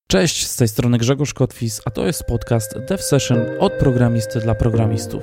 Cześć, z tej strony Grzegorz Kotwis, a to jest podcast Dev Session od programisty dla programistów.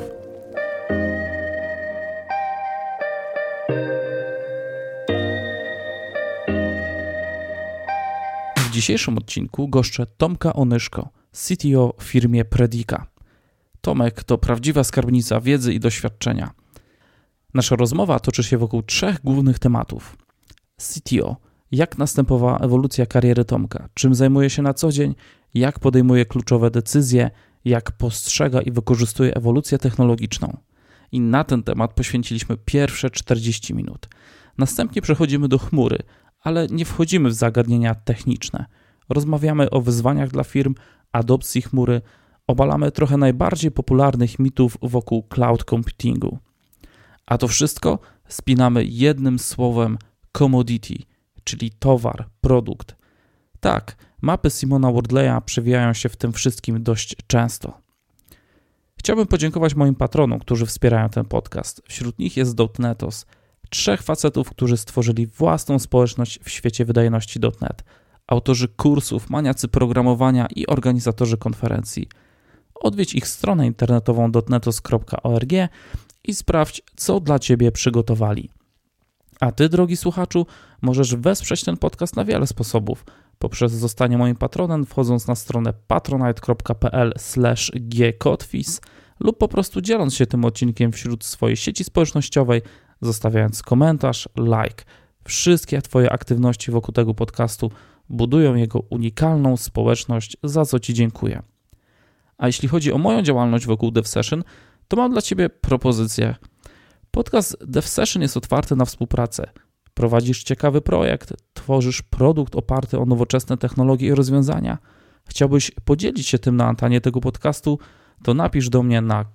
W dzisiejszym odcinku goszczę Tomka Onyszko, CTO w firmie Predica. Tomek to prawdziwa skarbnica wiedzy i doświadczenia. Nasza rozmowa toczy się wokół trzech głównych tematów. CTO. Jak następowała ewolucja kariery Tomka, czym zajmuje się na co dzień, jak podejmuje kluczowe decyzje, jak postrzega i wykorzystuje ewolucję technologiczną. I na ten temat poświęciliśmy pierwsze 40 minut. Następnie przechodzimy do chmury, ale nie wchodzimy w zagadnienia techniczne. Rozmawiamy o wyzwaniach dla firm, adopcji chmury, obalamy trochę najbardziej popularnych mitów wokół cloud computingu. A to wszystko spinamy jednym słowem commodity, czyli towar, produkt. Tak, mapy Simona Wardleya przewijają się w tym wszystkim dość często. Chciałbym podziękować moim patronom, którzy wspierają ten podcast. Wśród nich jest .NETOS, trzech facetów, którzy stworzyli własną społeczność w świecie wydajności .NET, autorzy kursów, maniacy programowania i organizatorzy konferencji. Odwiedź ich stronę internetową .netos.org i sprawdź, co dla Ciebie przygotowali. A Ty, drogi słuchaczu, możesz wesprzeć ten podcast na wiele sposobów. Poprzez zostanie moim patronem, wchodząc na stronę patronite.pl/gkotwis lub po prostu dzieląc się tym odcinkiem wśród swojej sieci społecznościowej, zostawiając komentarz, like. Wszystkie Twoje aktywności wokół tego podcastu budują jego unikalną społeczność, za co Ci dziękuję. A jeśli chodzi o moją działalność wokół Dev Session, to mam dla Ciebie propozycję. Podcast Dev Session jest otwarty na współpracę. Prowadzisz ciekawy projekt, tworzysz produkt oparty o nowoczesne technologie i rozwiązania. Chciałbyś podzielić się tym na antenie tego podcastu, to napisz do mnie na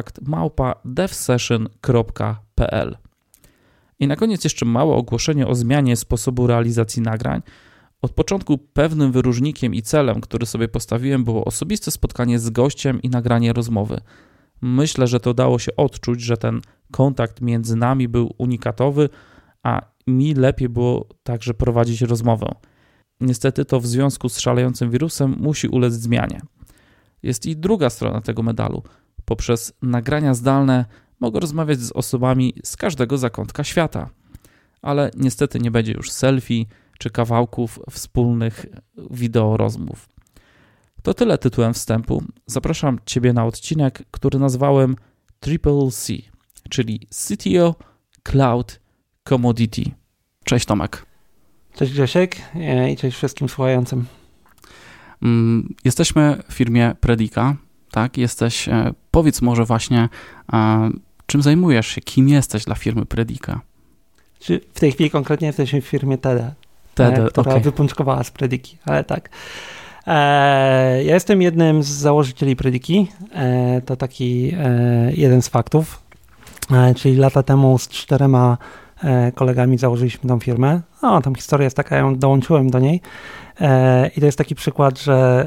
kontakt@devsession.pl. I na koniec jeszcze małe ogłoszenie o zmianie sposobu realizacji nagrań. Od początku pewnym wyróżnikiem i celem, który sobie postawiłem, było osobiste spotkanie z gościem i nagranie rozmowy. Myślę, że to dało się odczuć, że ten kontakt między nami był unikatowy, a mi lepiej było także prowadzić rozmowę. Niestety to w związku z szalejącym wirusem musi ulec zmianie. Jest i druga strona tego medalu. Poprzez nagrania zdalne mogę rozmawiać z osobami z każdego zakątka świata. Ale niestety nie będzie już selfie czy kawałków wspólnych wideo rozmów. To tyle tytułem wstępu. Zapraszam Ciebie na odcinek, który nazwałem Triple C, czyli CTO, Cloud, Commodity. Cześć Tomek. Cześć Grzesiek i cześć wszystkim słuchającym. Jesteśmy w firmie Predica, tak? Powiedz może właśnie, czym zajmujesz się, kim jesteś dla firmy Predica? W tej chwili konkretnie jesteśmy w firmie TD, która wypączkowała z Prediki, ale tak. Ja jestem jednym z założycieli Prediki, to taki jeden z faktów, czyli lata temu z 4 kolegami założyliśmy tą firmę. Tam historia jest taka, ja dołączyłem do niej i to jest taki przykład, że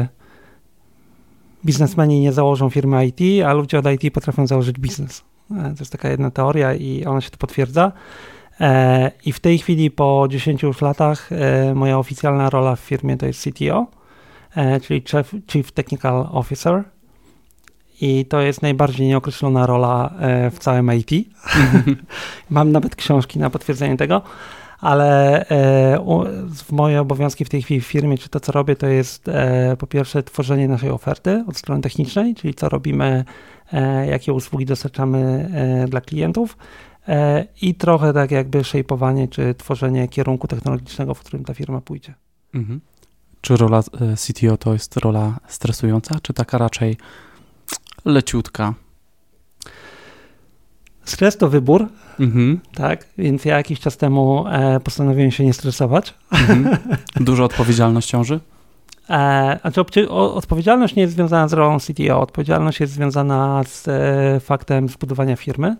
biznesmeni nie założą firmy IT, a ludzie od IT potrafią założyć biznes. To jest taka jedna teoria i ona się tu potwierdza. I w tej chwili po 10 już latach moja oficjalna rola w firmie to jest CTO, czyli Chief Technical Officer. I to jest najbardziej nieokreślona rola w całym IT. Mam nawet książki na potwierdzenie tego, ale moje obowiązki w tej chwili w firmie, czy to co robię, to jest po pierwsze tworzenie naszej oferty od strony technicznej, czyli co robimy, jakie usługi dostarczamy dla klientów i trochę tak jakby szejpowanie, czy tworzenie kierunku technologicznego, w którym ta firma pójdzie. Mhm. Czy rola CTO to jest rola stresująca, czy taka raczej leciutka? Stres to wybór, tak, więc ja jakiś czas temu postanowiłem się nie stresować. Dużo odpowiedzialność ciąży? Odpowiedzialność nie jest związana z rolą CTO, odpowiedzialność jest związana z faktem zbudowania firmy,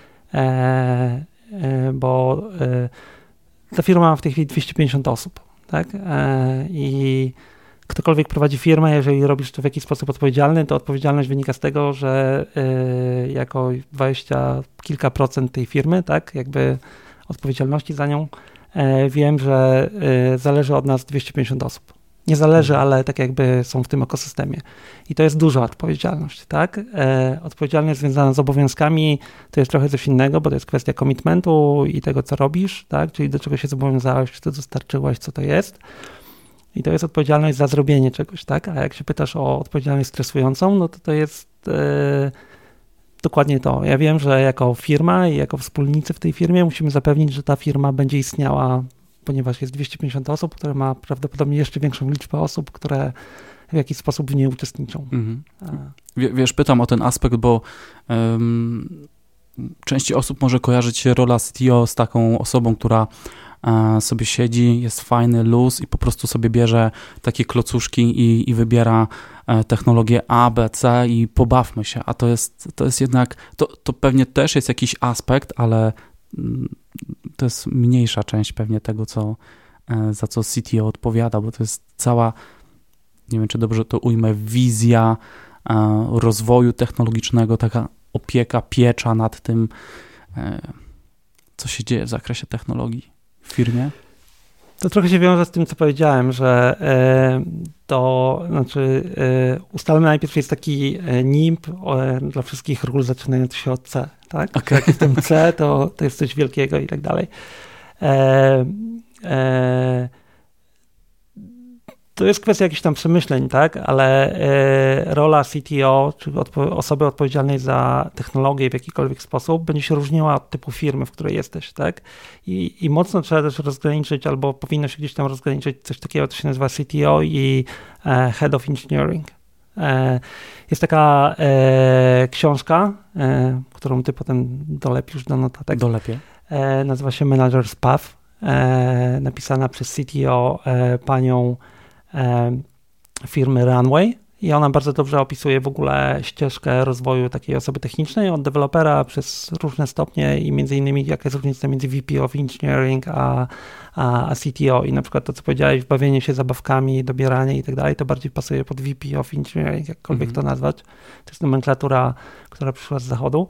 bo ta firma ma w tej chwili 250 osób, tak, i ktokolwiek prowadzi firmę, jeżeli robisz to w jakiś sposób odpowiedzialny, to odpowiedzialność wynika z tego, że jako 20 kilka procent tej firmy, tak, jakby odpowiedzialności za nią, wiem, że zależy od nas 250 osób. Nie zależy, ale tak jakby są w tym ekosystemie. I to jest duża odpowiedzialność, tak? Odpowiedzialność związana z obowiązkami to jest trochę coś innego, bo to jest kwestia commitmentu i tego, co robisz, tak? Czyli do czego się zobowiązałeś, czy to dostarczyłeś, co to jest. I to jest odpowiedzialność za zrobienie czegoś, tak? A jak się pytasz o odpowiedzialność stresującą, no to jest dokładnie to. Ja wiem, że jako firma i jako wspólnicy w tej firmie musimy zapewnić, że ta firma będzie istniała, ponieważ jest 250 osób, które ma prawdopodobnie jeszcze większą liczbę osób, które w jakiś sposób w niej uczestniczą. Wiesz, pytam o ten aspekt, bo części osób może kojarzyć się rola CTO z taką osobą, która sobie siedzi, jest fajny luz i po prostu sobie bierze takie klocuszki i wybiera technologię A, B, C i pobawmy się, a to jest jednak, to pewnie też jest jakiś aspekt, ale to jest mniejsza część pewnie tego, za co CTO odpowiada, bo to jest cała, nie wiem, czy dobrze to ujmę, wizja rozwoju technologicznego, taka opieka, piecza nad tym, co się dzieje w zakresie technologii w firmie. To trochę się wiąże z tym, co powiedziałem, że ustalmy najpierw jest taki NIMP dla wszystkich ról zaczynających się od C, tak? Okay. Jak jestem C, to jest coś wielkiego i tak dalej. To jest kwestia jakichś tam przemyśleń, tak? Ale rola CTO, czy osoby odpowiedzialnej za technologię w jakikolwiek sposób będzie się różniła od typu firmy, w której jesteś, tak? I mocno trzeba też rozgraniczyć, albo powinno się gdzieś tam rozgraniczyć coś takiego, co się nazywa CTO i Head of Engineering. Jest taka książka, którą ty potem dolepisz do notatek. Dolepię. Nazywa się Manager's Path, napisana przez CTO panią firmy Runway i ona bardzo dobrze opisuje w ogóle ścieżkę rozwoju takiej osoby technicznej od dewelopera przez różne stopnie i między innymi jaka jest różnica między VP of Engineering a CTO i na przykład to, co powiedziałeś, bawienie się zabawkami, dobieranie i tak dalej, to bardziej pasuje pod VP of Engineering, jakkolwiek to nazwać. To jest nomenklatura, która przyszła z zachodu.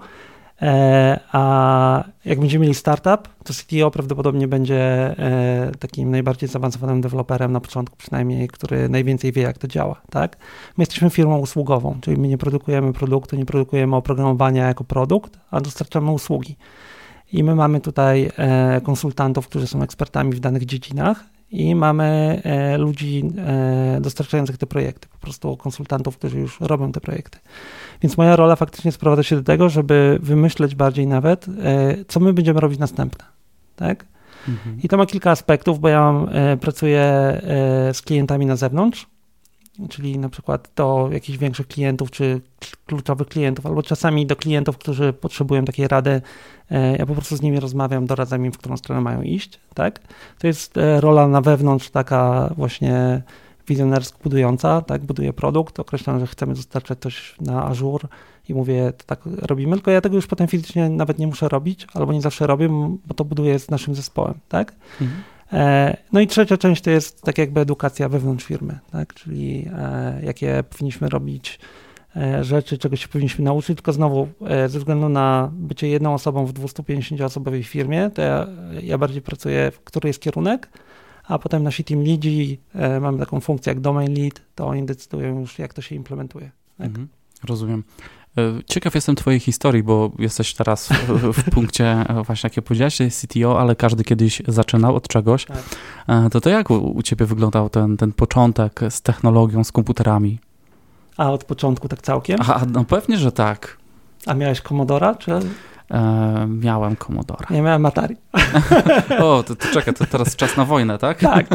A jak będziemy mieli startup, to CTO prawdopodobnie będzie takim najbardziej zaawansowanym deweloperem na początku przynajmniej, który najwięcej wie, jak to działa, tak? My jesteśmy firmą usługową, czyli my nie produkujemy produktu, nie produkujemy oprogramowania jako produkt, a dostarczamy usługi. I my mamy tutaj konsultantów, którzy są ekspertami w danych dziedzinach i mamy ludzi dostarczających te projekty, po prostu konsultantów, którzy już robią te projekty. Więc moja rola faktycznie sprowadza się do tego, żeby wymyśleć bardziej nawet, co my będziemy robić następne, tak? Mhm. I to ma kilka aspektów, bo ja pracuję z klientami na zewnątrz, czyli na przykład do jakichś większych klientów, czy kluczowych klientów, albo czasami do klientów, którzy potrzebują takiej rady, ja po prostu z nimi rozmawiam, doradzam im, w którą stronę mają iść, tak? To jest rola na wewnątrz taka właśnie wizjonersko budująca, tak? Buduję produkt, określam, że chcemy dostarczać coś na Azure i mówię, to tak robimy, tylko ja tego już potem fizycznie nawet nie muszę robić, albo nie zawsze robię, bo to buduję z naszym zespołem, tak? Mhm. No i trzecia część to jest tak jakby edukacja wewnątrz firmy, tak? Czyli jakie powinniśmy robić rzeczy, czego się powinniśmy nauczyć, tylko znowu ze względu na bycie jedną osobą w 250-osobowej firmie, to ja bardziej pracuję, który jest kierunek, a potem nasi team leadzi, mamy taką funkcję jak domain lead, to oni decydują już, jak to się implementuje. Tak? Mhm, rozumiem. Ciekaw jestem twojej historii, bo jesteś teraz w punkcie właśnie, jak powiedziałeś, CTO, ale każdy kiedyś zaczynał od czegoś. Tak. To jak u ciebie wyglądał ten początek z technologią, z komputerami? A od początku tak całkiem? No pewnie, że tak. A miałeś Commodora, czy... Miałem Commodora. Ja miałem Atari. O, to czekaj, to teraz czas na wojnę, tak? Tak.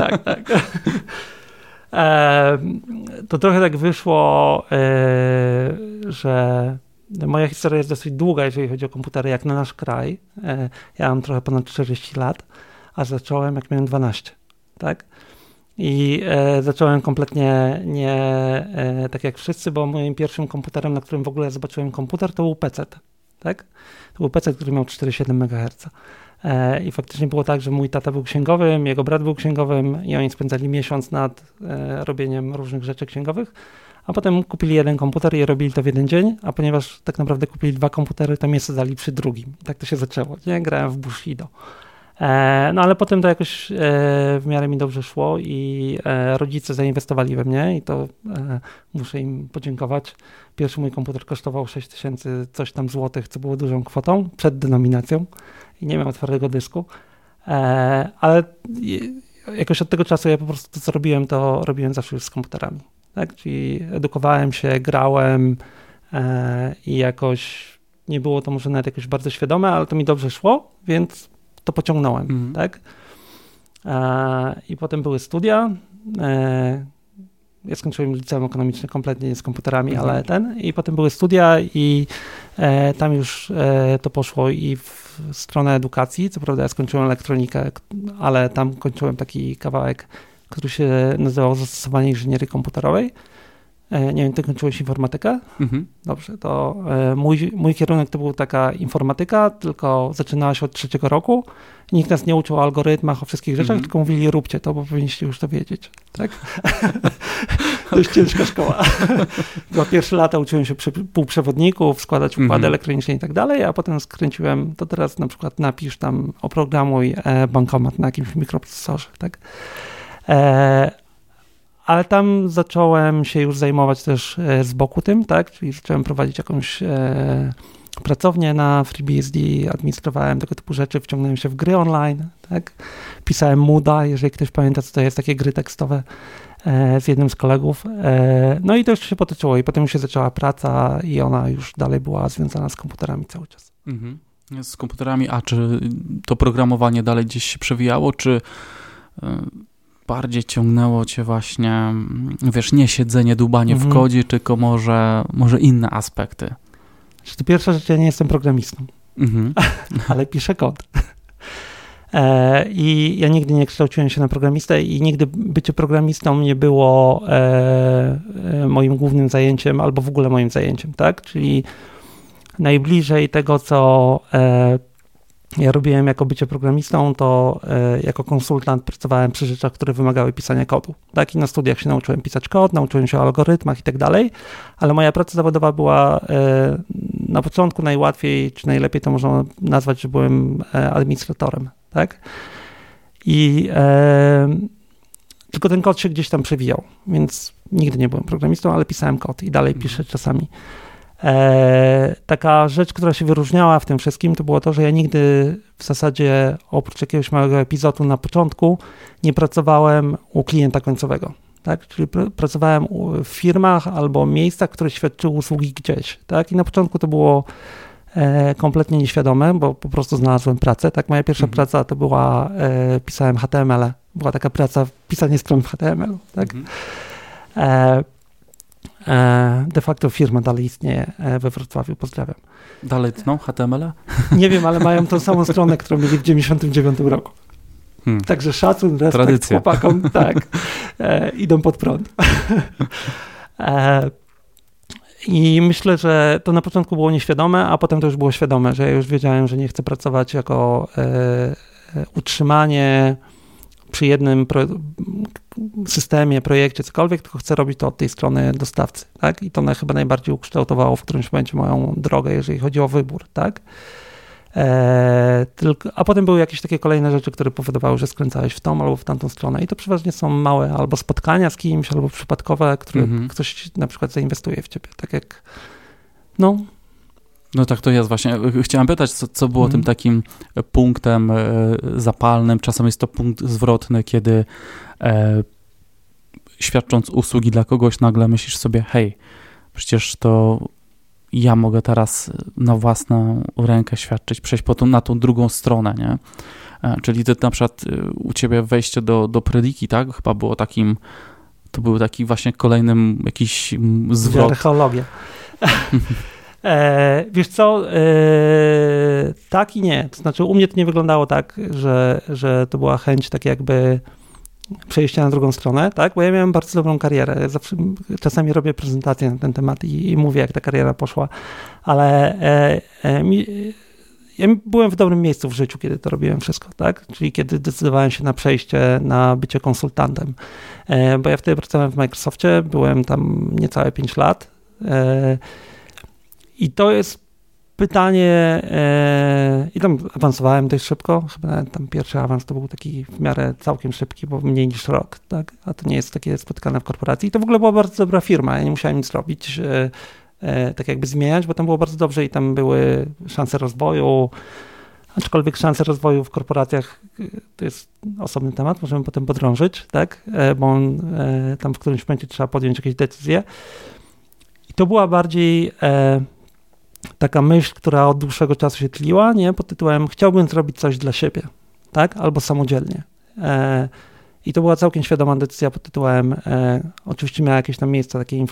To trochę tak wyszło, że moja historia jest dosyć długa, jeżeli chodzi o komputery, jak na nasz kraj. Ja mam trochę ponad 40 lat, a zacząłem jak miałem 12, tak? I zacząłem kompletnie nie tak jak wszyscy, bo moim pierwszym komputerem, na którym w ogóle zobaczyłem komputer, to był PC, tak? To był PC, który miał 4,7 MHz. I faktycznie było tak, że mój tata był księgowym, jego brat był księgowym i oni spędzali miesiąc nad robieniem różnych rzeczy księgowych, a potem kupili jeden komputer i robili to w jeden dzień, a ponieważ tak naprawdę kupili 2 komputery, to mnie sadzali przy drugim. I tak to się zaczęło. Nie? Grałem w Bushido. No ale potem to jakoś w miarę mi dobrze szło i rodzice zainwestowali we mnie i to muszę im podziękować. Pierwszy mój komputer kosztował 6000 coś tam złotych, co było dużą kwotą przed denominacją i nie miał twardego dysku, ale jakoś od tego czasu ja po prostu to, co robiłem, to robiłem zawsze już z komputerami. Tak? Czyli edukowałem się, grałem i jakoś nie było to może nawet jakoś bardzo świadome, ale to mi dobrze szło, więc to pociągnąłem, tak? I potem były studia. Ja skończyłem liceum ekonomiczne kompletnie nie z komputerami, ale i potem były studia i tam już to poszło i w stronę edukacji. Co prawda ja skończyłem elektronikę, ale tam kończyłem taki kawałek, który się nazywał Zastosowanie inżynierii komputerowej. Nie wiem, ty kończyłeś informatykę? Dobrze, to mój kierunek to był taka informatyka, tylko zaczynała się od 3. roku. Nikt nas nie uczył o algorytmach, o wszystkich rzeczach, tylko mówili róbcie to, bo powinniście już to wiedzieć. Tak? To jest ciężka szkoła. 2 pierwsze lata uczyłem się półprzewodników, składać układy elektroniczne i tak dalej, a potem skręciłem, to teraz na przykład napisz tam, oprogramuj bankomat na jakimś mikroprocesorze. Tak? Ale tam zacząłem się już zajmować też z boku tym, tak? Czyli zacząłem prowadzić jakąś pracownię na FreeBSD, administrowałem tego typu rzeczy, wciągnąłem się w gry online, tak? Pisałem Mooda, jeżeli ktoś pamięta, co to jest, takie gry tekstowe z jednym z kolegów. No i to już się potoczyło i potem już się zaczęła praca i ona już dalej była związana z komputerami cały czas. Z komputerami, a czy to programowanie dalej gdzieś się przewijało, czy bardziej ciągnęło cię właśnie, wiesz, nie siedzenie, dłubanie w kodzie, tylko może inne aspekty? To pierwsza rzecz, ja nie jestem programistą, ale piszę kod. I ja nigdy nie kształciłem się na programistę i nigdy bycie programistą nie było moim głównym zajęciem albo w ogóle moim zajęciem, tak? Czyli najbliżej tego, co ja robiłem jako bycie programistą, to jako konsultant pracowałem przy rzeczach, które wymagały pisania kodu. Tak, i na studiach się nauczyłem pisać kod, nauczyłem się o algorytmach i tak dalej, ale moja praca zawodowa była na początku najłatwiej, czy najlepiej to można nazwać, że byłem administratorem, tak? I tylko ten kod się gdzieś tam przewijał, więc nigdy nie byłem programistą, ale pisałem kod i dalej piszę czasami. Taka rzecz, która się wyróżniała w tym wszystkim, to było to, że ja nigdy w zasadzie oprócz jakiegoś małego epizodu na początku nie pracowałem u klienta końcowego, tak? Czyli pracowałem w firmach albo miejscach, które świadczyły usługi gdzieś, tak? I na początku to było kompletnie nieświadome, bo po prostu znalazłem pracę, tak? Moja pierwsza praca to była, pisałem HTML, była taka praca, pisanie stron w HTML, tak? De facto firma dalej istnieje we Wrocławiu, pozdrawiam. Dalej tną HTML-a? Nie wiem, ale mają tą samą stronę, którą mieli w 1999 roku. Także szacun, respekt tradycja. Chłopakom, tak, idą pod prąd. I myślę, że to na początku było nieświadome, a potem to już było świadome, że ja już wiedziałem, że nie chcę pracować jako utrzymanie przy jednym systemie, projekcie, cokolwiek, tylko chcę robić to od tej strony dostawcy, tak? I to chyba najbardziej ukształtowało w którymś momencie moją drogę, jeżeli chodzi o wybór, tak? A potem były jakieś takie kolejne rzeczy, które powodowały, że skręcałeś w tą albo w tamtą stronę i to przeważnie są małe albo spotkania z kimś, albo przypadkowe, które ktoś na przykład zainwestuje w ciebie, tak jak No tak, to jest właśnie. Chciałem pytać, co było tym takim punktem zapalnym. Czasem jest to punkt zwrotny, kiedy świadcząc usługi dla kogoś, nagle myślisz sobie, hej, przecież to ja mogę teraz na własną rękę świadczyć, przejść na tą drugą stronę, nie? Czyli to na przykład u ciebie wejście do Prediki, tak? Chyba było takim, to był taki właśnie kolejnym jakiś zwrot. Archeologia. Wiesz co, tak i nie. To znaczy u mnie to nie wyglądało tak, że to była chęć tak jakby przejścia na drugą stronę, tak? Bo ja miałem bardzo dobrą karierę. Zawsze, czasami robię prezentacje na ten temat i mówię, jak ta kariera poszła, ale ja byłem w dobrym miejscu w życiu, kiedy to robiłem wszystko, tak? Czyli kiedy decydowałem się na przejście na bycie konsultantem. Bo ja wtedy pracowałem w Microsoftie, byłem tam niecałe 5 lat. I to jest pytanie i tam awansowałem dość szybko, chyba nawet tam pierwszy awans to był taki w miarę całkiem szybki, bo mniej niż rok, tak? A to nie jest takie spotykane w korporacji. I to w ogóle była bardzo dobra firma, ja nie musiałem nic robić, tak jakby zmieniać, bo tam było bardzo dobrze i tam były szanse rozwoju, aczkolwiek szanse rozwoju w korporacjach to jest osobny temat, możemy potem podrążyć, tak? Bo tam w którymś momencie trzeba podjąć jakieś decyzje. I to była bardziej taka myśl, która od dłuższego czasu się tliła, nie? Pod tytułem chciałbym zrobić coś dla siebie, tak? Albo samodzielnie. I to była całkiem świadoma decyzja pod tytułem, oczywiście miała jakieś tam miejsca takie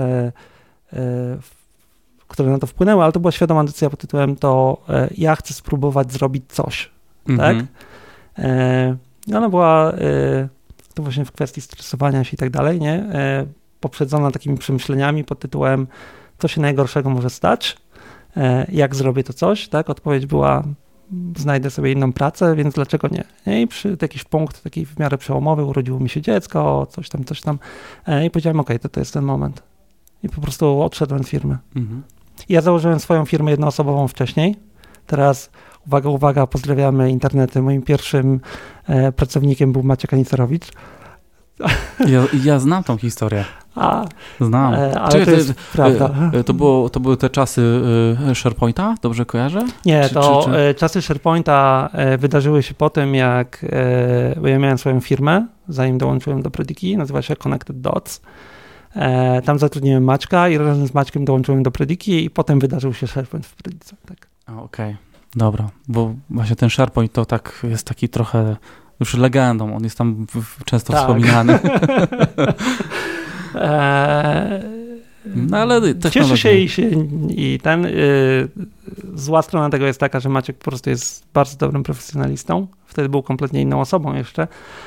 które na to wpłynęły, ale to była świadoma decyzja pod tytułem ja chcę spróbować zrobić coś, tak? I ona była to właśnie w kwestii stresowania się i tak dalej, nie? Poprzedzona takimi przemyśleniami pod tytułem co się najgorszego może stać, jak zrobię to coś, tak? Odpowiedź była znajdę sobie inną pracę, więc dlaczego nie? I przy jakiś punkt taki w miarę przełomowy urodziło mi się dziecko, coś tam i powiedziałem, okej, to jest ten moment. I po prostu odszedłem z firmy. Ja założyłem swoją firmę jednoosobową wcześniej. Teraz, uwaga, pozdrawiamy internety. Moim pierwszym pracownikiem był Maciek Anicerowicz. Ja znam tą historię. Znam. Ale to jest prawda. To były te czasy SharePointa? Dobrze kojarzę? Nie, czasy SharePointa wydarzyły się po tym, jak bo ja miałem swoją firmę, zanim dołączyłem do Prediki, nazywa się Connected Dots. Tam zatrudniłem Maćka i razem z Maćkiem dołączyłem do Prediki i potem wydarzył się SharePoint w Predice. Tak. Okej, dobra, bo właśnie ten SharePoint to tak jest taki trochę już legendą, on jest tam często wspominany. No ale cieszę się i zła strona tego jest taka, że Maciek po prostu jest bardzo dobrym profesjonalistą. Wtedy był kompletnie inną osobą jeszcze.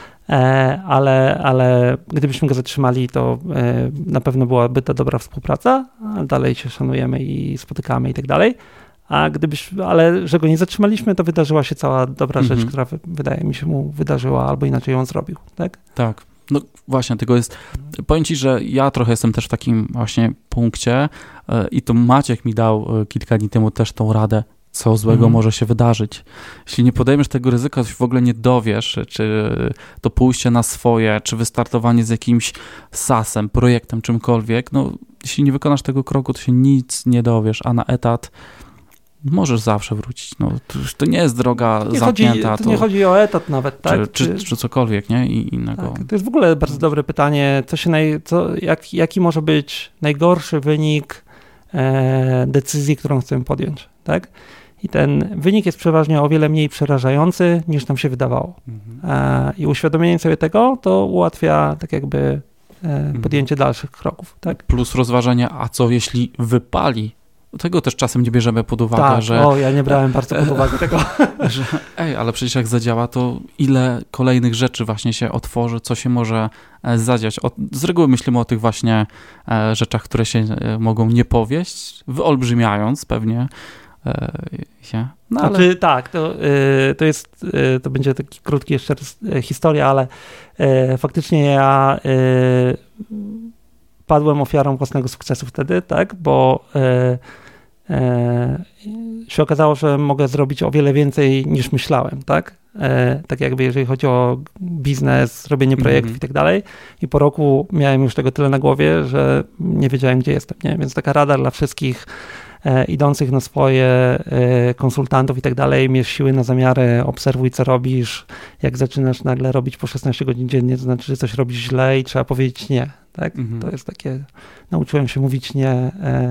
Ale gdybyśmy go zatrzymali, to na pewno byłaby to dobra współpraca, a dalej się szanujemy i spotykamy i tak dalej. Ale że go nie zatrzymaliśmy, to wydarzyła się cała dobra rzecz, która wydaje mi się mu wydarzyła, albo inaczej ją zrobił, tak? Tak. No właśnie, tego jest, powiem ci, że ja trochę jestem też w takim właśnie punkcie i to Maciek mi dał kilka dni temu też tą radę, co złego może się wydarzyć. Jeśli nie podejmiesz tego ryzyka, to się w ogóle nie dowiesz, czy to pójście na swoje, czy wystartowanie z jakimś SaaS-em, projektem, czymkolwiek, no jeśli nie wykonasz tego kroku, to się nic nie dowiesz, a na etat możesz zawsze wrócić. No, to nie jest droga zamknięta. To nie chodzi o etat nawet, tak? Czy cokolwiek, nie? I innego. Tak, to jest w ogóle bardzo dobre pytanie, jaki może być najgorszy wynik decyzji, którą chcemy podjąć, tak? I ten wynik jest przeważnie o wiele mniej przerażający, niż nam się wydawało. I uświadomienie sobie tego, to ułatwia tak jakby podjęcie dalszych kroków, tak? Plus rozważenie, a co jeśli wypali? Tego też czasem nie bierzemy pod uwagę, tak, że... ja nie brałem bardzo pod uwagę tego. Że, ale przecież jak zadziała, to ile kolejnych rzeczy właśnie się otworzy, co się może zadziać. Z reguły myślimy o tych właśnie rzeczach, które się mogą nie powieść, wyolbrzymiając pewnie się. No, ale... Znaczy, tak, to będzie taki krótki jeszcze historia, ale faktycznie ja padłem ofiarą własnego sukcesu wtedy, tak, bo się okazało, że mogę zrobić o wiele więcej niż myślałem, tak? Tak jakby jeżeli chodzi o biznes, robienie projektów i tak dalej. I po roku miałem już tego tyle na głowie, że nie wiedziałem, gdzie jestem, nie? Więc taka rada dla wszystkich idących na swoje, konsultantów i tak dalej, mierz siły na zamiary, obserwuj, co robisz. Jak zaczynasz nagle robić po 16 godzin dziennie, to znaczy, że coś robisz źle i trzeba powiedzieć nie, tak? To jest takie, nauczyłem się mówić nie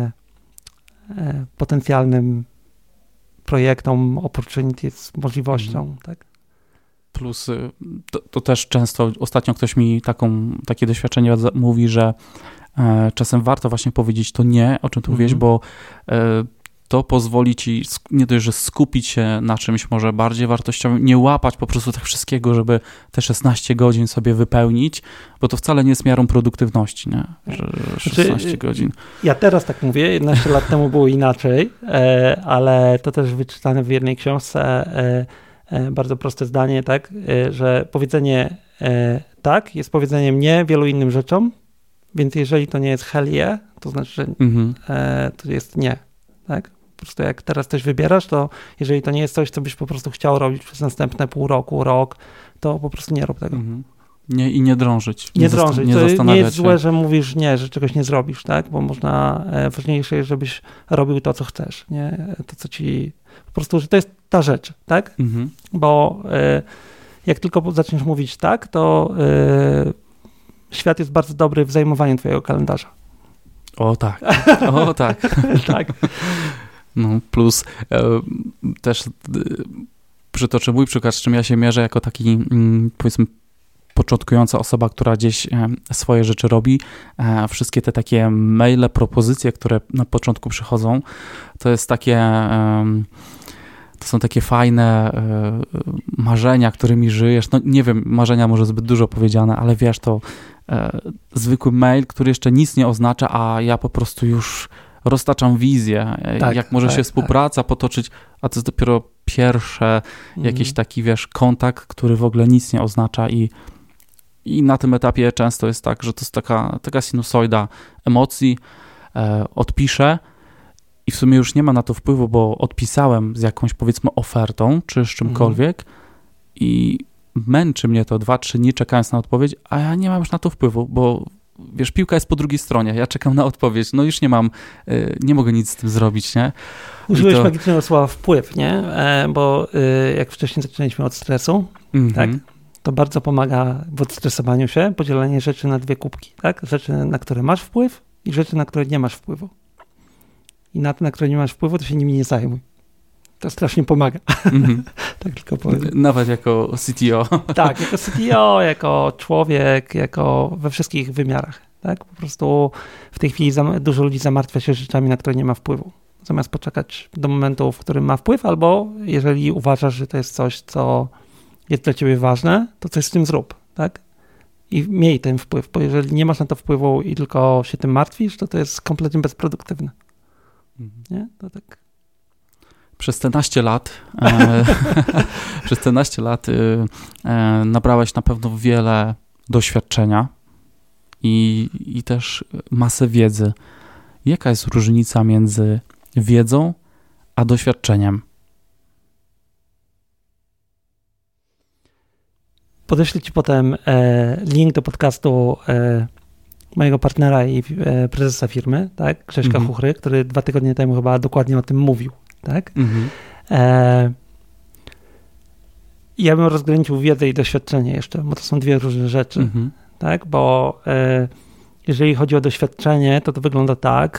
potencjalnym projektom, opportunities, możliwością, tak? Plus to też często, ostatnio ktoś mi takie doświadczenie mówi, że czasem warto właśnie powiedzieć to nie, o czym tu mówiłeś, bo to pozwoli ci nie dość, że skupić się na czymś może bardziej wartościowym, nie łapać po prostu tak wszystkiego, żeby te 16 godzin sobie wypełnić, bo to wcale nie jest miarą produktywności, nie? Że 16 godzin. Ja teraz tak mówię, 11 lat temu było inaczej, ale to też wyczytane w jednej książce, bardzo proste zdanie, tak, że powiedzenie tak jest powiedzeniem nie wielu innym rzeczom, więc jeżeli to nie jest hell yeah, to znaczy, że to jest nie, tak? Po prostu jak teraz coś wybierasz, to jeżeli to nie jest coś, co byś po prostu chciał robić przez następne pół roku, rok, to po prostu nie rób tego. I nie drążyć. Nie drążyć. To nie jest się. złe, że mówisz nie, że czegoś nie zrobisz, tak? Bo ważniejsze jest, żebyś robił to, co chcesz, nie? To, co ci, po prostu, że to jest ta rzecz, tak? Bo jak tylko zaczniesz mówić tak, to świat jest bardzo dobry w zajmowaniu twojego kalendarza. O tak. Tak. No plus też przytoczę mój przykład, z czym ja się mierzę jako taki, powiedzmy, początkująca osoba, która gdzieś swoje rzeczy robi. Wszystkie te takie maile, propozycje, które na początku przychodzą, to jest takie... To są takie fajne marzenia, którymi żyjesz. No nie wiem, marzenia może zbyt dużo powiedziane, ale wiesz, to zwykły mail, który jeszcze nic nie oznacza, a ja po prostu już roztaczam wizję, jak może się współpraca potoczyć, a to jest dopiero pierwsze jakiś taki, wiesz, kontakt, który w ogóle nic nie oznacza i na tym etapie często jest tak, że to jest taka sinusoida emocji, odpiszę, i w sumie już nie ma na to wpływu, bo odpisałem z jakąś, powiedzmy, ofertą, czy z czymkolwiek i męczy mnie to 2-3 dni czekając na odpowiedź, a ja nie mam już na to wpływu, bo wiesz, piłka jest po drugiej stronie, ja czekam na odpowiedź, no już nie mogę nic z tym zrobić, nie? Użyłeś magicznego słowa wpływ, nie? Bo jak wcześniej zaczynaliśmy od stresu, tak? To bardzo pomaga w odstresowaniu się podzielenie rzeczy na 2 kubki, tak? Rzeczy, na które masz wpływ i rzeczy, na które nie masz wpływu. I na te, na które nie masz wpływu, to się nimi nie zajmuj. To strasznie pomaga. Tak tylko powiem. Nawet jako CTO. Tak, jako CTO, jako człowiek, jako we wszystkich wymiarach. Tak? Po prostu w tej chwili dużo ludzi zamartwia się rzeczami, na które nie ma wpływu. Zamiast poczekać do momentu, w którym ma wpływ, albo jeżeli uważasz, że to jest coś, co jest dla ciebie ważne, to coś z tym zrób. Tak? I miej ten wpływ, bo jeżeli nie masz na to wpływu i tylko się tym martwisz, to jest kompletnie bezproduktywne. Nie? To tak. Przez te naście lat nabrałeś na pewno wiele doświadczenia i też masę wiedzy. Jaka jest różnica między wiedzą a doświadczeniem? Podeślę ci potem link do podcastu mojego partnera i prezesa firmy, tak, Grześka Chuchry, który 2 tygodnie temu chyba dokładnie o tym mówił, tak. Ja bym rozgraniczył wiedzę i doświadczenie jeszcze, bo to są 2 różne rzeczy, tak, bo jeżeli chodzi o doświadczenie, to wygląda tak,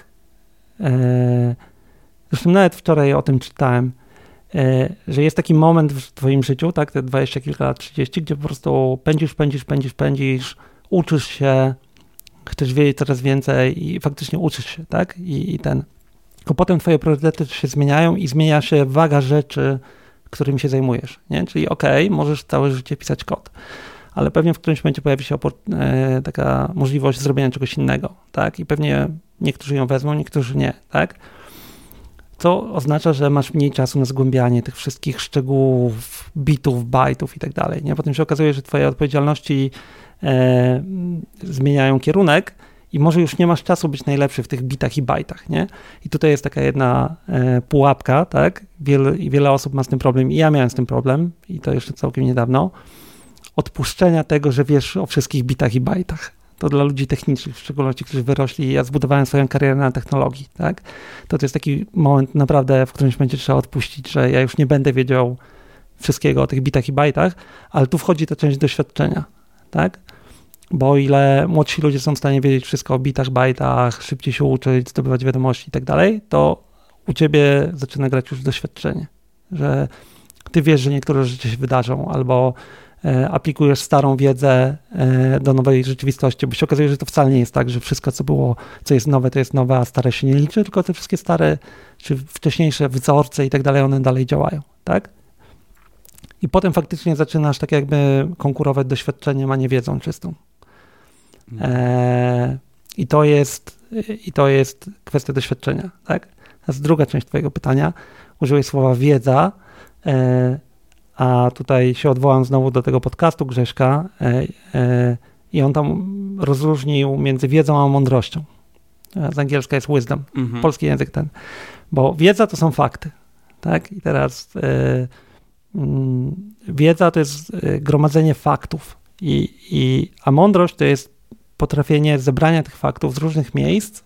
zresztą nawet wczoraj o tym czytałem, że jest taki moment w twoim życiu, tak, te 20 kilka lat, 30, gdzie po prostu pędzisz, uczysz się, chcesz wiedzieć coraz więcej i faktycznie uczysz się, tak? Tylko potem twoje priorytety się zmieniają i zmienia się waga rzeczy, którymi się zajmujesz, nie? Czyli możesz całe życie pisać kod, ale pewnie w którymś momencie pojawi się taka możliwość zrobienia czegoś innego, tak? I pewnie niektórzy ją wezmą, niektórzy nie, tak? Co oznacza, że masz mniej czasu na zgłębianie tych wszystkich szczegółów, bitów, bajtów i tak dalej, nie? Potem się okazuje, że twoje odpowiedzialności zmieniają kierunek i może już nie masz czasu być najlepszy w tych bitach i bajtach, nie? I tutaj jest taka jedna pułapka, tak? Wiele osób ma z tym problem i ja miałem z tym problem i to jeszcze całkiem niedawno. Odpuszczenia tego, że wiesz o wszystkich bitach i bajtach. To dla ludzi technicznych, w szczególności, którzy wyrośli, ja zbudowałem swoją karierę na technologii, tak? To jest taki moment naprawdę, w którymś momencie trzeba odpuścić, że ja już nie będę wiedział wszystkiego o tych bitach i bajtach, ale tu wchodzi ta część doświadczenia, tak? Bo o ile młodsi ludzie są w stanie wiedzieć wszystko o bitach, bajtach, szybciej się uczyć, zdobywać wiadomości i tak dalej, to u ciebie zaczyna grać już doświadczenie, że ty wiesz, że niektóre rzeczy się wydarzą, albo aplikujesz starą wiedzę do nowej rzeczywistości, bo się okazuje, że to wcale nie jest tak, że wszystko, co jest nowe, to jest nowe, a stare się nie liczy, tylko te wszystkie stare, czy wcześniejsze wzorce i tak dalej, one dalej działają, tak? I potem faktycznie zaczynasz tak jakby konkurować doświadczeniem, a nie wiedzą czystą. I to jest kwestia doświadczenia, tak? Teraz druga część twojego pytania. Użyłeś słowa wiedza, a tutaj się odwołam znowu do tego podcastu Grześka i on tam rozróżnił między wiedzą a mądrością. Z angielska jest wisdom, polski język ten. Bo wiedza to są fakty, tak? I teraz wiedza to jest gromadzenie faktów, a mądrość to jest potrafienie zebrania tych faktów z różnych miejsc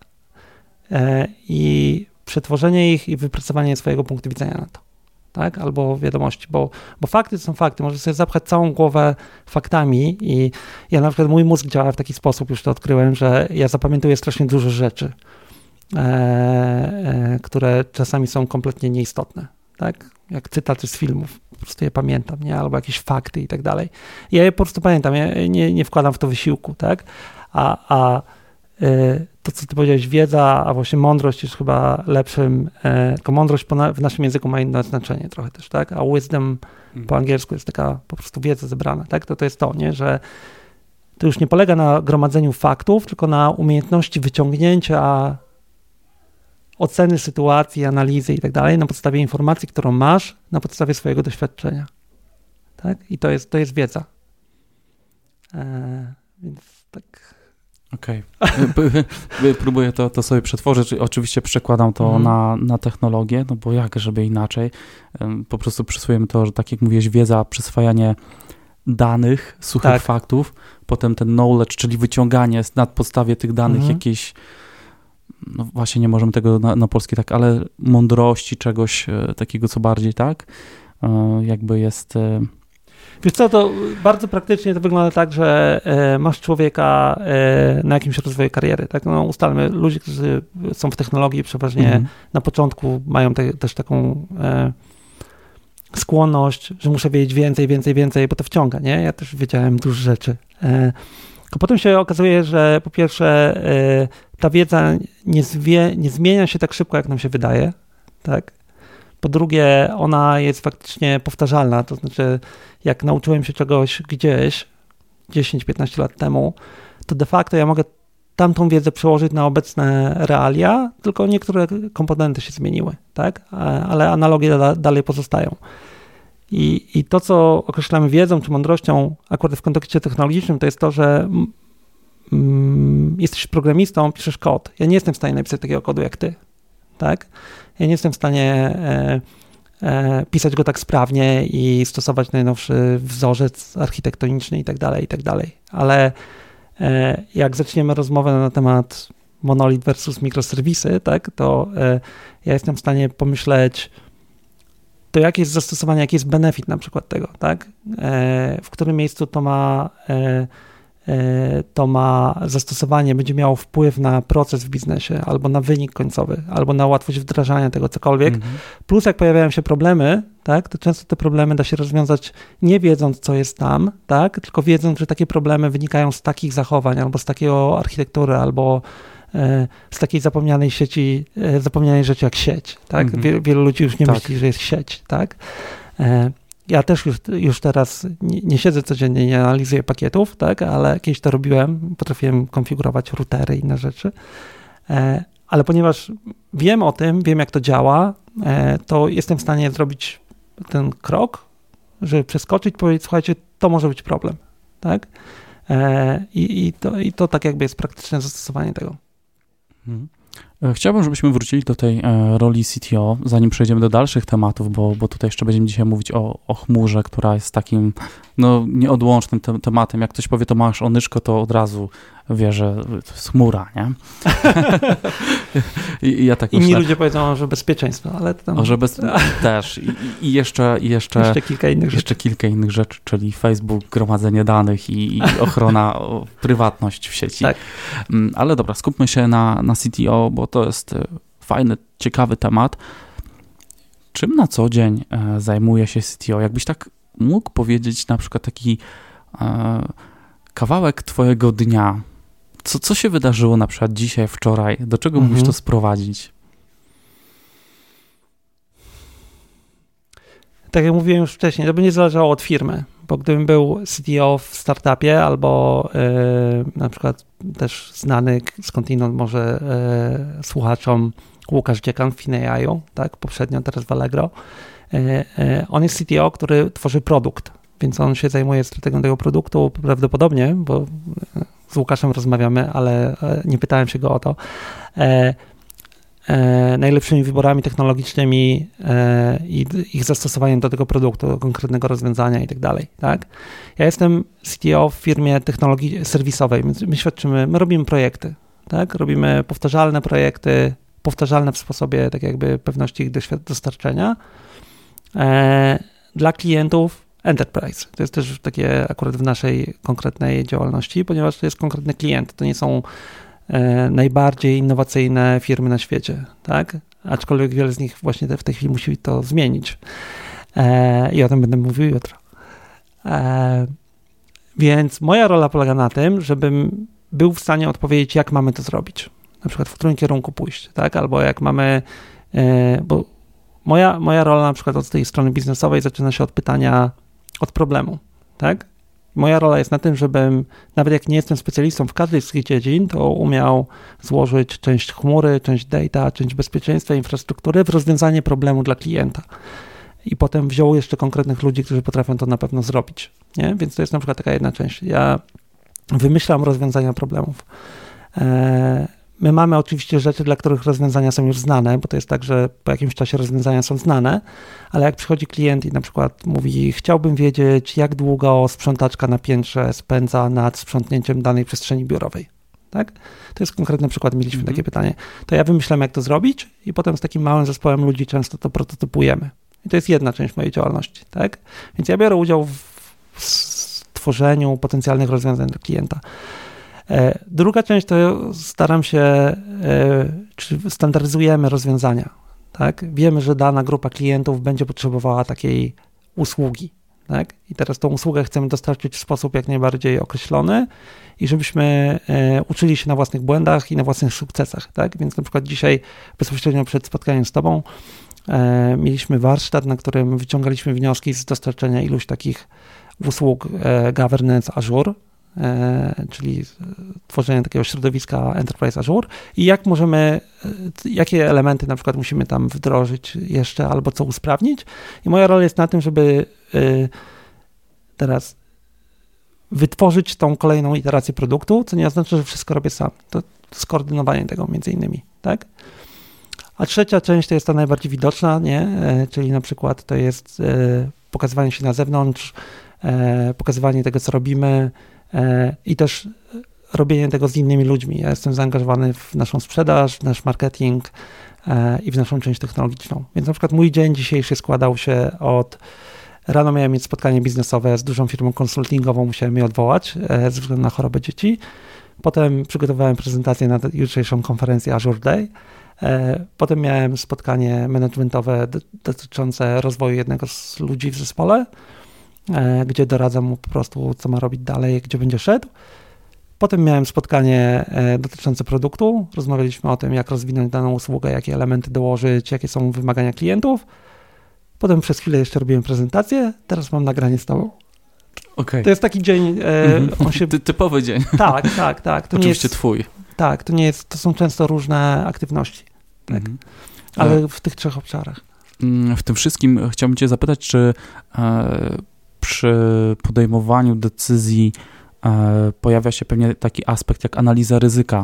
i przetworzenie ich i wypracowanie swojego punktu widzenia na to, tak? Albo wiadomości, bo fakty to są fakty. Możesz sobie zapchać całą głowę faktami i ja na przykład mój mózg działa w taki sposób, już to odkryłem, że ja zapamiętuję strasznie dużo rzeczy, które czasami są kompletnie nieistotne, tak? Jak cytaty z filmów, po prostu je pamiętam, nie? Albo jakieś fakty i tak dalej. Ja je po prostu pamiętam, ja nie wkładam w to wysiłku, tak? To, co ty powiedziałeś, wiedza, a właśnie mądrość jest chyba lepszym, tylko mądrość w naszym języku ma inne znaczenie trochę też, tak? A wisdom po angielsku jest taka po prostu wiedza zebrana, tak? To jest to, nie? Że to już nie polega na gromadzeniu faktów, tylko na umiejętności wyciągnięcia oceny sytuacji, analizy i tak dalej na podstawie informacji, którą masz, na podstawie swojego doświadczenia, tak? I to jest wiedza. Więc tak... Okej. Próbuję to sobie przetworzyć. Oczywiście przekładam to na technologię, no bo jak, żeby inaczej. Po prostu przyswojimy to, że tak jak mówiłeś, wiedza, przyswajanie danych, suchych faktów, potem ten knowledge, czyli wyciąganie na podstawie tych danych jakiejś, no właśnie nie możemy tego na polski tak, ale mądrości, czegoś takiego, co bardziej tak, jakby jest... Wiesz co, to bardzo praktycznie to wygląda tak, że masz człowieka na jakimś rozwoju kariery, tak? No ustalmy, ludzie, którzy są w technologii przeważnie na początku mają też taką skłonność, że muszę wiedzieć więcej, bo to wciąga, nie? Ja też wiedziałem dużo rzeczy. Tylko potem się okazuje, że po pierwsze ta wiedza nie zmienia się tak szybko, jak nam się wydaje, tak? Po drugie, ona jest faktycznie powtarzalna, to znaczy jak nauczyłem się czegoś gdzieś 10-15 lat temu, to de facto ja mogę tamtą wiedzę przełożyć na obecne realia, tylko niektóre komponenty się zmieniły, tak? Ale analogie dalej pozostają. I to, co określamy wiedzą czy mądrością akurat w kontekście technologicznym, to jest to, że jesteś programistą, piszesz kod. Ja nie jestem w stanie napisać takiego kodu jak ty, tak? Ja nie jestem w stanie pisać go tak sprawnie i stosować najnowszy wzorzec architektoniczny i tak dalej, ale jak zaczniemy rozmowę na temat monolit versus mikroserwisy, tak, to ja jestem w stanie pomyśleć, to jakie jest zastosowanie, jaki jest benefit na przykład tego, tak, w którym miejscu to ma zastosowanie, będzie miało wpływ na proces w biznesie, albo na wynik końcowy, albo na łatwość wdrażania tego cokolwiek. Plus jak pojawiają się problemy, tak, to często te problemy da się rozwiązać nie wiedząc, co jest tam, tak, tylko wiedząc, że takie problemy wynikają z takich zachowań, albo z takiego architektury, albo z takiej zapomnianej rzeczy jak sieć, tak. Wielu ludzi już nie myśli, że jest sieć, tak. Ja też już teraz nie siedzę codziennie, nie analizuję pakietów, tak, ale kiedyś to robiłem, potrafiłem konfigurować routery i inne rzeczy, ale ponieważ wiem o tym, wiem jak to działa, to jestem w stanie zrobić ten krok, żeby przeskoczyć i powiedzieć, słuchajcie, to może być problem, tak, i to tak jakby jest praktyczne zastosowanie tego. Chciałbym, żebyśmy wrócili do tej roli CTO, zanim przejdziemy do dalszych tematów, bo tutaj jeszcze będziemy dzisiaj mówić o chmurze, która jest takim nieodłącznym tematem. Jak ktoś powie Tomasz Onyszko, to od razu wie, że to jest chmura, nie? I ja tak Inni myślę. ludzie powiedzą, że bezpieczeństwo, ale to tam... Też. I jeszcze kilka innych rzeczy, czyli Facebook, gromadzenie danych i ochrona, prywatność w sieci. Tak. Ale dobra, skupmy się na CTO, bo to jest fajny, ciekawy temat. Czym na co dzień zajmuje się CTO? Jakbyś tak mógł powiedzieć na przykład taki kawałek twojego dnia, co się wydarzyło na przykład dzisiaj, wczoraj, do czego mógłbyś to sprowadzić? Tak jak mówiłem już wcześniej, to będzie zależało od firmy, bo gdybym był CTO w startupie albo na przykład też znany skądinąd może słuchaczom Łukasz Dziekan w FinAI-u, tak, poprzednio, teraz w Allegro. On jest CTO, który tworzy produkt więc on się zajmuje strategią tego produktu prawdopodobnie, bo z Łukaszem rozmawiamy, ale nie pytałem się go o to, najlepszymi wyborami technologicznymi i ich zastosowaniem do tego produktu, do konkretnego rozwiązania i tak dalej, tak? Ja jestem CTO w firmie technologii serwisowej, my robimy projekty, tak? Robimy powtarzalne projekty, powtarzalne w sposobie tak jakby pewności ich dostarczenia dla klientów enterprise. To jest też takie akurat w naszej konkretnej działalności, ponieważ to jest konkretny klient, to nie są najbardziej innowacyjne firmy na świecie, tak? Aczkolwiek wiele z nich właśnie w tej chwili musi to zmienić. I o tym będę mówił jutro. Więc moja rola polega na tym, żebym był w stanie odpowiedzieć, jak mamy to zrobić. Na przykład w którym kierunku pójść, tak? Albo jak mamy, bo moja rola na przykład od tej strony biznesowej zaczyna się od pytania, od problemu, tak? Moja rola jest na tym, żebym, nawet jak nie jestem specjalistą w każdej z tych dziedzin, to umiał złożyć część chmury, część data, część bezpieczeństwa, infrastruktury w rozwiązanie problemu dla klienta. I potem wziął jeszcze konkretnych ludzi, którzy potrafią to na pewno zrobić, nie? Więc to jest na przykład taka jedna część. Ja wymyślam rozwiązania problemów. My mamy oczywiście rzeczy, dla których rozwiązania są już znane, bo to jest tak, że po jakimś czasie rozwiązania są znane, ale jak przychodzi klient i na przykład mówi, chciałbym wiedzieć, jak długo sprzątaczka na piętrze spędza nad sprzątnięciem danej przestrzeni biurowej, tak? To jest konkretny przykład, mieliśmy takie pytanie. To ja wymyślam, jak to zrobić i potem z takim małym zespołem ludzi często to prototypujemy. I to jest jedna część mojej działalności, tak? Więc ja biorę udział w stworzeniu potencjalnych rozwiązań dla klienta. Druga część to staram się, czy standaryzujemy rozwiązania, tak? Wiemy, że dana grupa klientów będzie potrzebowała takiej usługi, tak? I teraz tą usługę chcemy dostarczyć w sposób jak najbardziej określony i żebyśmy uczyli się na własnych błędach i na własnych sukcesach, tak? Więc na przykład dzisiaj bezpośrednio przed spotkaniem z tobą mieliśmy warsztat, na którym wyciągaliśmy wnioski z dostarczenia iluś takich usług governance Azure, czyli tworzenie takiego środowiska Enterprise Azure i jak możemy, jakie elementy na przykład musimy tam wdrożyć jeszcze albo co usprawnić. I moja rola jest na tym, żeby teraz wytworzyć tą kolejną iterację produktu, co nie oznacza, że wszystko robię sam. To skoordynowanie tego między innymi, tak? A trzecia część to jest ta najbardziej widoczna, nie? Czyli na przykład to jest pokazywanie się na zewnątrz, pokazywanie tego, co robimy, i też robienie tego z innymi ludźmi. Ja jestem zaangażowany w naszą sprzedaż, w nasz marketing i w naszą część technologiczną. Więc na przykład mój dzień dzisiejszy składał się rano miałem mieć spotkanie biznesowe z dużą firmą konsultingową, musiałem je odwołać ze względu na chorobę dzieci. Potem przygotowałem prezentację na jutrzejszą konferencję Azure Day. Potem miałem spotkanie managementowe dotyczące rozwoju jednego z ludzi w zespole, gdzie doradzam mu po prostu, co ma robić dalej, gdzie będzie szedł. Potem miałem spotkanie dotyczące produktu. Rozmawialiśmy o tym, jak rozwinąć daną usługę, jakie elementy dołożyć, jakie są wymagania klientów. Potem przez chwilę jeszcze robiłem prezentację. Teraz mam nagranie z tobą. Okay. To jest taki dzień... Typowy dzień. Tak. To oczywiście nie jest, twój. Tak, to są często różne aktywności. Tak. Ale w tych 3 obszarach. W tym wszystkim chciałbym cię zapytać, czy przy podejmowaniu decyzji pojawia się pewnie taki aspekt jak analiza ryzyka.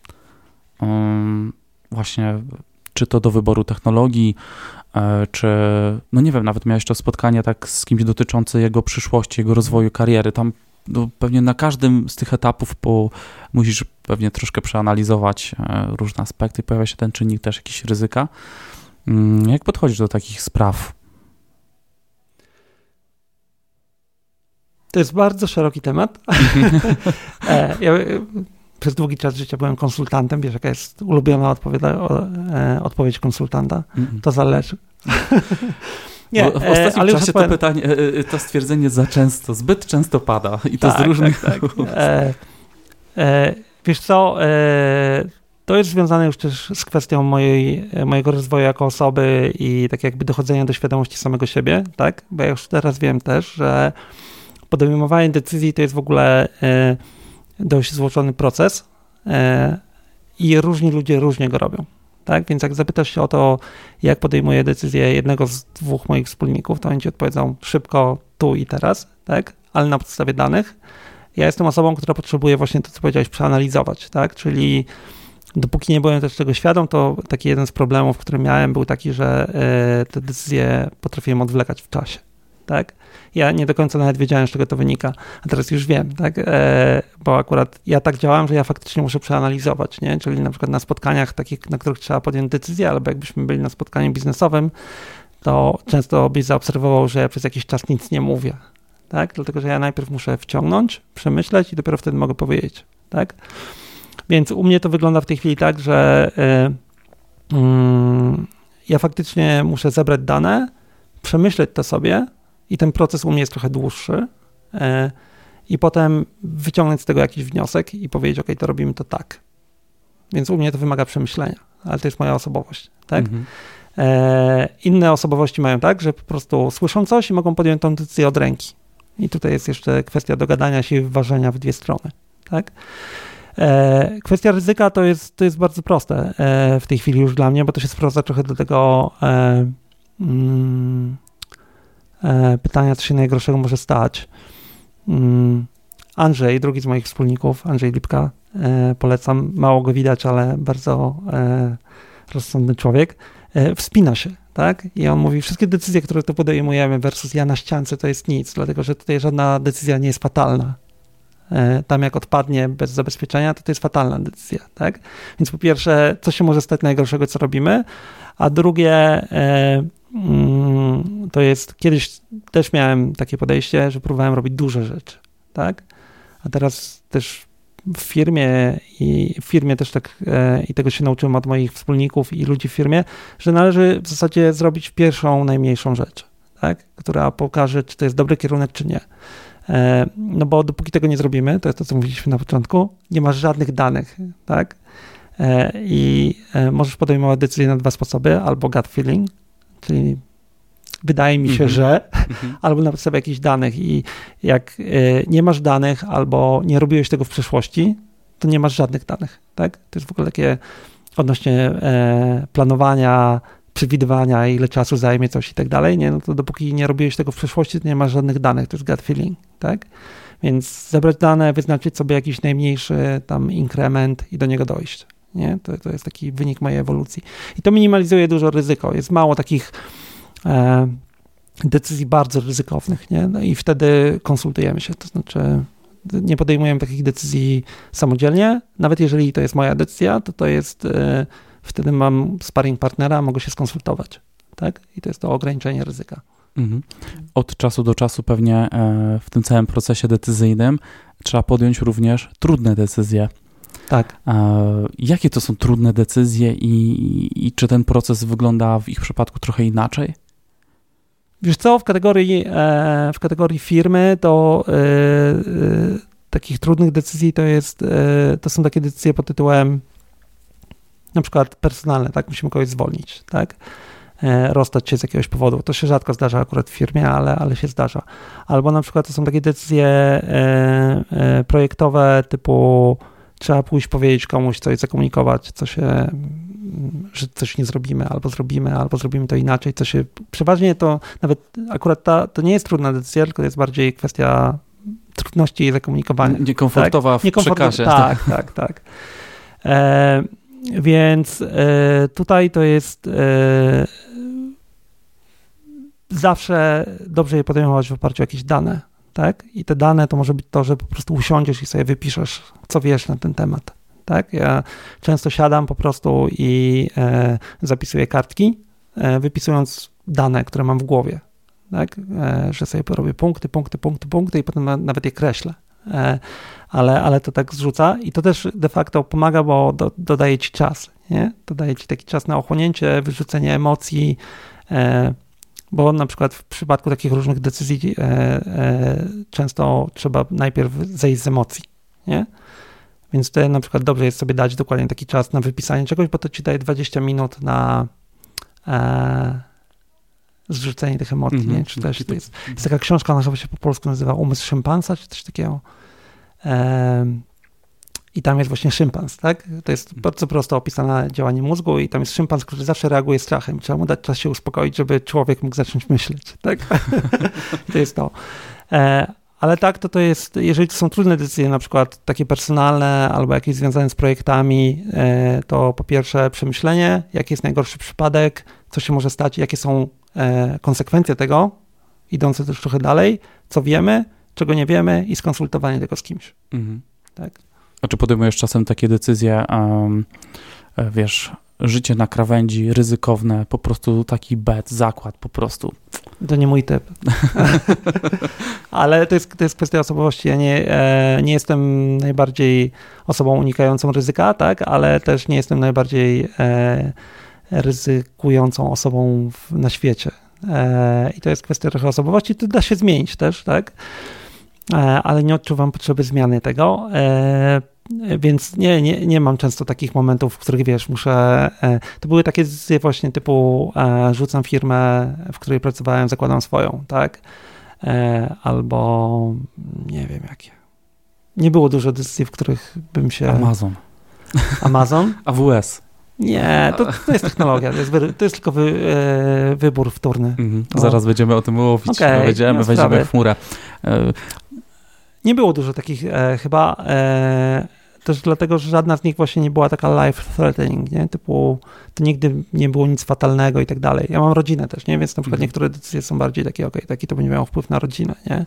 Właśnie, czy to do wyboru technologii, czy, no nie wiem, nawet miałeś to spotkanie tak z kimś dotyczące jego przyszłości, jego rozwoju kariery. Tam pewnie na każdym z tych etapów musisz pewnie troszkę przeanalizować różne aspekty. Pojawia się ten czynnik też jakiś ryzyka. Jak podchodzisz do takich spraw? To jest bardzo szeroki temat. Ja przez długi czas życia byłem konsultantem. Wiesz, jaka jest ulubiona odpowiedź konsultanta? To zależy. Nie, w ostatnim czasie to pytanie, to stwierdzenie zbyt często pada i to z różnych... Tak. Wiesz co, to jest związane już też z kwestią mojego rozwoju jako osoby i tak jakby dochodzenia do świadomości samego siebie, tak? Bo ja już teraz wiem też, że podejmowanie decyzji to jest w ogóle dość złożony proces i różni ludzie różnie go robią. Tak? Więc jak zapytasz się o to, jak podejmuję decyzję jednego z 2 moich wspólników, to oni ci odpowiedzą szybko, tu i teraz. tak? Ale na podstawie danych. Ja jestem osobą, która potrzebuje właśnie to, co powiedziałeś, przeanalizować, tak? Czyli dopóki nie byłem też tego świadom, to taki jeden z problemów, który miałem, był taki, że te decyzje potrafiłem odwlekać w czasie, tak? Ja nie do końca nawet wiedziałem, z czego to wynika, a teraz już wiem, tak? Bo akurat ja tak działałem, że ja faktycznie muszę przeanalizować, nie? Czyli na przykład na spotkaniach takich, na których trzeba podjąć decyzję, albo jakbyśmy byli na spotkaniu biznesowym, to często byś zaobserwował, że ja przez jakiś czas nic nie mówię, tak? Dlatego, że ja najpierw muszę wciągnąć, przemyśleć i dopiero wtedy mogę powiedzieć, tak? Więc u mnie to wygląda w tej chwili tak, że ja faktycznie muszę zebrać dane, przemyśleć to sobie i ten proces u mnie jest trochę dłuższy i potem wyciągnąć z tego jakiś wniosek i powiedzieć, ok, to robimy to tak. Więc u mnie to wymaga przemyślenia, ale to jest moja osobowość, tak? Inne osobowości mają tak, że po prostu słyszą coś i mogą podjąć tą decyzję od ręki. I tutaj jest jeszcze kwestia dogadania się i wyważenia w dwie strony, tak? Kwestia ryzyka to jest bardzo proste w tej chwili już dla mnie, bo to się sprowadza trochę do tego pytania, co się najgorszego może stać. Andrzej, drugi z moich wspólników, Andrzej Lipka, polecam, mało go widać, ale bardzo rozsądny człowiek, wspina się, tak? I on mówi, wszystkie decyzje, które tu podejmujemy versus ja na ściance, to jest nic, dlatego, że tutaj żadna decyzja nie jest fatalna. Tam jak odpadnie bez zabezpieczenia, to jest fatalna decyzja, tak? Więc po pierwsze, co się może stać najgorszego, co robimy, a drugie, to jest, kiedyś też miałem takie podejście, że próbowałem robić duże rzeczy, tak? A teraz też w firmie też tak i tego się nauczyłem od moich wspólników i ludzi w firmie, że należy w zasadzie zrobić pierwszą, najmniejszą rzecz, tak? Która pokaże, czy to jest dobry kierunek, czy nie. No bo dopóki tego nie zrobimy, to jest to, co mówiliśmy na początku, nie masz żadnych danych, tak? I możesz podejmować decyzje na dwa sposoby, albo gut feeling, czyli wydaje mi się, że, albo na podstawie jakichś danych i jak nie masz danych, albo nie robiłeś tego w przeszłości, to nie masz żadnych danych, tak? To jest w ogóle takie odnośnie planowania, przewidywania, ile czasu zajmie coś i tak dalej, nie? No to dopóki nie robiłeś tego w przeszłości, to nie masz żadnych danych, to jest gut feeling, tak? Więc zebrać dane, wyznaczyć sobie jakiś najmniejszy tam inkrement i do niego dojść, nie? To jest taki wynik mojej ewolucji. I to minimalizuje dużo ryzyko. Jest mało takich decyzji bardzo ryzykownych, nie? No i wtedy konsultujemy się, to znaczy nie podejmujemy takich decyzji samodzielnie, nawet jeżeli to jest moja decyzja, to jest wtedy mam sparring partnera, mogę się skonsultować, tak? I to jest to ograniczenie ryzyka. Od czasu do czasu pewnie w tym całym procesie decyzyjnym trzeba podjąć również trudne decyzje. Tak. Jakie to są trudne decyzje i czy ten proces wygląda w ich przypadku trochę inaczej? Wiesz co, w kategorii firmy to takich trudnych decyzji to są takie decyzje pod tytułem na przykład personalne, tak? Musimy kogoś zwolnić, tak? Rozstać się z jakiegoś powodu. To się rzadko zdarza akurat w firmie, ale się zdarza. Albo na przykład to są takie decyzje projektowe typu trzeba pójść powiedzieć komuś coś, zakomunikować, że coś nie zrobimy, albo zrobimy to inaczej, przeważnie to nawet akurat to nie jest trudna decyzja, tylko jest bardziej kwestia trudności jej zakomunikowania. Niekomfortowa tak? w przekazie. Tak. Więc tutaj to jest zawsze dobrze je podejmować w oparciu o jakieś dane, tak? I te dane to może być to, że po prostu usiądziesz i sobie wypiszesz, co wiesz na ten temat, tak? Ja często siadam po prostu i zapisuję kartki, wypisując dane, które mam w głowie, tak? Że sobie robię punkty i potem nawet je kreślę. Ale to tak zrzuca i to też de facto pomaga, bo dodaje ci czas, nie? Dodaje ci taki czas na ochłonięcie, wyrzucenie emocji, bo na przykład w przypadku takich różnych decyzji często trzeba najpierw zejść z emocji, nie? Więc wtedy na przykład dobrze jest sobie dać dokładnie taki czas na wypisanie czegoś, bo to ci daje 20 minut na zrzucenie tych emocji, nie? Czy też to jest taka książka, ona chyba się po polsku nazywa Umysł szympansa, czy coś takiego. I tam jest właśnie szympans, tak? To jest bardzo prosto opisane działanie mózgu i tam jest szympans, który zawsze reaguje strachem. Trzeba mu dać czas się uspokoić, żeby człowiek mógł zacząć myśleć, tak? To jest to. Ale tak, to jest, jeżeli to są trudne decyzje, na przykład takie personalne albo jakieś związane z projektami, to po pierwsze przemyślenie, jaki jest najgorszy przypadek, co się może stać, jakie są konsekwencje tego, idące też trochę dalej, co wiemy, czego nie wiemy i skonsultowanie tego z kimś. Tak? A czy podejmujesz czasem takie decyzje, wiesz, życie na krawędzi, ryzykowne, po prostu taki zakład po prostu? To nie mój typ. Ale to jest kwestia osobowości. Ja nie jestem najbardziej osobą unikającą ryzyka, tak? Ale też nie jestem najbardziej ryzykującą osobą na świecie. I to jest kwestia trochę osobowości. To da się zmienić też, tak? Ale nie odczuwam potrzeby zmiany tego. Więc nie mam często takich momentów, w których, wiesz, to były takie decyzje właśnie typu rzucam firmę, w której pracowałem, zakładam swoją, tak? Albo nie wiem jakie. Nie było dużo decyzji, w których bym się... Amazon? AWS. Nie, to jest technologia, to jest tylko wybór wtórny. Zaraz będziemy o tym mówić. Okay, wejdziemy w chmurę. Nie było dużo takich chyba, też dlatego, że żadna z nich właśnie nie była taka life-threatening, nie? Typu, to nigdy nie było nic fatalnego i tak dalej. Ja mam rodzinę też, nie? Więc na przykład niektóre decyzje są bardziej takie, taki to będzie miało wpływ na rodzinę, nie?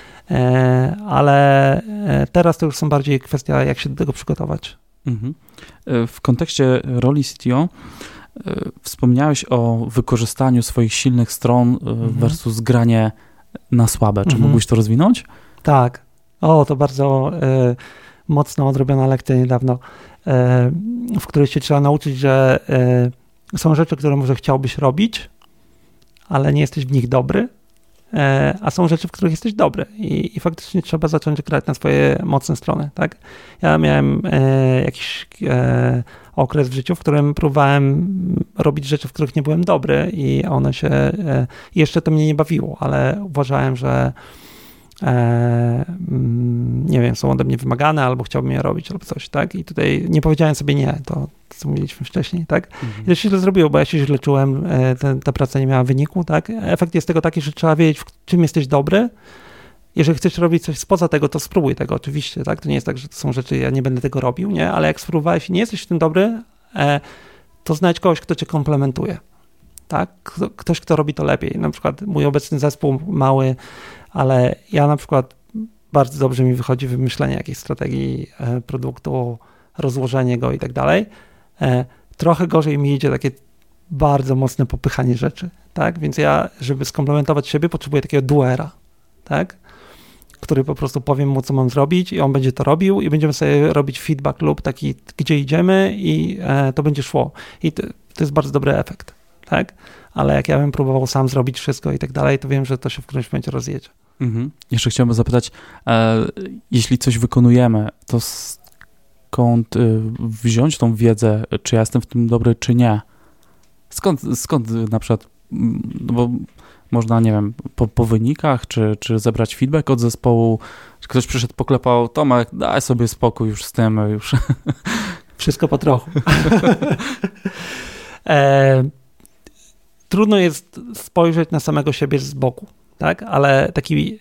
Ale teraz to już są bardziej kwestia, jak się do tego przygotować. W kontekście roli CTO wspomniałeś o wykorzystaniu swoich silnych stron versus granie na słabe. Czy mógłbyś to rozwinąć? Tak. To bardzo mocno odrobiona lekcja niedawno, w której się trzeba nauczyć, że są rzeczy, które może chciałbyś robić, ale nie jesteś w nich dobry, a są rzeczy, w których jesteś dobry i faktycznie trzeba zacząć grać na swoje mocne strony, tak? Ja miałem jakiś okres w życiu, w którym próbowałem robić rzeczy, w których nie byłem dobry i one się, jeszcze to mnie nie bawiło, ale uważałem, że nie wiem, są ode mnie wymagane, albo chciałbym je robić, albo coś, tak? I tutaj nie powiedziałem sobie nie, to co mówiliśmy wcześniej, tak? I to się źle zrobiło, bo ja się źle czułem, ta praca nie miała wyniku, tak? Efekt jest tego taki, że trzeba wiedzieć, w czym jesteś dobry. Jeżeli chcesz robić coś spoza tego, to spróbuj tego oczywiście, tak? To nie jest tak, że to są rzeczy, ja nie będę tego robił, nie? Ale jak spróbowałeś i nie jesteś w tym dobry, to znajdź kogoś, kto cię komplementuje, tak? Ktoś, kto robi to lepiej. Na przykład mój obecny zespół mały, ale ja na przykład bardzo dobrze mi wychodzi wymyślenie jakiejś strategii produktu, rozłożenie go i tak dalej. Trochę gorzej mi idzie takie bardzo mocne popychanie rzeczy, tak? Więc ja, żeby skomplementować siebie, potrzebuję takiego duera, tak? Który po prostu powiem mu, co mam zrobić i on będzie to robił i będziemy sobie robić feedback loop taki, gdzie idziemy i to będzie szło. I to jest bardzo dobry efekt, tak? Ale jak ja bym próbował sam zrobić wszystko i tak dalej, to wiem, że to się w którymś momencie rozjedzie. Jeszcze chciałbym zapytać, jeśli coś wykonujemy, to skąd wziąć tą wiedzę, czy ja jestem w tym dobry, czy nie? Skąd na przykład, no bo można, nie wiem, po wynikach, czy zebrać feedback od zespołu, czy ktoś przyszedł, poklepał, Tomek, daj sobie spokój już z tym, już. Wszystko po trochu. Trudno jest spojrzeć na samego siebie z boku, tak? Ale taki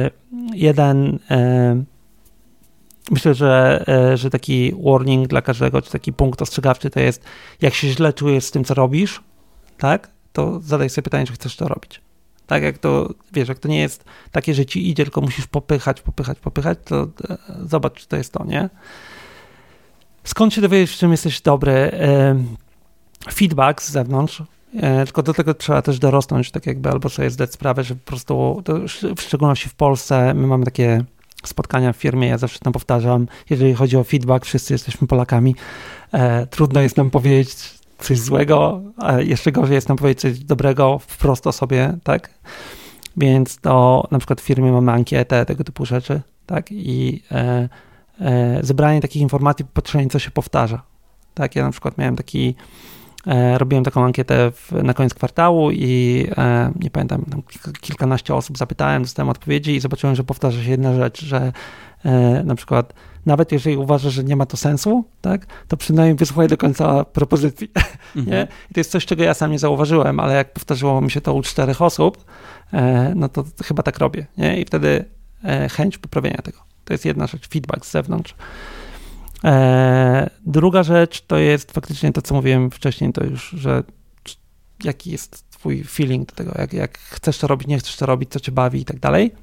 myślę, że taki warning dla każdego, czy taki punkt ostrzegawczy to jest, jak się źle czujesz z tym, co robisz, tak? To zadaj sobie pytanie, czy chcesz to robić. Tak, jak to, wiesz, jak to nie jest takie, że ci idzie, tylko musisz popychać, to zobacz, czy to jest to, nie? Skąd się dowiedzieć, w czym jesteś dobry? Feedback z zewnątrz, tylko do tego trzeba też dorosnąć, tak jakby, albo sobie zdać sprawę, że po prostu, w szczególności w Polsce, my mamy takie spotkania w firmie, ja zawsze tam powtarzam, jeżeli chodzi o feedback, wszyscy jesteśmy Polakami, trudno jest nam powiedzieć coś złego, a jeszcze gorzej jest nam powiedzieć coś dobrego wprost o sobie, tak? Więc to na przykład w firmie mamy ankietę, tego typu rzeczy, tak? I zebranie takich informacji, patrzenie, co się powtarza, tak? Ja na przykład robiłem taką ankietę na koniec kwartału i nie pamiętam, tam kilkanaście osób zapytałem, dostałem odpowiedzi i zobaczyłem, że powtarza się jedna rzecz, że na przykład nawet jeżeli uważasz, że nie ma to sensu, tak, to przynajmniej wysłuchaj do końca propozycji. Nie? I to jest coś, czego ja sam nie zauważyłem, ale jak powtarzyło mi się to u 4 osób, no to chyba tak robię. Nie? I wtedy chęć poprawienia tego. To jest jedna rzecz, feedback z zewnątrz. Druga rzecz to jest faktycznie to, co mówiłem wcześniej, to już, że jaki jest twój feeling do tego, jak chcesz to robić, nie chcesz to robić, co cię bawi i tak dalej.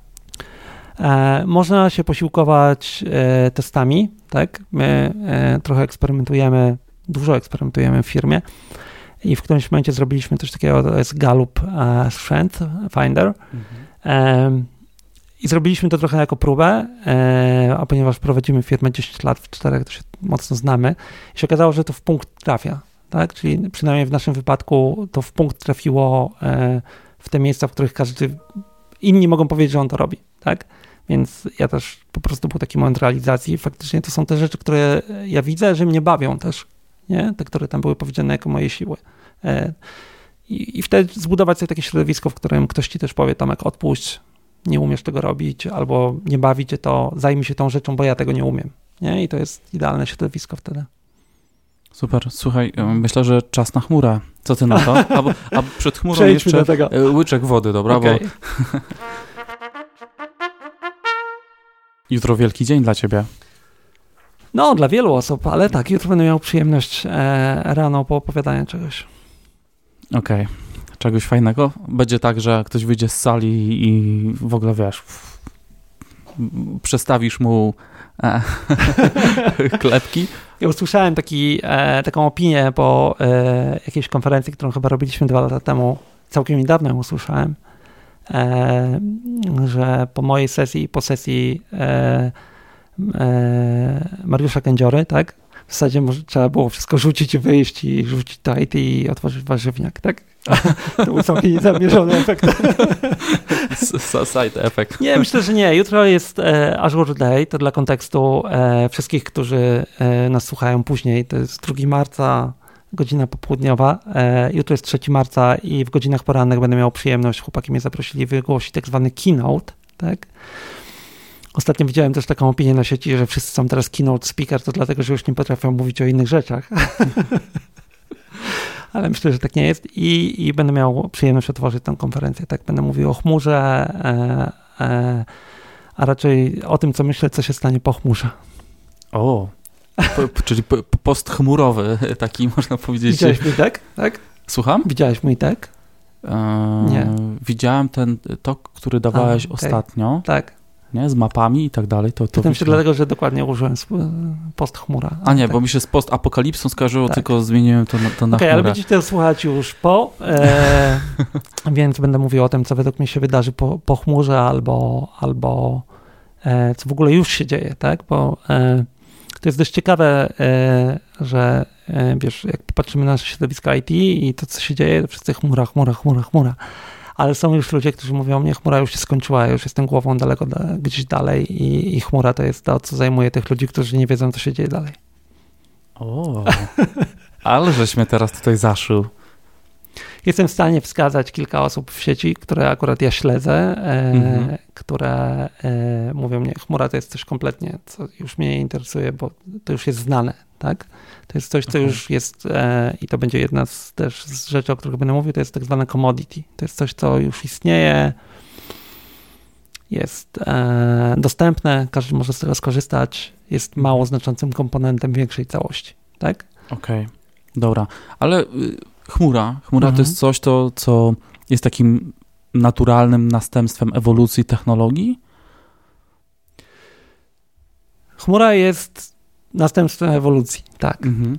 Można się posiłkować testami, tak? My trochę dużo eksperymentujemy w firmie i w którymś momencie zrobiliśmy coś takiego, to jest Gallup Strength Finder. I zrobiliśmy to trochę jako próbę, a ponieważ prowadzimy firmę 10 lat w 4, to się mocno znamy, i się okazało, że to w punkt trafia, tak? Czyli przynajmniej w naszym wypadku to w punkt trafiło w te miejsca, w których inni mogą powiedzieć, że on to robi, tak? Więc ja też po prostu był taki moment realizacji. Faktycznie to są te rzeczy, które ja widzę, że mnie bawią też, nie? Te, które tam były powiedziane jako moje siły. I wtedy zbudować sobie takie środowisko, w którym ktoś ci też powie, Tomek, odpuść, nie umiesz tego robić, albo nie bawi cię to, zajmij się tą rzeczą, bo ja tego nie umiem. Nie? I to jest idealne środowisko wtedy. Super, słuchaj, myślę, że czas na chmurę. Co ty na to? A przed chmurą Przejdźmy jeszcze do tego. Łyczek wody, dobra? Okay. Bo jutro wielki dzień dla ciebie. No, dla wielu osób, ale tak, jutro będę miał przyjemność rano poopowiadania czegoś. Okej. Czegoś fajnego? Będzie tak, że ktoś wyjdzie z sali i w ogóle, wiesz, przestawisz mu klepki? Ja usłyszałem taką opinię po jakiejś konferencji, którą chyba robiliśmy 2 lata temu, całkiem niedawno ją usłyszałem, że po mojej sesji i po sesji Mariusza Kędziory, tak? W zasadzie może trzeba było wszystko rzucić i wyjść i rzucić to IT i otworzyć warzywniak, tak? To był całkiem niezamierzony efekt. Side effect. Nie, myślę, że nie. Jutro jest Azure Day, to dla kontekstu wszystkich, którzy nas słuchają później. To jest 2 marca, godzina popołudniowa. Jutro jest 3 marca i w godzinach porannych będę miał przyjemność, chłopaki mnie zaprosili, wygłosić tak zwany keynote, tak? Ostatnio widziałem też taką opinię na sieci, że wszyscy są teraz keynote speaker, to dlatego, że już nie potrafią mówić o innych rzeczach. Ale myślę, że tak nie jest i będę miał przyjemność otworzyć tę konferencję. Tak, będę mówił o chmurze, a raczej o tym, co myślę, co się stanie po chmurze. O, czyli postchmurowy, taki można powiedzieć. Widziałeś mój tek? Tak? Słucham? Widziałeś mój tek? Nie. Widziałem ten tok, który dawałeś ostatnio. Tak. Nie? Z mapami i tak dalej. Pytam się dlatego, że dokładnie użyłem postchmura. A nie, tak. bo mi się z postapokalipsą skojarzyło, tak. Tylko zmieniłem to na chmurę. Okej, ale będziecie to słuchać już więc będę mówił o tym, co według mnie się wydarzy po chmurze albo co w ogóle już się dzieje, tak? Bo to jest dość ciekawe, że wiesz, jak popatrzymy na środowisko IT i to, co się dzieje, to wszyscy chmura. Ale są już ludzie, którzy mówią, nie, chmura już się skończyła, ja już jestem głową daleko gdzieś dalej i chmura to jest to, co zajmuje tych ludzi, którzy nie wiedzą, co się dzieje dalej. O, ale żeś mnie teraz tutaj zaszył. Jestem w stanie wskazać kilka osób w sieci, które akurat ja śledzę, które mówią, nie, chmura to jest coś kompletnie, co już mnie nie interesuje, bo to już jest znane, tak? To jest coś, co już jest i to będzie jedna też z rzeczy, o których będę mówił, to jest tak zwane commodity. To jest coś, co już istnieje, jest dostępne, każdy może z tego skorzystać, jest mało znaczącym komponentem większej całości, tak? Okej, dobra, ale chmura to jest coś, co jest takim naturalnym następstwem ewolucji technologii? Chmura jest następstwem ewolucji, tak.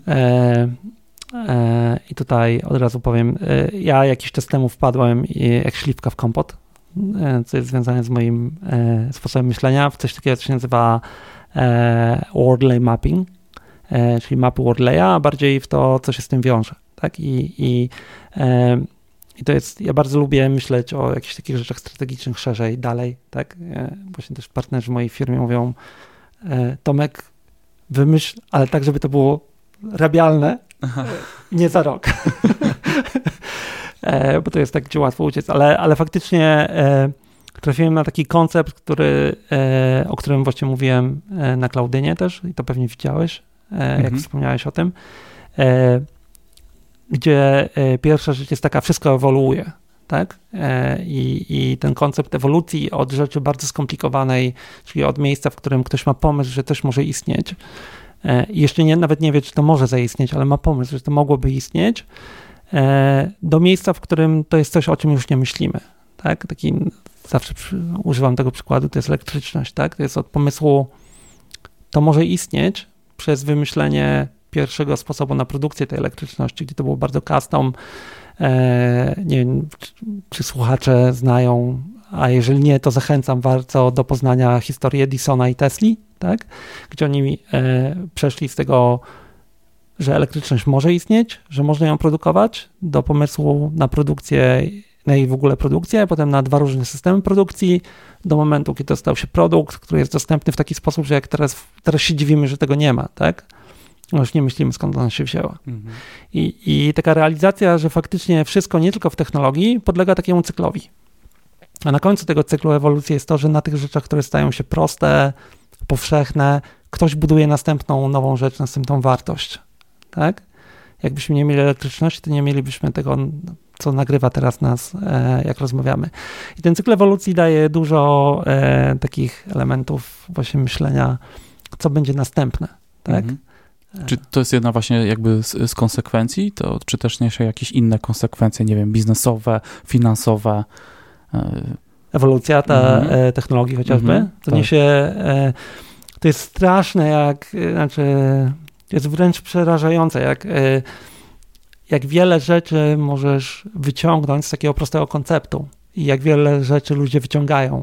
I tutaj od razu powiem, ja jakiś czas temu wpadłem jak śliwka w kompot, co jest związane z moim sposobem myślenia, w coś takiego, co się nazywa Wordley mapping, czyli mapy Wordleya, a bardziej w to, co się z tym wiąże. Tak? I to jest, ja bardzo lubię myśleć o jakichś takich rzeczach strategicznych szerzej, dalej, tak? Właśnie też partnerzy w mojej firmie mówią, Tomek, wymyśl, ale tak, żeby to było rabialne, nie za rok. Bo to jest tak, gdzie łatwo uciec, ale faktycznie trafiłem na taki koncept, o którym właśnie mówiłem na Klaudynie też i to pewnie widziałeś, jak wspomniałeś o tym, gdzie pierwsza rzecz jest taka, wszystko ewoluuje, tak? I ten koncept ewolucji od rzeczy bardzo skomplikowanej, czyli od miejsca, w którym ktoś ma pomysł, że coś może istnieć, i jeszcze nawet nie wie, czy to może zaistnieć, ale ma pomysł, że to mogłoby istnieć, do miejsca, w którym to jest coś, o czym już nie myślimy, tak? Zawsze używam tego przykładu, to jest elektryczność, tak? To jest od pomysłu, to może istnieć, przez wymyślenie pierwszego sposobu na produkcję tej elektryczności, gdzie to było bardzo custom. Nie wiem, czy słuchacze znają, a jeżeli nie, to zachęcam bardzo do poznania historii Edisona i Tesli, tak? Gdzie oni przeszli z tego, że elektryczność może istnieć, że można ją produkować, do pomysłu na produkcję, na jej w ogóle produkcję, a potem na 2 różne systemy produkcji, do momentu, kiedy to stał się produkt, który jest dostępny w taki sposób, że jak teraz się dziwimy, że tego nie ma, tak? Już nie myślimy, skąd ona się wzięła. Mhm. I taka realizacja, że faktycznie wszystko, nie tylko w technologii, podlega takiemu cyklowi. A na końcu tego cyklu ewolucji jest to, że na tych rzeczach, które stają się proste, powszechne, ktoś buduje następną, nową rzecz, następną wartość, tak? Jakbyśmy nie mieli elektryczności, to nie mielibyśmy tego, co nagrywa teraz nas, jak rozmawiamy. I ten cykl ewolucji daje dużo takich elementów właśnie myślenia, co będzie następne, tak? Mhm. Czy to jest jedna właśnie jakby z konsekwencji, to, czy też niesie jakieś inne konsekwencje, nie wiem, biznesowe, finansowe? Ewolucja technologii chociażby, to niesie, to jest straszne, jest wręcz przerażające, jak wiele rzeczy możesz wyciągnąć z takiego prostego konceptu i jak wiele rzeczy ludzie wyciągają.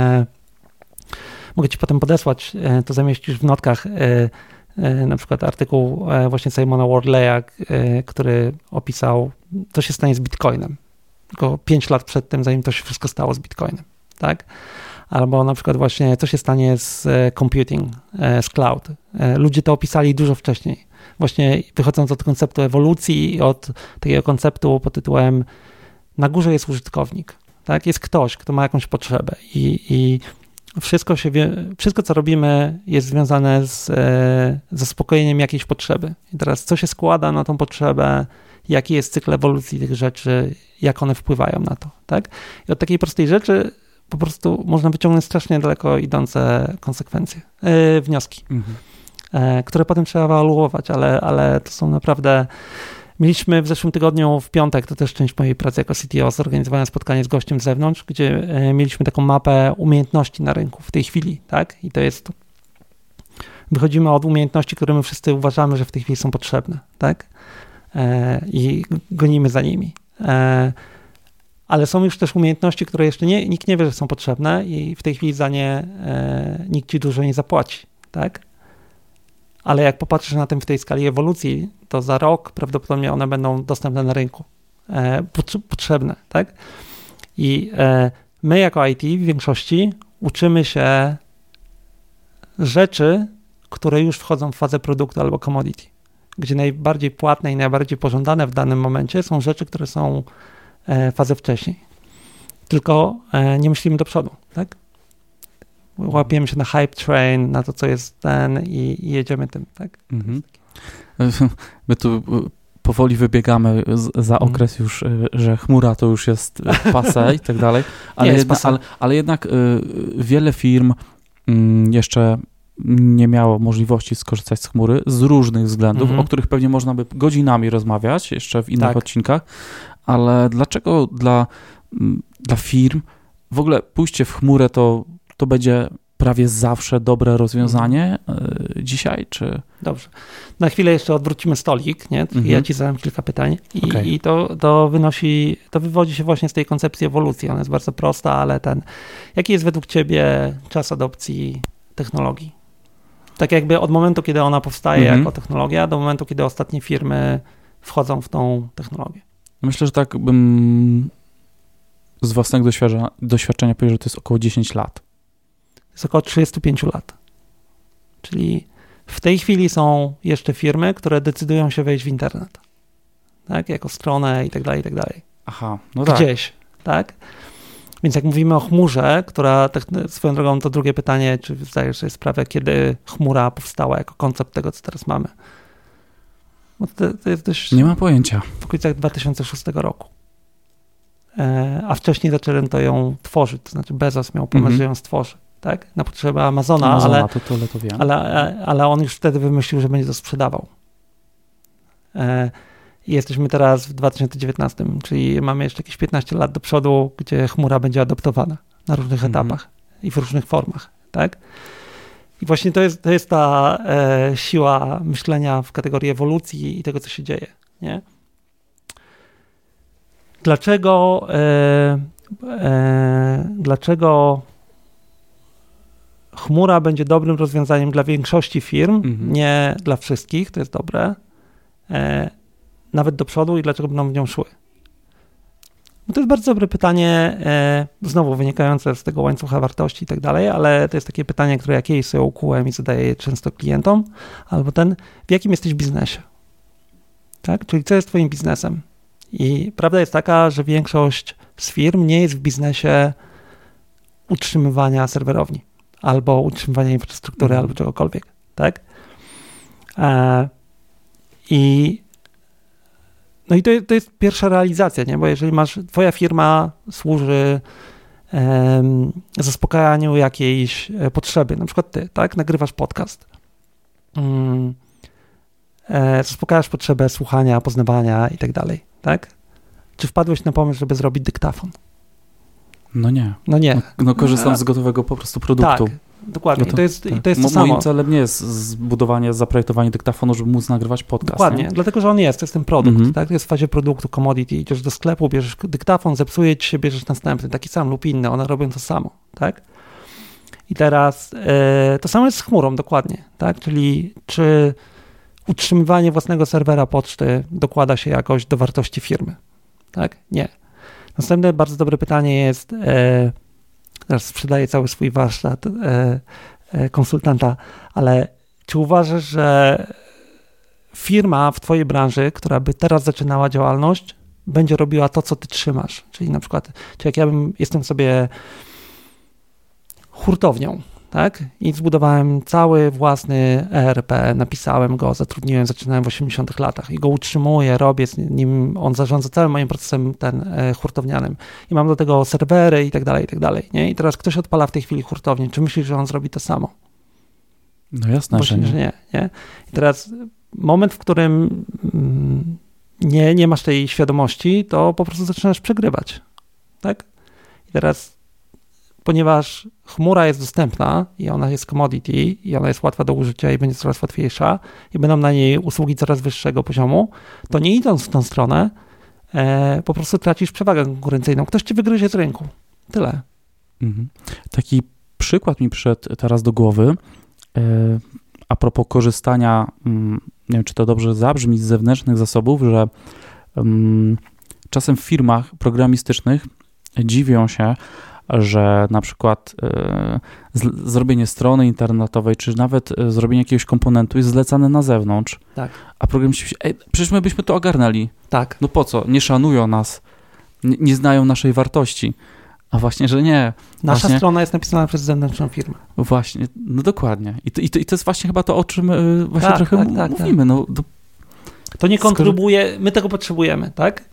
Mogę ci potem podesłać, to zamieścisz w notkach, na przykład artykuł właśnie Simona Wardleya, który opisał, co się stanie z Bitcoinem. Tylko 5 lat przed tym, zanim to się wszystko stało z Bitcoinem, tak? Albo na przykład właśnie, co się stanie z computing, z cloud. Ludzie to opisali dużo wcześniej. Właśnie wychodząc od konceptu ewolucji i od takiego konceptu pod tytułem na górze jest użytkownik, tak? Jest ktoś, kto ma jakąś potrzebę i wszystko, co robimy, jest związane z zaspokojeniem jakiejś potrzeby. I teraz co się składa na tą potrzebę, jaki jest cykl ewolucji tych rzeczy, jak one wpływają na to, tak? I od takiej prostej rzeczy po prostu można wyciągnąć strasznie daleko idące konsekwencje, wnioski, które potem trzeba ewaluować, ale to są naprawdę... Mieliśmy w zeszłym tygodniu w piątek, to też część mojej pracy jako CTO, zorganizowałem spotkanie z gościem z zewnątrz, gdzie mieliśmy taką mapę umiejętności na rynku w tej chwili, tak? I to jest... Wychodzimy od umiejętności, które my wszyscy uważamy, że w tej chwili są potrzebne, tak? I gonimy za nimi. Ale są już też umiejętności, które jeszcze nikt nie wie, że są potrzebne i w tej chwili za nie nikt ci dużo nie zapłaci, tak? Ale jak popatrzysz na tym w tej skali ewolucji, to za rok prawdopodobnie one będą dostępne na rynku, potrzebne, tak? I my jako IT w większości uczymy się rzeczy, które już wchodzą w fazę produktu albo commodity, gdzie najbardziej płatne i najbardziej pożądane w danym momencie są rzeczy, które są fazę wcześniej. Tylko nie myślimy do przodu, tak? Łapiemy się na hype train, na to, co jest i jedziemy tym, tak? My tu powoli wybiegamy za okres już, że chmura to już jest passé i tak dalej, ale jednak wiele firm jeszcze nie miało możliwości skorzystać z chmury z różnych względów, o których pewnie można by godzinami rozmawiać jeszcze w innych odcinkach, ale dlaczego dla firm w ogóle pójście w chmurę to będzie prawie zawsze dobre rozwiązanie dzisiaj, czy... Dobrze. Na chwilę jeszcze odwrócimy stolik, nie? Ja ci zadam kilka pytań i to wywodzi się właśnie z tej koncepcji ewolucji. Ona jest bardzo prosta, ale jaki jest według ciebie czas adopcji technologii? Tak jakby od momentu, kiedy ona powstaje jako technologia, do momentu, kiedy ostatnie firmy wchodzą w tą technologię. Myślę, że tak bym z własnego doświadczenia powiedział, że to jest około 10 lat. To jest około 35 lat. Czyli w tej chwili są jeszcze firmy, które decydują się wejść w internet. Tak? Jako stronę i tak dalej, i tak dalej. Aha, no tak. Gdzieś, tak? Więc jak mówimy o chmurze, która, swoją drogą to drugie pytanie, czy zdajesz sobie sprawę, kiedy chmura powstała jako koncept tego, co teraz mamy? Bo to jest dość... Nie mam pojęcia. W okolicach 2006 roku. a wcześniej zaczęli to ją tworzyć, to znaczy Bezos miał pomysł, że ją stworzy, tak? Na potrzeby Amazona, ale on już wtedy wymyślił, że będzie to sprzedawał. Jesteśmy teraz w 2019, czyli mamy jeszcze jakieś 15 lat do przodu, gdzie chmura będzie adoptowana na różnych etapach i w różnych formach, tak? I właśnie to jest ta siła myślenia w kategorii ewolucji i tego, co się dzieje, nie? Dlaczego chmura będzie dobrym rozwiązaniem dla większości firm, nie dla wszystkich, to jest dobre, nawet do przodu i dlaczego będą w nią szły? No to jest bardzo dobre pytanie, znowu wynikające z tego łańcucha wartości i tak dalej, ale to jest takie pytanie, które ja kiedyś sobie ukułem i zadaję je często klientom, albo w jakim jesteś biznesie? Tak? Czyli co jest twoim biznesem? I prawda jest taka, że większość z firm nie jest w biznesie utrzymywania serwerowni, albo utrzymywania infrastruktury, albo czegokolwiek, tak? No i to jest pierwsza realizacja, nie? Bo jeżeli twoja firma służy zaspokajaniu jakiejś potrzeby, na przykład ty, tak? Nagrywasz podcast, zaspokajasz potrzebę słuchania, poznawania i tak dalej, tak? Czy wpadłeś na pomysł, żeby zrobić dyktafon? No nie. No korzystam z gotowego po prostu produktu. Tak, dokładnie. I to jest to samo. Moim celem nie jest zaprojektowanie dyktafonu, żeby móc nagrywać podcast. Dokładnie, nie? Dlatego, że to jest ten produkt, tak? To jest w fazie produktu, commodity. Idziesz do sklepu, bierzesz dyktafon, zepsuje ci się, bierzesz następny, taki sam lub inny, one robią to samo, tak? I teraz to samo jest z chmurą, dokładnie, tak? Czyli czy utrzymywanie własnego serwera poczty dokłada się jakoś do wartości firmy, tak? Nie. Następne bardzo dobre pytanie jest, teraz sprzedaję cały swój warsztat konsultanta, ale czy uważasz, że firma w twojej branży, która by teraz zaczynała działalność, będzie robiła to, co ty trzymasz? Czyli na przykład, czy jak jestem sobie hurtownią, tak? I zbudowałem cały własny ERP, napisałem go, zatrudniłem, zaczynałem w 80 latach i go utrzymuję, robię z nim, on zarządza całym moim procesem hurtownianym i mam do tego serwery i tak dalej, nie? I teraz ktoś odpala w tej chwili hurtownię, czy myślisz, że on zrobi to samo? No jasne, że nie. Nie? I teraz moment, w którym nie masz tej świadomości, to po prostu zaczynasz przegrywać, tak? I teraz ponieważ chmura jest dostępna i ona jest commodity i ona jest łatwa do użycia i będzie coraz łatwiejsza i będą na niej usługi coraz wyższego poziomu, to nie idąc w tą stronę, po prostu tracisz przewagę konkurencyjną. Ktoś ci wygryzie z rynku. Tyle. Taki przykład mi przyszedł teraz do głowy. A propos korzystania, nie wiem, czy to dobrze zabrzmi, z zewnętrznych zasobów, że czasem w firmach programistycznych dziwią się, że na przykład zrobienie strony internetowej, czy nawet zrobienie jakiegoś komponentu jest zlecane na zewnątrz. Tak. A programiści przecież my byśmy to ogarnęli. Tak. No po co? Nie szanują nas, nie znają naszej wartości. A właśnie, że nie. Nasza strona jest napisana przez zewnętrzną firmę. Właśnie, no dokładnie. I to jest właśnie chyba to, o czym właśnie trochę mówimy. Tak. No, to nie kontrybuje, my tego potrzebujemy, tak?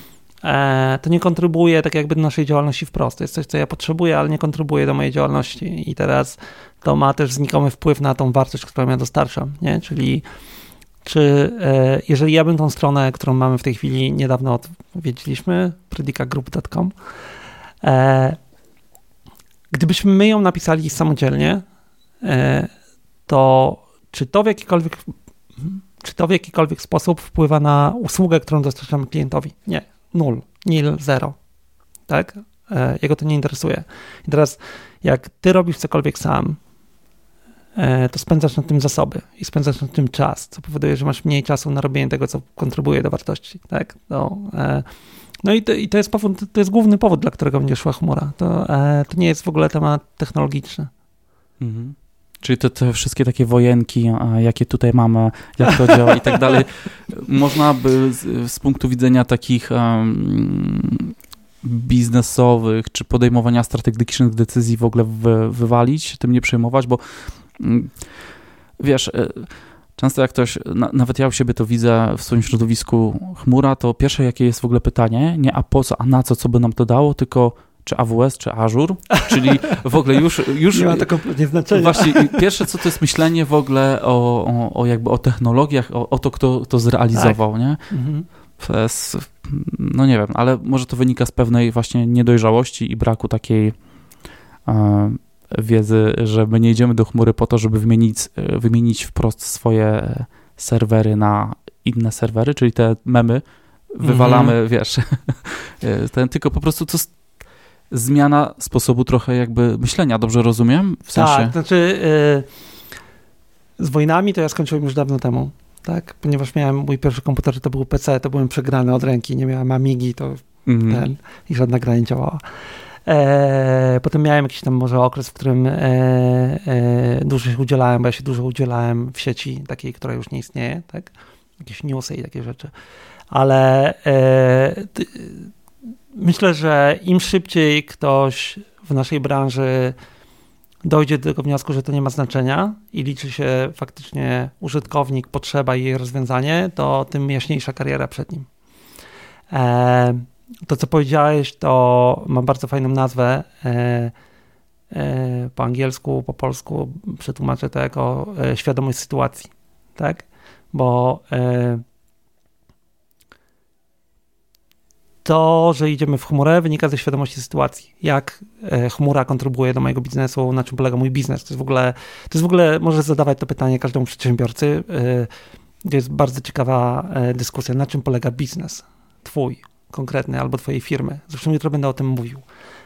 To nie kontrybuje tak jakby do naszej działalności wprost. To jest coś, co ja potrzebuję, ale nie kontrybuje do mojej działalności. I teraz to ma też znikomy wpływ na tą wartość, którą ja dostarczam, nie? Czyli jeżeli ja bym tą stronę, którą mamy w tej chwili, niedawno odwiedziliśmy, predicagroup.com, gdybyśmy my ją napisali samodzielnie, to czy to w jakikolwiek sposób wpływa na usługę, którą dostarczamy klientowi? Nie. Nil, zero. Tak? Jego to nie interesuje. I teraz jak ty robisz cokolwiek sam, to spędzasz na tym zasoby i spędzasz na tym czas, co powoduje, że masz mniej czasu na robienie tego, co kontrybuje do wartości. Tak? No i to jest powód, to jest główny powód, dla którego będzie szła chmura. To nie jest w ogóle temat technologiczny. Czyli te wszystkie takie wojenki, jakie tutaj mamy, jak to działa i tak dalej, można by z punktu widzenia takich biznesowych, czy podejmowania strategicznych decyzji w ogóle wywalić, tym nie przejmować, bo wiesz, Często jak ktoś, nawet ja u siebie to widzę w swoim środowisku, chmura, to pierwsze jakie jest w ogóle pytanie, nie a po co, a na co by nam to dało, tylko czy AWS, czy Azure, czyli w ogóle już nie ma to kompletnie znaczenia. Właśnie pierwsze co to jest myślenie w ogóle o jakby o technologiach, o to, kto to zrealizował, tak. Nie? Mhm. No nie wiem, ale może to wynika z pewnej właśnie niedojrzałości i braku takiej wiedzy, że my nie idziemy do chmury po to, żeby wymienić wprost swoje serwery na inne serwery, czyli te memy wywalamy, wiesz, tylko po prostu to zmiana sposobu trochę jakby myślenia, dobrze rozumiem? W sensie... Tak, znaczy z wojnami to ja skończyłem już dawno temu, tak? Ponieważ mój pierwszy komputer to był PC, to byłem przegrany od ręki, nie miałem Amigi, to i żadna gra nie działała. Potem miałem jakiś tam może okres, w którym dużo się udzielałem, bo ja się dużo udzielałem w sieci takiej, która już nie istnieje, tak? Jakieś newsy i takie rzeczy. Ale myślę, że im szybciej ktoś w naszej branży dojdzie do tego wniosku, że to nie ma znaczenia i liczy się faktycznie użytkownik, potrzeba i jej rozwiązanie, to tym jaśniejsza kariera przed nim. To, co powiedziałeś, to ma bardzo fajną nazwę. Po angielsku, po polsku przetłumaczę to jako świadomość sytuacji, tak? Bo to, że idziemy w chmurę, wynika ze świadomości sytuacji. Jak chmura kontrybuje do mojego biznesu, na czym polega mój biznes. To jest w ogóle możesz zadawać to pytanie każdemu przedsiębiorcy. To jest bardzo ciekawa dyskusja, na czym polega biznes twój konkretny albo twojej firmy. Zresztą jutro będę o tym mówił.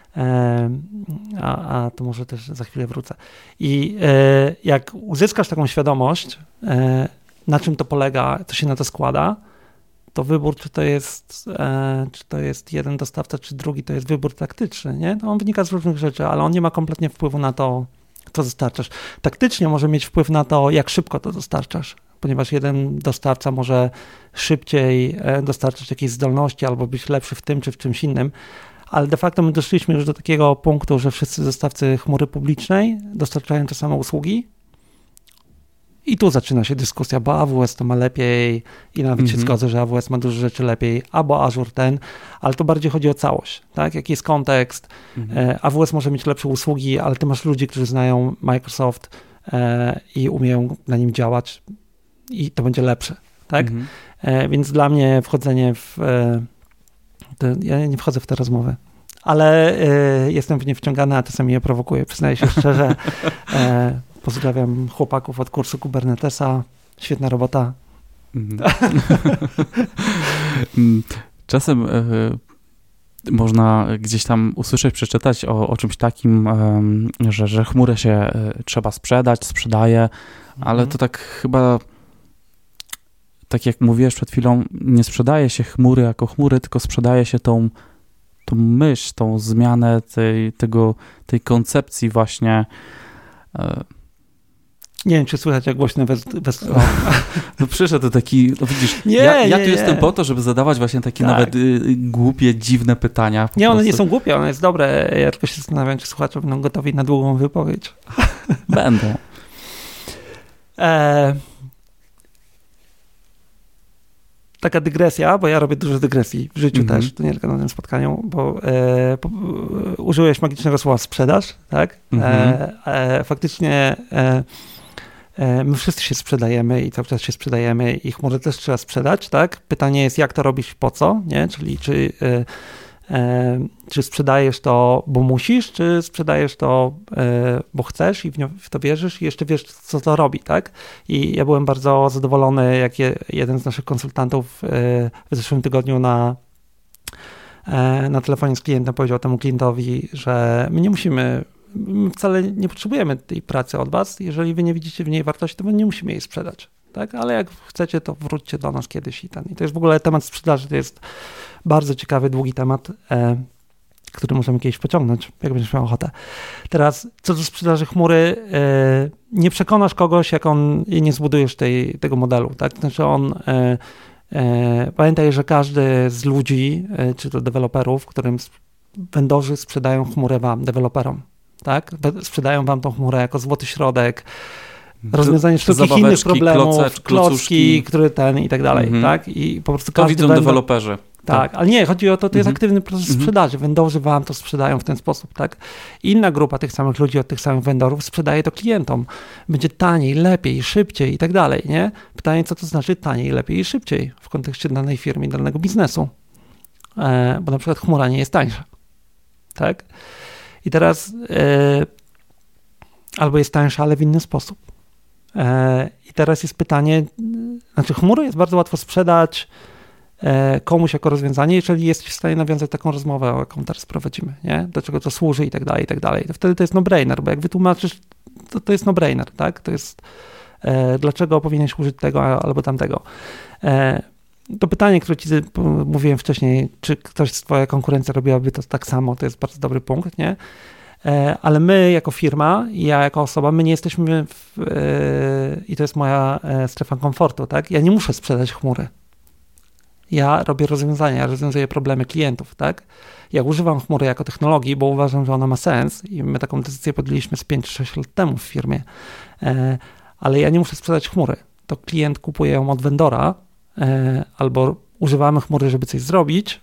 A to może też za chwilę wrócę. I jak uzyskasz taką świadomość, na czym to polega, co się na to składa, to wybór, czy to jest jeden dostawca, czy drugi, to jest wybór taktyczny, nie? To on wynika z różnych rzeczy, ale on nie ma kompletnie wpływu na to, co dostarczasz. Taktycznie może mieć wpływ na to, jak szybko to dostarczasz, ponieważ jeden dostawca może szybciej dostarczać jakieś zdolności albo być lepszy w tym, czy w czymś innym, ale de facto my doszliśmy już do takiego punktu, że wszyscy dostawcy chmury publicznej dostarczają te same usługi. I tu zaczyna się dyskusja, bo AWS to ma lepiej i nawet się zgodzę, że AWS ma dużo rzeczy lepiej, albo Azure ale to bardziej chodzi o całość, tak? Jaki jest kontekst. AWS może mieć lepsze usługi, ale ty masz ludzi, którzy znają Microsoft i umieją na nim działać i to będzie lepsze, tak? Więc dla mnie wchodzenie ja nie wchodzę w te rozmowy, ale jestem w nie wciągany, a czasami je prowokuję, przyznaję się szczerze. Pozdrawiam chłopaków od kursu Kubernetesa. Świetna robota. Czasem można gdzieś tam usłyszeć, przeczytać o czymś takim, że chmurę się trzeba sprzedać, sprzedaje, ale to tak chyba, tak jak mówiłeś przed chwilą, nie sprzedaje się chmury jako chmury, tylko sprzedaje się tą myśl, tą zmianę tej koncepcji właśnie. Nie wiem, czy słychać, jak głośno No przyszedł taki, no widzisz, ja tu jestem po to, żeby zadawać właśnie takie nawet głupie, dziwne pytania. Nie, one nie są głupie, one jest dobre. Ja tylko się zastanawiam, czy słuchacze będą gotowi na długą wypowiedź. Będą. Taka dygresja, bo ja robię dużo dygresji w życiu też, to nie tylko na tym spotkaniu, bo użyłeś magicznego słowa sprzedaż, tak? Faktycznie my wszyscy się sprzedajemy i cały czas się sprzedajemy i chmurę też trzeba sprzedać, tak? Pytanie jest, jak to robić, po co, nie? Czyli czy sprzedajesz to, bo musisz, czy sprzedajesz to, bo chcesz i w to wierzysz i jeszcze wiesz, co to robi, tak? I ja byłem bardzo zadowolony, jak jeden z naszych konsultantów w zeszłym tygodniu na telefonie z klientem powiedział temu klientowi, że my wcale nie potrzebujemy tej pracy od was, jeżeli wy nie widzicie w niej wartości, to my nie musimy jej sprzedać, tak? Ale jak chcecie, to wróćcie do nas kiedyś i to jest w ogóle temat sprzedaży, to jest bardzo ciekawy, długi temat, który możemy kiedyś pociągnąć, jak będziesz miał ochotę. Teraz, co do sprzedaży chmury, nie przekonasz kogoś, jak nie zbudujesz tego modelu, tak? Znaczy pamiętaj, że każdy z ludzi, czy to deweloperów, którym vendorzy sprzedają chmurę wam, deweloperom, tak? Sprzedają wam tą chmurę jako złoty środek, rozwiązanie wszelkich innych problemów, klocki, które i tak dalej, tak? I po prostu to widzą deweloperzy. Tak, ale nie, chodzi o to jest aktywny proces sprzedaży. Vendorzy wam to sprzedają w ten sposób, tak? Inna grupa tych samych ludzi od tych samych vendorów sprzedaje to klientom. Będzie taniej, lepiej, szybciej i tak dalej, nie? Pytanie, co to znaczy taniej, lepiej i szybciej w kontekście danej firmy, danego biznesu. Bo na przykład chmura nie jest tańsza, tak? I teraz albo jest tańsza, ale w inny sposób. I teraz jest pytanie, znaczy chmurę jest bardzo łatwo sprzedać komuś jako rozwiązanie, jeżeli jesteś w stanie nawiązać taką rozmowę, jaką teraz prowadzimy, nie? Do czego to służy i tak dalej, i tak dalej. To wtedy to jest no-brainer, bo jak wytłumaczysz, to jest no-brainer, tak? To jest dlaczego powinieneś użyć tego albo tamtego. To pytanie, które ci mówiłem wcześniej, czy ktoś z twojej konkurencji robiłaby to tak samo, to jest bardzo dobry punkt, nie? Ale my jako firma i ja jako osoba, my nie jesteśmy i to jest moja strefa komfortu, tak? Ja nie muszę sprzedać chmury. Ja robię rozwiązania, ja rozwiązuję problemy klientów, tak? Ja używam chmury jako technologii, bo uważam, że ona ma sens i my taką decyzję podjęliśmy z 5 czy 6 lat temu w firmie, ale ja nie muszę sprzedać chmury. To klient kupuje ją od vendora albo używamy chmury, żeby coś zrobić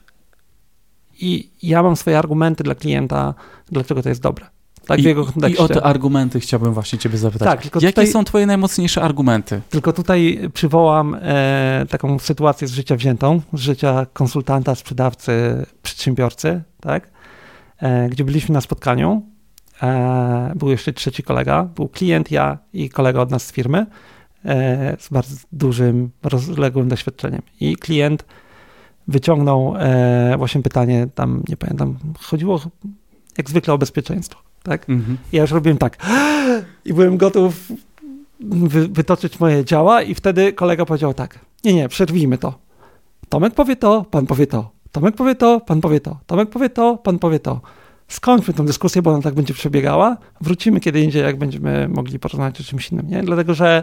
i ja mam swoje argumenty dla klienta, dlaczego to jest dobre. Tak, w jego kontekście. I o te argumenty chciałbym właśnie ciebie zapytać. Tak, jakie są twoje najmocniejsze argumenty? Tylko tutaj przywołam taką sytuację z życia wziętą, z życia konsultanta, sprzedawcy, przedsiębiorcy, tak? Gdzie byliśmy na spotkaniu. Był jeszcze trzeci kolega, był klient, ja i kolega od nas z firmy z bardzo dużym, rozległym doświadczeniem. I klient wyciągnął właśnie pytanie, tam nie pamiętam, chodziło jak zwykle o bezpieczeństwo. Tak? Ja już robiłem tak i byłem gotów wytoczyć moje działa i wtedy kolega powiedział tak, nie, przerwijmy to. Tomek powie to, pan powie to. Tomek powie to, pan powie to. Tomek powie to, pan powie to. Skończmy tę dyskusję, bo ona tak będzie przebiegała. Wrócimy kiedy indziej, jak będziemy mogli porozmawiać o czymś innym. Nie? Dlatego, że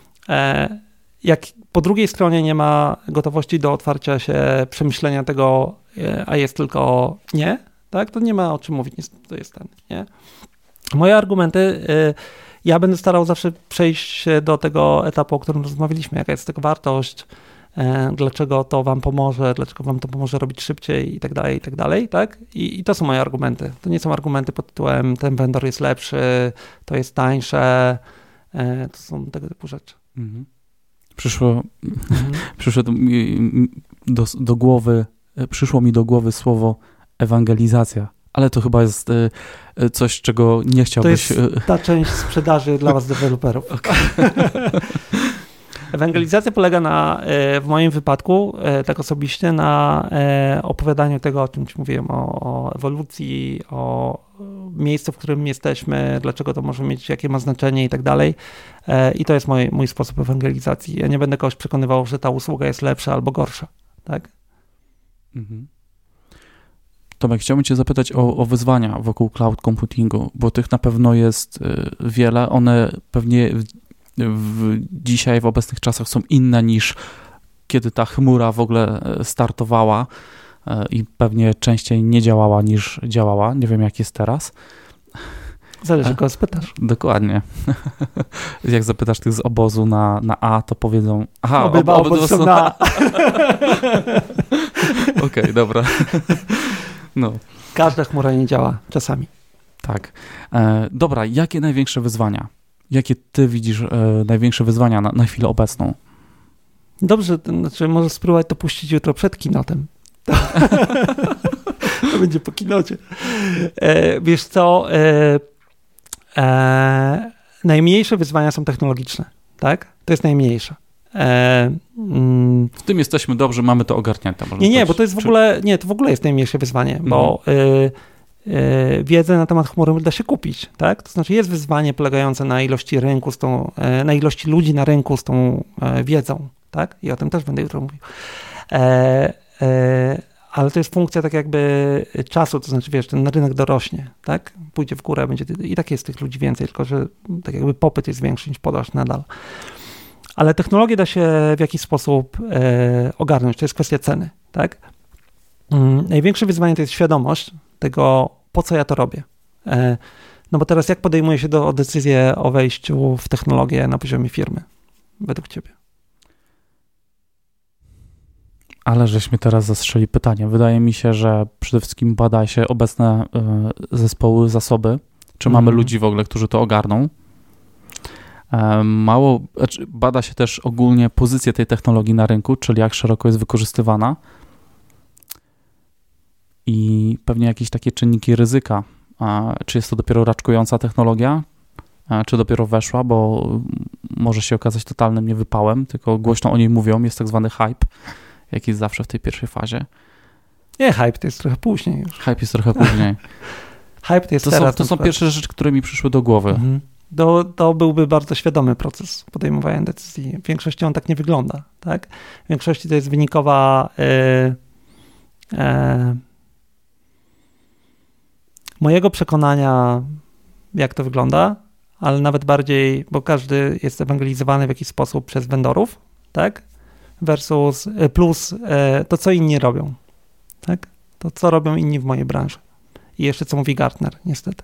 jak po drugiej stronie nie ma gotowości do otwarcia się, przemyślenia tego, a jest tylko nie, tak, to nie ma o czym mówić, to jest ten, nie? Moje argumenty, ja będę starał zawsze przejść do tego etapu, o którym rozmawialiśmy, jaka jest tego wartość, dlaczego to wam pomoże, dlaczego wam to pomoże robić szybciej i tak dalej, tak? I to są moje argumenty. To nie są argumenty pod tytułem ten vendor jest lepszy, to jest tańsze, to są tego typu rzeczy. Przyszło mi do głowy słowo ewangelizacja, ale to chyba jest coś, czego nie chciałbyś... To jest ta część sprzedaży dla was deweloperów. Okay. Ewangelizacja polega na, w moim wypadku, tak osobiście, na opowiadaniu tego, o czym ci mówiłem, o ewolucji, o miejscu, w którym jesteśmy, dlaczego to może mieć, jakie ma znaczenie i tak dalej. I to jest mój sposób ewangelizacji. Ja nie będę kogoś przekonywał, że ta usługa jest lepsza albo gorsza. Tak? Tomek, chciałbym cię zapytać o wyzwania wokół cloud computingu, bo tych na pewno jest wiele. One pewnie dzisiaj w obecnych czasach są inne niż kiedy ta chmura w ogóle startowała i pewnie częściej nie działała niż działała. Nie wiem, jak jest teraz. Zależy, kogo spytasz. Dokładnie. Jak zapytasz tych z obozu na A, to powiedzą... Aha, obozy są na A. Okej, dobra. No. Każda chmura nie działa czasami. Tak. Dobra, jakie największe wyzwania? Jakie ty widzisz największe wyzwania na chwilę obecną? Dobrze, to znaczy możesz spróbować to puścić jutro przed kinotem. To będzie po kinocie. Wiesz co, najmniejsze wyzwania są technologiczne, tak? To jest najmniejsze. W tym jesteśmy dobrze, mamy to ogarnięte. Nie, bo to jest to w ogóle jest najmniejsze wyzwanie, bo wiedzę na temat chmury da się kupić, tak? To znaczy jest wyzwanie polegające na ilości rynku, na ilości ludzi na rynku z tą wiedzą, tak? I o tym też będę jutro mówił. Ale to jest funkcja tak jakby czasu, to znaczy wiesz, ten rynek dorośnie, tak? Pójdzie w górę, będzie i tak jest tych ludzi więcej, tylko że tak jakby popyt jest większy niż podaż nadal. Ale technologię da się w jakiś sposób ogarnąć, to jest kwestia ceny, tak? Największe wyzwanie to jest świadomość tego, po co ja to robię. No bo teraz jak podejmuje się decyzję o wejściu w technologię na poziomie firmy, według ciebie? Ale żeśmy teraz zastrzeli pytanie. Wydaje mi się, że przede wszystkim bada się obecne zespoły, zasoby, czy mamy ludzi w ogóle, którzy to ogarną. Bada się też ogólnie pozycję tej technologii na rynku, czyli jak szeroko jest wykorzystywana i pewnie jakieś takie czynniki ryzyka. Czy jest to dopiero raczkująca technologia, czy dopiero weszła, bo może się okazać totalnym niewypałem, tylko głośno o niej mówią, jest tak zwany hype, jaki jest zawsze w tej pierwszej fazie. Nie, hype to jest trochę później już. Hype jest trochę później. Hype to jest teraz. To są pierwsze rzeczy, które mi przyszły do głowy. Mhm. To byłby bardzo świadomy proces podejmowania decyzji. W większości on tak nie wygląda, tak? W większości to jest wynikowa mojego przekonania, jak to wygląda, ale nawet bardziej, bo każdy jest ewangelizowany w jakiś sposób przez vendorów, tak? Versus plus to, co inni robią, tak? To, co robią inni w mojej branży. I jeszcze co mówi Gartner, niestety.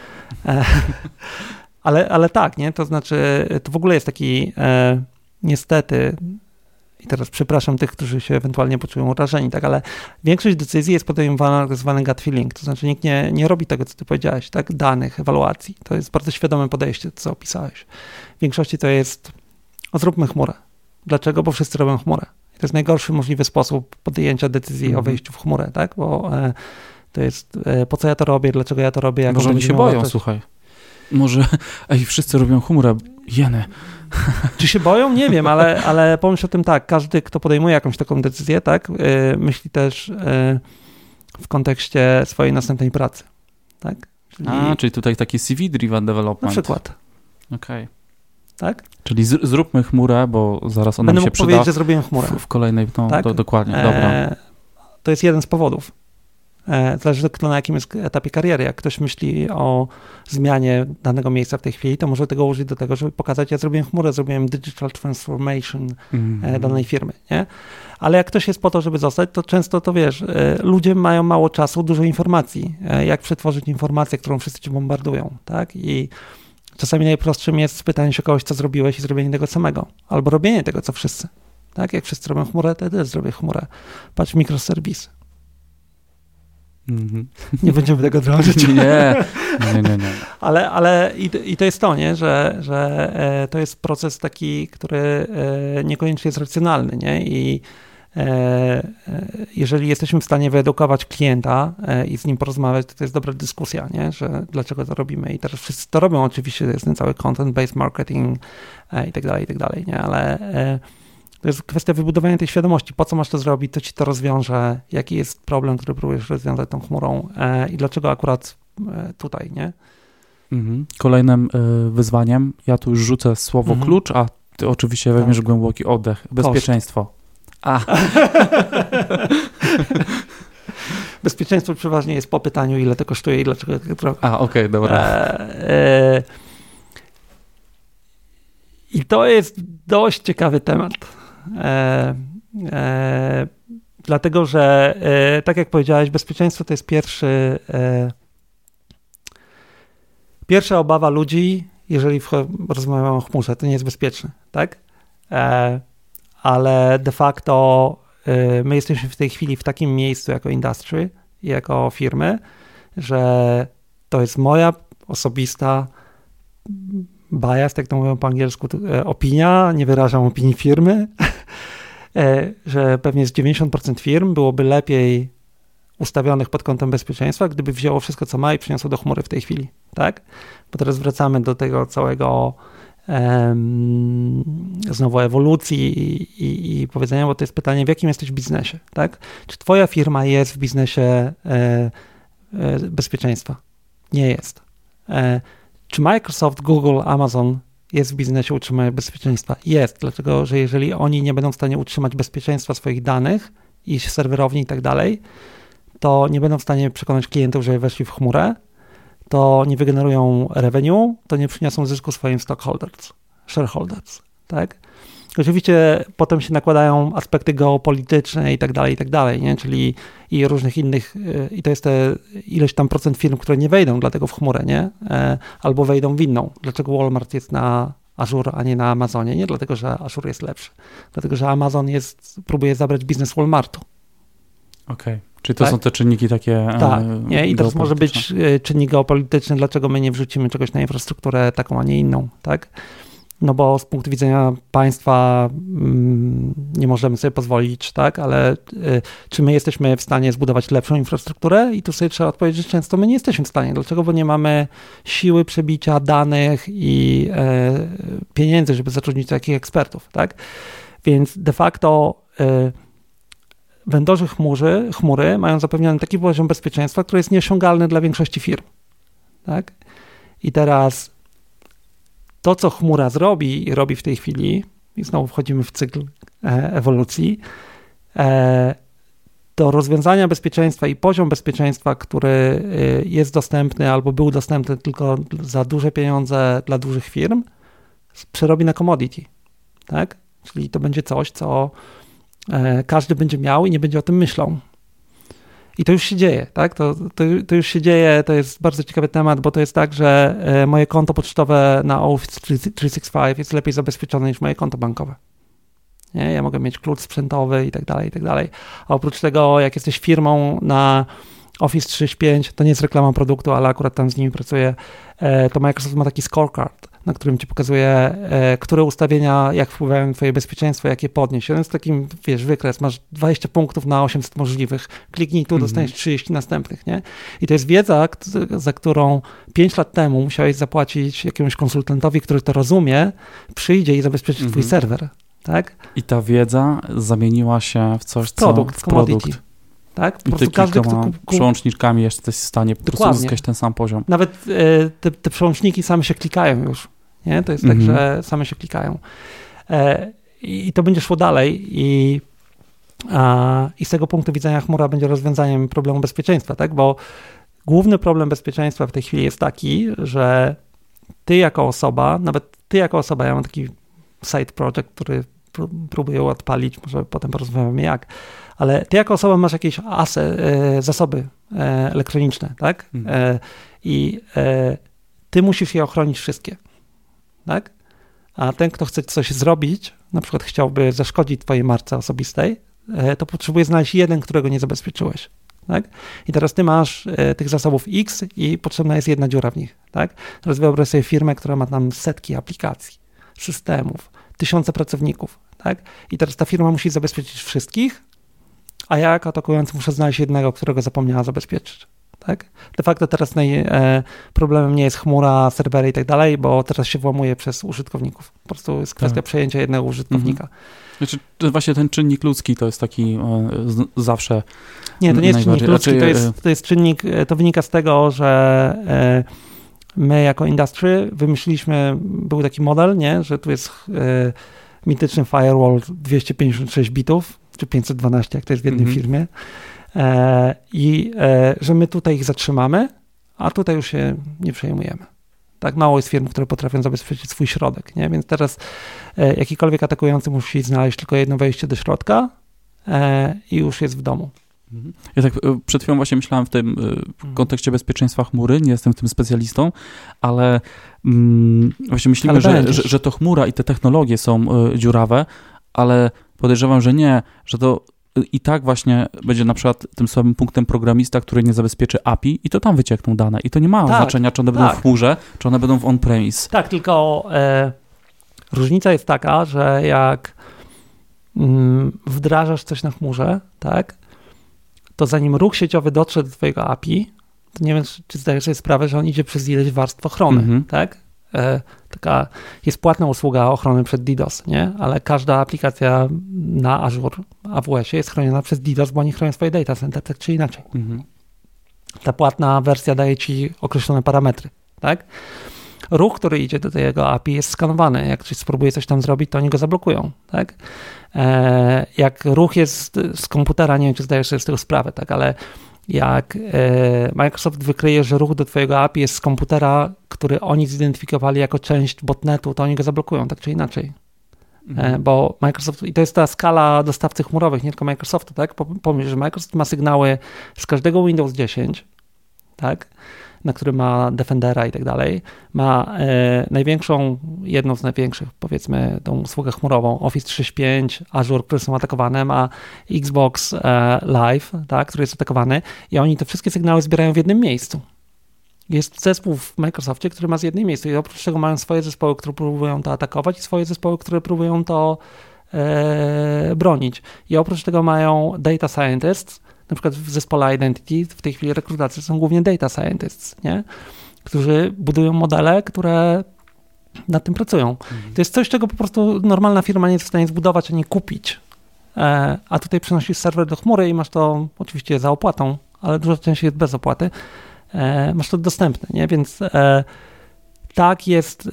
Ale tak, nie? To znaczy, to w ogóle jest taki niestety, i teraz przepraszam tych, którzy się ewentualnie poczują urażeni, tak, ale większość decyzji jest podejmowana tak zwany gut feeling, to znaczy nikt nie robi tego, co ty powiedziałeś, tak, danych, ewaluacji. To jest bardzo świadome podejście, co opisałeś. W większości to jest, zróbmy chmurę. Dlaczego? Bo wszyscy robią chmurę. I to jest najgorszy możliwy sposób podjęcia decyzji o wejściu w chmurę, tak, bo to jest, po co ja to robię, dlaczego ja to robię. Może oni się boją, słuchaj. Może, wszyscy robią chmurę, jeny. Czy się boją? Nie wiem, ale pomyśl o tym tak, każdy, kto podejmuje jakąś taką decyzję, tak, myśli też w kontekście swojej następnej pracy, tak? Czyli tutaj taki CV-driven development. Na przykład. Okej. Tak? Czyli zróbmy chmurę, bo zaraz ona mi się przyda. Będę mógł powiedzieć, że zrobiłem chmurę. W kolejnej, tak? Dokładnie, dobra. To jest jeden z powodów. Zależy kto na jakim jest etapie kariery. Jak ktoś myśli o zmianie danego miejsca w tej chwili, to może tego użyć do tego, żeby pokazać, ja zrobiłem chmurę, zrobiłem digital transformation danej firmy, nie? Ale jak ktoś jest po to, żeby zostać, to często to wiesz, ludzie mają mało czasu, dużo informacji. Jak przetworzyć informację, którą wszyscy ci bombardują, tak? I czasami najprostszym jest pytanie się kogoś, co zrobiłeś i zrobienie tego samego. Albo robienie tego, co wszyscy. Tak? Jak wszyscy robią chmurę, to ja też zrobię chmurę. Patrz, mikroserwisy. Nie będziemy tego drążyć. Nie. Ale i to jest to, nie? Że to jest proces taki, który niekoniecznie jest racjonalny, nie? I jeżeli jesteśmy w stanie wyedukować klienta i z nim porozmawiać, to jest dobra dyskusja, nie? Że dlaczego to robimy. I teraz wszyscy to robią, oczywiście jest ten cały content-based marketing i tak dalej, nie? Ale to jest kwestia wybudowania tej świadomości. Po co masz to zrobić, co ci to rozwiąże, jaki jest problem, który próbujesz rozwiązać tą chmurą i dlaczego akurat tutaj, nie? Kolejnym wyzwaniem, ja tu już rzucę słowo klucz, a ty oczywiście weźmiesz głęboki oddech. Bezpieczeństwo. Bezpieczeństwo przeważnie jest po pytaniu, ile to kosztuje i dlaczego tak drogo. Okej, dobra. I to jest dość ciekawy temat. Dlatego, że tak jak powiedziałeś, bezpieczeństwo to jest pierwsza obawa ludzi, jeżeli rozmawiamy o chmurze, to nie jest bezpieczne, tak? Ale de facto my jesteśmy w tej chwili w takim miejscu jako industry, jako firmy, że to jest moja osobista bias, tak to mówią po angielsku, opinia, nie wyrażam opinii firmy, że pewnie z 90% firm byłoby lepiej ustawionych pod kątem bezpieczeństwa, gdyby wzięło wszystko, co ma i przyniosło do chmury w tej chwili, tak? Bo teraz wracamy do tego całego znowu ewolucji i powiedzenia, bo to jest pytanie, w jakim jesteś biznesie, tak? Czy twoja firma jest w biznesie bezpieczeństwa? Nie jest. Czy Microsoft, Google, Amazon jest w biznesie utrzymania bezpieczeństwa? Jest, dlatego że jeżeli oni nie będą w stanie utrzymać bezpieczeństwa swoich danych i serwerowni i tak dalej, to nie będą w stanie przekonać klientów, że weszli w chmurę, to nie wygenerują revenue, to nie przyniosą zysku swoim shareholders. tak? Oczywiście potem się nakładają aspekty geopolityczne i tak dalej, nie? Czyli i różnych innych, i to jest te ileś tam procent firm, które nie wejdą dlatego w chmurę, nie? Albo wejdą w inną. Dlaczego Walmart jest na Azure, a nie na Amazonie? Nie dlatego, że Azure jest lepszy, dlatego, że Amazon próbuje zabrać biznes Walmartu. Okej. Czyli to są te czynniki takie tak, nie? I teraz może być czynnik geopolityczny, dlaczego my nie wrzucimy czegoś na infrastrukturę taką, a nie inną, tak? No bo z punktu widzenia państwa nie możemy sobie pozwolić, tak? Ale czy my jesteśmy w stanie zbudować lepszą infrastrukturę? I tu sobie trzeba odpowiedzieć, że często my nie jesteśmy w stanie. Dlaczego? Bo nie mamy siły przebicia danych i pieniędzy, żeby zatrudnić takich ekspertów, tak? Więc de facto vendorzy chmury mają zapewniony taki poziom bezpieczeństwa, który jest nieosiągalny dla większości firm, tak? I teraz to, co chmura zrobi i robi w tej chwili, i znowu wchodzimy w cykl ewolucji, to rozwiązania bezpieczeństwa i poziom bezpieczeństwa, który jest dostępny albo był dostępny tylko za duże pieniądze dla dużych firm, przerobi na commodity, tak? Czyli to będzie coś, co każdy będzie miał i nie będzie o tym myślał. I to już się dzieje, tak? To już się dzieje, to jest bardzo ciekawy temat, bo to jest tak, że moje konto pocztowe na Office 365 jest lepiej zabezpieczone niż moje konto bankowe. Nie? Ja mogę mieć klucz sprzętowy i tak dalej. A oprócz tego, jak jesteś firmą na Office 365, to nie jest reklama produktu, ale akurat tam z nimi pracuję, to Microsoft ma taki scorecard, na którym ci pokazuje, które ustawienia, jak wpływają na twoje bezpieczeństwo, jak je podnieść. On jest takim, wykres, masz 20 punktów na 800 możliwych, kliknij tu, dostaniesz 30 następnych, nie? I to jest wiedza, za którą 5 lat temu musiałeś zapłacić jakiemuś konsultantowi, który to rozumie, przyjdzie i zabezpieczy twój serwer, tak? I ta wiedza zamieniła się w coś, w produkt. Tak? Po prostu każdy, kto przełącznikami jesteś w stanie po prostu uzyskać ten sam poziom. Nawet te przełączniki same się klikają już. Nie? To jest tak, że same się klikają. I to będzie szło dalej i z tego punktu widzenia chmura będzie rozwiązaniem problemu bezpieczeństwa, tak? Bo główny problem bezpieczeństwa w tej chwili jest taki, że ty jako osoba, ja mam taki side project, który próbuję odpalić, może potem porozmawiamy jak, ale ty jako osoba masz jakieś zasoby elektroniczne, tak? I ty musisz je ochronić wszystkie, tak? A ten, kto chce coś zrobić, na przykład chciałby zaszkodzić twojej marce osobistej, to potrzebuje znaleźć jeden, którego nie zabezpieczyłeś, tak? I teraz ty masz tych zasobów X i potrzebna jest jedna dziura w nich, tak? Teraz wyobraź sobie firmę, która ma tam setki aplikacji, systemów, tysiące pracowników, tak? I teraz ta firma musi zabezpieczyć wszystkich, a ja jako atakujący muszę znaleźć jednego, którego zapomniała zabezpieczyć, tak? De facto teraz problemem nie jest chmura, serwery i tak dalej, bo teraz się włamuje przez użytkowników. Po prostu jest kwestia przejęcia jednego użytkownika. Znaczy, właśnie ten czynnik ludzki to jest taki zawsze. Nie, to nie jest czynnik ludzki, to jest czynnik, to wynika z tego, że my jako industry wymyśliliśmy, był taki model, nie, że tu jest mityczny firewall 256 bitów, czy 512, jak to jest w jednej firmie, że my tutaj ich zatrzymamy, a tutaj już się nie przejmujemy. Tak mało jest firm, które potrafią zabezpieczyć swój środek, nie? Więc teraz jakikolwiek atakujący musi znaleźć tylko jedno wejście do środka i już jest w domu. Ja tak przed chwilą właśnie myślałem w tym kontekście bezpieczeństwa chmury, nie jestem w tym specjalistą, ale właśnie myślimy, że to chmura i te technologie są dziurawe, ale podejrzewam, że nie, że to i tak właśnie będzie na przykład tym słabym punktem programista, który nie zabezpieczy API i to tam wyciekną dane. I to nie ma znaczenia, czy one będą w chmurze, czy one będą w on-premise. Tak, tylko różnica jest taka, że jak wdrażasz coś na chmurze, tak, to zanim ruch sieciowy dotrze do twojego API, to nie wiem, czy zdajesz sobie sprawę, że on idzie przez ileś warstw ochrony, tak? Taka jest płatna usługa ochrony przed DDoS, nie? Ale każda aplikacja na Azure, AWS-ie jest chroniona przez DDoS, bo oni chronią swoje data center, tak czy inaczej. Ta płatna wersja daje ci określone parametry, tak? Ruch, który idzie do tego API jest skanowany. Jak ktoś spróbuje coś tam zrobić, to oni go zablokują, tak? Jak ruch jest z komputera, nie wiem, czy zdajesz sobie z tego sprawę, tak? Ale jak Microsoft wykryje, że ruch do twojego API jest z komputera, który oni zidentyfikowali jako część botnetu, to oni go zablokują, tak czy inaczej. bo Microsoft, i to jest ta skala dostawcy chmurowych, nie tylko Microsoftu, tak? Pomyśl, że Microsoft ma sygnały z każdego Windows 10, tak? Na którym ma Defendera i tak dalej, ma największą, jedną z największych, powiedzmy, tą usługę chmurową, Office 365, Azure, które są atakowane, ma Xbox Live, tak, który jest atakowany i oni te wszystkie sygnały zbierają w jednym miejscu. Jest zespół w Microsoftie, który ma z jednym miejscu i oprócz tego mają swoje zespoły, które próbują to atakować i swoje zespoły, które próbują to bronić. I oprócz tego mają data scientists, na przykład w zespole Identity w tej chwili rekrutacje są głównie data scientists, nie? Którzy budują modele, które nad tym pracują. To jest coś, czego po prostu normalna firma nie jest w stanie zbudować, ani kupić. A tutaj przenosisz serwer do chmury i masz to oczywiście za opłatą, ale duża część jest bez opłaty. Masz to dostępne, nie? Więc tak jest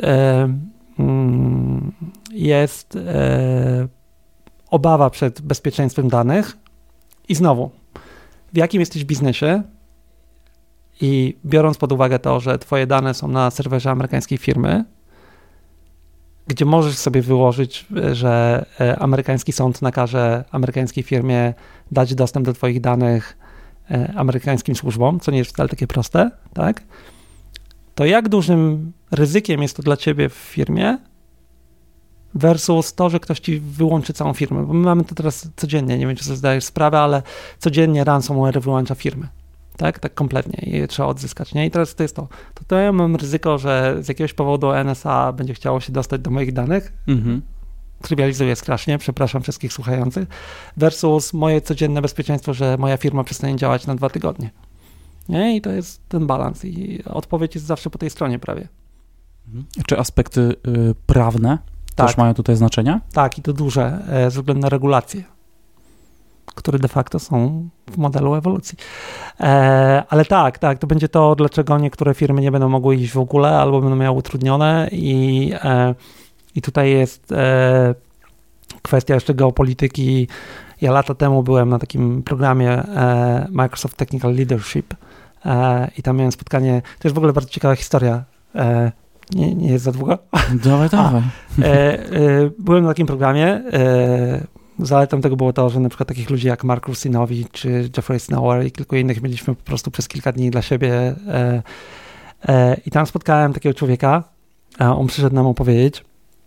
obawa przed bezpieczeństwem danych i znowu, w jakim jesteś biznesie i biorąc pod uwagę to, że twoje dane są na serwerze amerykańskiej firmy, gdzie możesz sobie wyłożyć, że amerykański sąd nakaże amerykańskiej firmie dać dostęp do twoich danych amerykańskim służbom, co nie jest wcale takie proste, tak? To jak dużym ryzykiem jest to dla ciebie w firmie versus to, że ktoś ci wyłączy całą firmę, bo my mamy to teraz codziennie, nie wiem, czy sobie zdajesz sprawę, ale codziennie ransomware wyłącza firmy, tak kompletnie i je trzeba odzyskać, nie? I teraz to jest to ja mam ryzyko, że z jakiegoś powodu NSA będzie chciało się dostać do moich danych, trywializuję strasznie, przepraszam wszystkich słuchających, versus moje codzienne bezpieczeństwo, że moja firma przestanie działać na 2 tygodnie, nie? I to jest ten balans i odpowiedź jest zawsze po tej stronie prawie. Czy aspekty prawne też mają tutaj znaczenie? Tak, i to duże, ze względu na regulacje, które de facto są w modelu ewolucji. Ale tak, to będzie to, dlaczego niektóre firmy nie będą mogły iść w ogóle, albo będą miały utrudnione i tutaj jest kwestia jeszcze geopolityki. Ja lata temu byłem na takim programie Microsoft Technical Leadership i tam miałem spotkanie, to jest w ogóle bardzo ciekawa historia, nie jest za długo? Dawaj. Byłem na takim programie. Zaletą tego było to, że na przykład takich ludzi jak Mark Rusinowicz czy Jeffrey Snower i kilku innych mieliśmy po prostu przez kilka dni dla siebie. I tam spotkałem takiego człowieka. On przyszedł nam opowiedzieć.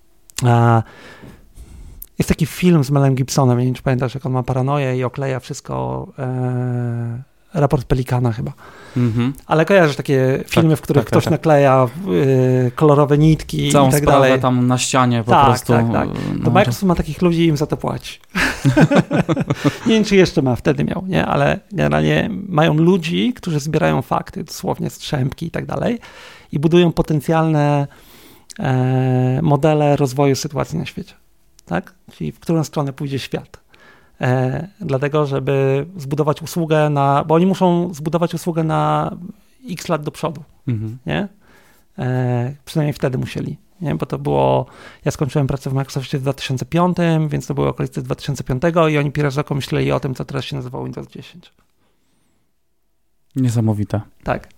Jest taki film z Melem Gibsonem. Nie wiem, czy pamiętasz, jak on ma paranoję i okleja wszystko. Raport Pelikana chyba. Ale kojarzysz takie filmy, w których ktoś nakleja kolorowe nitki całą i tak sprawę dalej. Tam na ścianie po prostu. Tak. To Microsoft ma takich ludzi i im za to płaci. Nie wiem, czy jeszcze ma, wtedy miał, nie? Ale generalnie mają ludzi, którzy zbierają fakty, dosłownie strzępki i tak dalej i budują potencjalne modele rozwoju sytuacji na świecie. Tak? Czyli w którą stronę pójdzie świat. Dlatego, żeby zbudować usługę bo oni muszą zbudować usługę na x lat do przodu, nie? Przynajmniej wtedy musieli, nie? Bo to było, ja skończyłem pracę w Microsoftie w 2005, więc to były okolice 2005 i oni pierwszy raz myśleli o tym, co teraz się nazywa Windows 10. Niesamowite. Tak.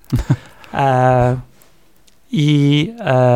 I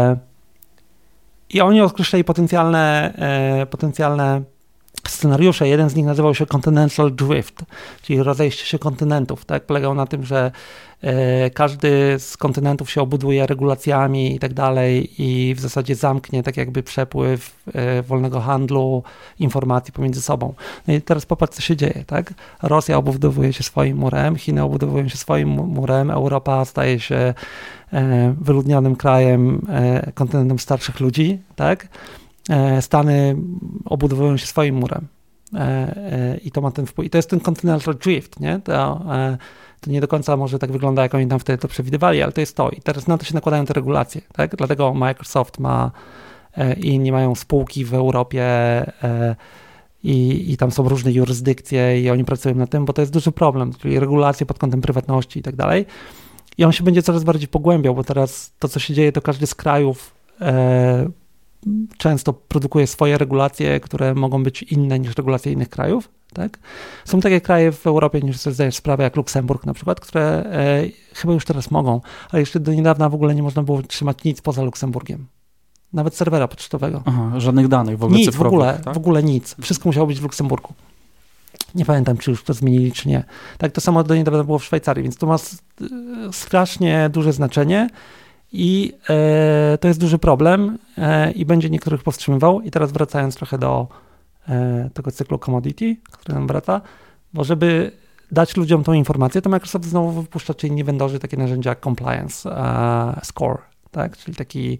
oni określili potencjalne scenariusze. Jeden z nich nazywał się Continental Drift, czyli rozejście się kontynentów. Tak? Polegał na tym, że każdy z kontynentów się obuduje regulacjami i tak dalej i w zasadzie zamknie tak jakby przepływ wolnego handlu, informacji pomiędzy sobą. No i teraz popatrz, co się dzieje. Tak? Rosja obudowuje się swoim murem, Chiny obudowują się swoim murem, Europa staje się wyludnionym krajem, kontynentem starszych ludzi, tak? Stany obudowują się swoim murem i to ma ten wpływ. I to jest ten Continental Drift, nie? To nie do końca może tak wygląda, jak oni tam wtedy to przewidywali, ale to jest to. I teraz na to się nakładają te regulacje, tak? Dlatego Microsoft ma i inni mają spółki w Europie i tam są różne jurysdykcje i oni pracują nad tym, bo to jest duży problem, czyli regulacje pod kątem prywatności i tak dalej. I on się będzie coraz bardziej pogłębiał, bo teraz to, co się dzieje, to każdy z krajów często produkuje swoje regulacje, które mogą być inne niż regulacje innych krajów. Tak? Są takie kraje w Europie, niż sobie zdajesz sprawę, jak Luksemburg na przykład, które chyba już teraz mogą, ale jeszcze do niedawna w ogóle nie można było trzymać nic poza Luksemburgiem. nawet serwera pocztowego. Aha, żadnych danych w ogóle nic, cyfrowych, w ogóle nic. Wszystko musiało być w Luksemburgu. Nie pamiętam, czy już to zmienili, czy nie. Tak, to samo do niedawna było w Szwajcarii, więc to ma strasznie duże znaczenie i to jest duży problem i będzie niektórych powstrzymywał. I teraz wracając trochę do tego cyklu commodity, który nam wraca, bo żeby dać ludziom tą informację, to Microsoft znowu wypuszcza, czyli inni vendorzy, takie narzędzia jak compliance score, tak? Czyli taki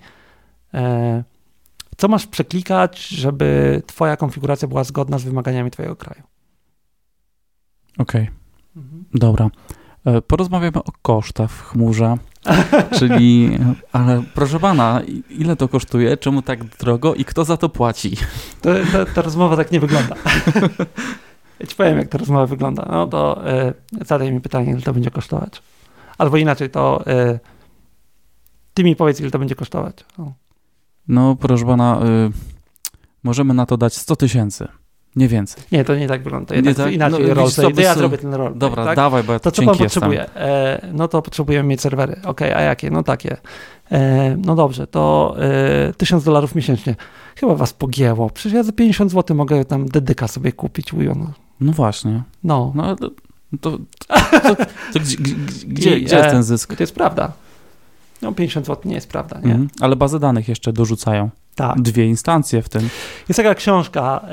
co masz przeklikać, żeby twoja konfiguracja była zgodna z wymaganiami twojego kraju. Okej. Dobra. Porozmawiamy o kosztach w chmurze, czyli, ale proszę pana, ile to kosztuje, czemu tak drogo i kto za to płaci? Ta rozmowa tak nie wygląda. Ja ci powiem, jak ta rozmowa wygląda. No to zadaj mi pytanie, ile to będzie kosztować. Albo inaczej, to ty mi powiedz, ile to będzie kosztować. O. No, proszę pana, możemy na to dać 100 000. Nie więcej. Nie, to nie tak wygląda. To jednak tak? inaczej ja zrobię ten roleplay. Dobra, tak? dawaj, bo ja to co pan potrzebuje? jestem. No to potrzebujemy mieć serwery. Okej, a jakie? No takie. No dobrze, to $1000 miesięcznie. Chyba was pogięło. Przecież ja za 50 zł mogę tam dedyka sobie kupić. No właśnie. No. To gdzie jest ten zysk? To jest prawda. No 50 zł nie jest prawda, nie? Ale bazę danych jeszcze dorzucają. Tak. 2 instancje w tym. Jest taka książka,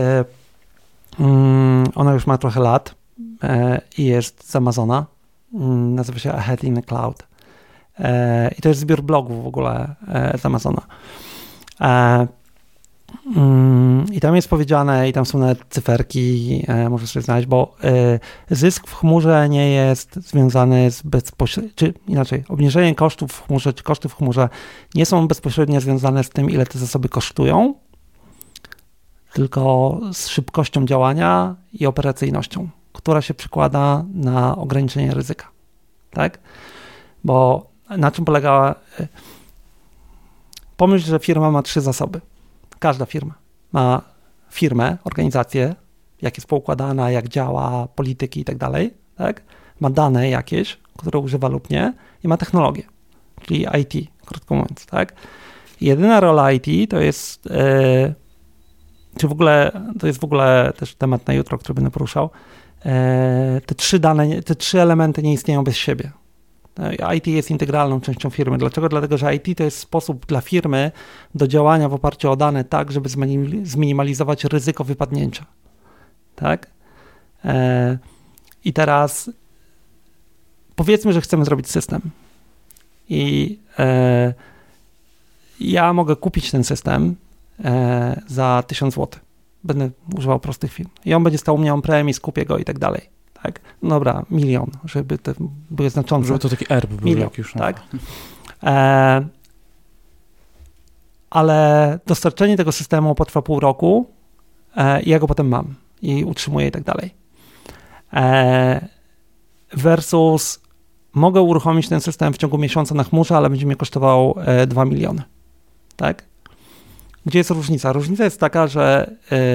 ona już ma trochę lat i jest z Amazona. Nazywa się Ahead in the Cloud. I to jest zbiór blogów w ogóle z Amazona. I tam jest powiedziane, i tam są nawet cyferki, możesz sobie znaleźć, bo zysk w chmurze nie jest związany z czy inaczej, obniżenie kosztów w chmurze, czy koszty w chmurze nie są bezpośrednio związane z tym, ile te zasoby kosztują, tylko z szybkością działania i operacyjnością, która się przekłada na ograniczenie ryzyka. Tak? Bo na czym polega? Pomyśl, że firma ma 3 zasoby. Każda firma ma firmę, organizację, jak jest poukładana, jak działa, polityki i tak dalej, tak? Ma dane jakieś, które używa lub nie i ma technologię, czyli IT, krótko mówiąc, tak? I jedyna rola IT to jest, to jest w ogóle też temat na jutro, który będę poruszał, te 3 elementy nie istnieją bez siebie. IT jest integralną częścią firmy. Dlaczego? Dlatego, że IT to jest sposób dla firmy do działania w oparciu o dane tak, żeby zminimalizować ryzyko wypadnięcia. Tak? I teraz powiedzmy, że chcemy zrobić system. I ja mogę kupić ten system za 1000 zł. Będę używał prostych firm. I on będzie stał u mnie on-premise, kupię go i tak dalej. Tak? Dobra, 1 000 000, żeby te były znaczące. Żeby to taki erb był 1 000 000, jakiś. tak? Ale dostarczenie tego systemu potrwa pół roku i ja go potem mam i utrzymuję i tak dalej. Versus mogę uruchomić ten system w ciągu miesiąca na chmurze, ale będzie mnie kosztował 2 miliony. Tak? Gdzie jest różnica? Różnica jest taka, że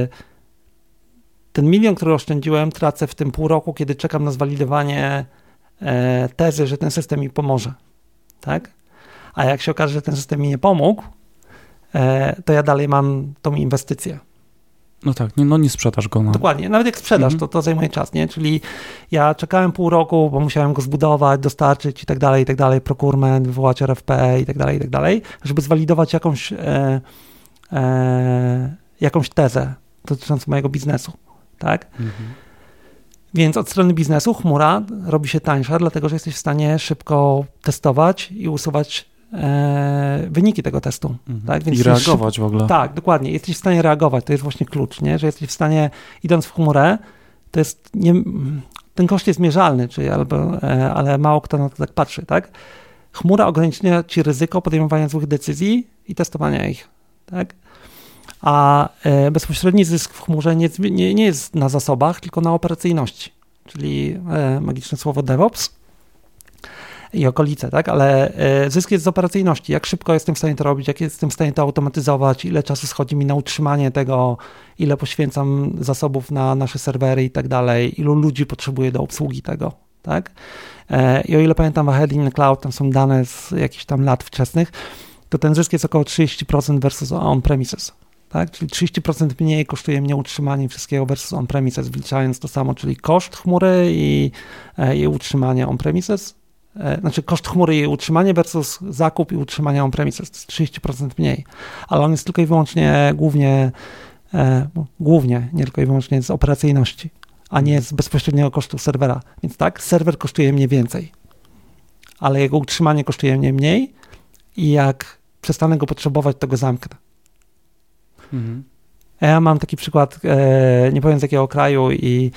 ten 1 000 000, który oszczędziłem, tracę w tym pół roku, kiedy czekam na zwalidowanie tezy, że ten system mi pomoże. Tak? A jak się okaże, że ten system mi nie pomógł, to ja dalej mam tą inwestycję. No tak, nie sprzedasz go. No. Dokładnie, nawet jak sprzedasz, to zajmuje czas, nie? Czyli ja czekałem pół roku, bo musiałem go zbudować, dostarczyć i tak dalej, procurement, wywołać RFP i tak dalej, żeby zwalidować jakąś tezę dotyczącą mojego biznesu, tak? Więc od strony biznesu chmura robi się tańsza, dlatego że jesteś w stanie szybko testować i usuwać wyniki tego testu. Tak? Więc i reagować w ogóle. Tak, dokładnie. Jesteś w stanie reagować. To jest właśnie klucz, nie? Że jesteś w stanie, idąc w chmurę, to jest ten koszt jest mierzalny, ale mało kto na to tak patrzy. Tak? Chmura ogranicza ci ryzyko podejmowania złych decyzji i testowania ich. Tak? A bezpośredni zysk w chmurze nie jest na zasobach, tylko na operacyjności, czyli magiczne słowo DevOps i okolice, tak? Ale zysk jest z operacyjności. Jak szybko jestem w stanie to robić, jak jestem w stanie to automatyzować, ile czasu schodzi mi na utrzymanie tego, ile poświęcam zasobów na nasze serwery i tak dalej, ilu ludzi potrzebuję do obsługi tego, tak? I o ile pamiętam, w Ahead in the Cloud tam są dane z jakichś tam lat wczesnych, to ten zysk jest około 30% versus on-premises. Tak? Czyli 30% mniej kosztuje mnie utrzymanie wszystkiego versus on-premises, wliczając to samo, czyli koszt chmury i utrzymanie on-premises. Znaczy koszt chmury i utrzymanie versus zakup i utrzymanie on-premises. To jest 30% mniej. Ale on jest tylko i wyłącznie głównie, nie tylko i wyłącznie z operacyjności, a nie z bezpośredniego kosztu serwera. Więc tak, serwer kosztuje mnie więcej, ale jego utrzymanie kosztuje mnie mniej i jak przestanę go potrzebować, to go zamknę. Mhm. Ja mam taki przykład, nie powiem z jakiego kraju i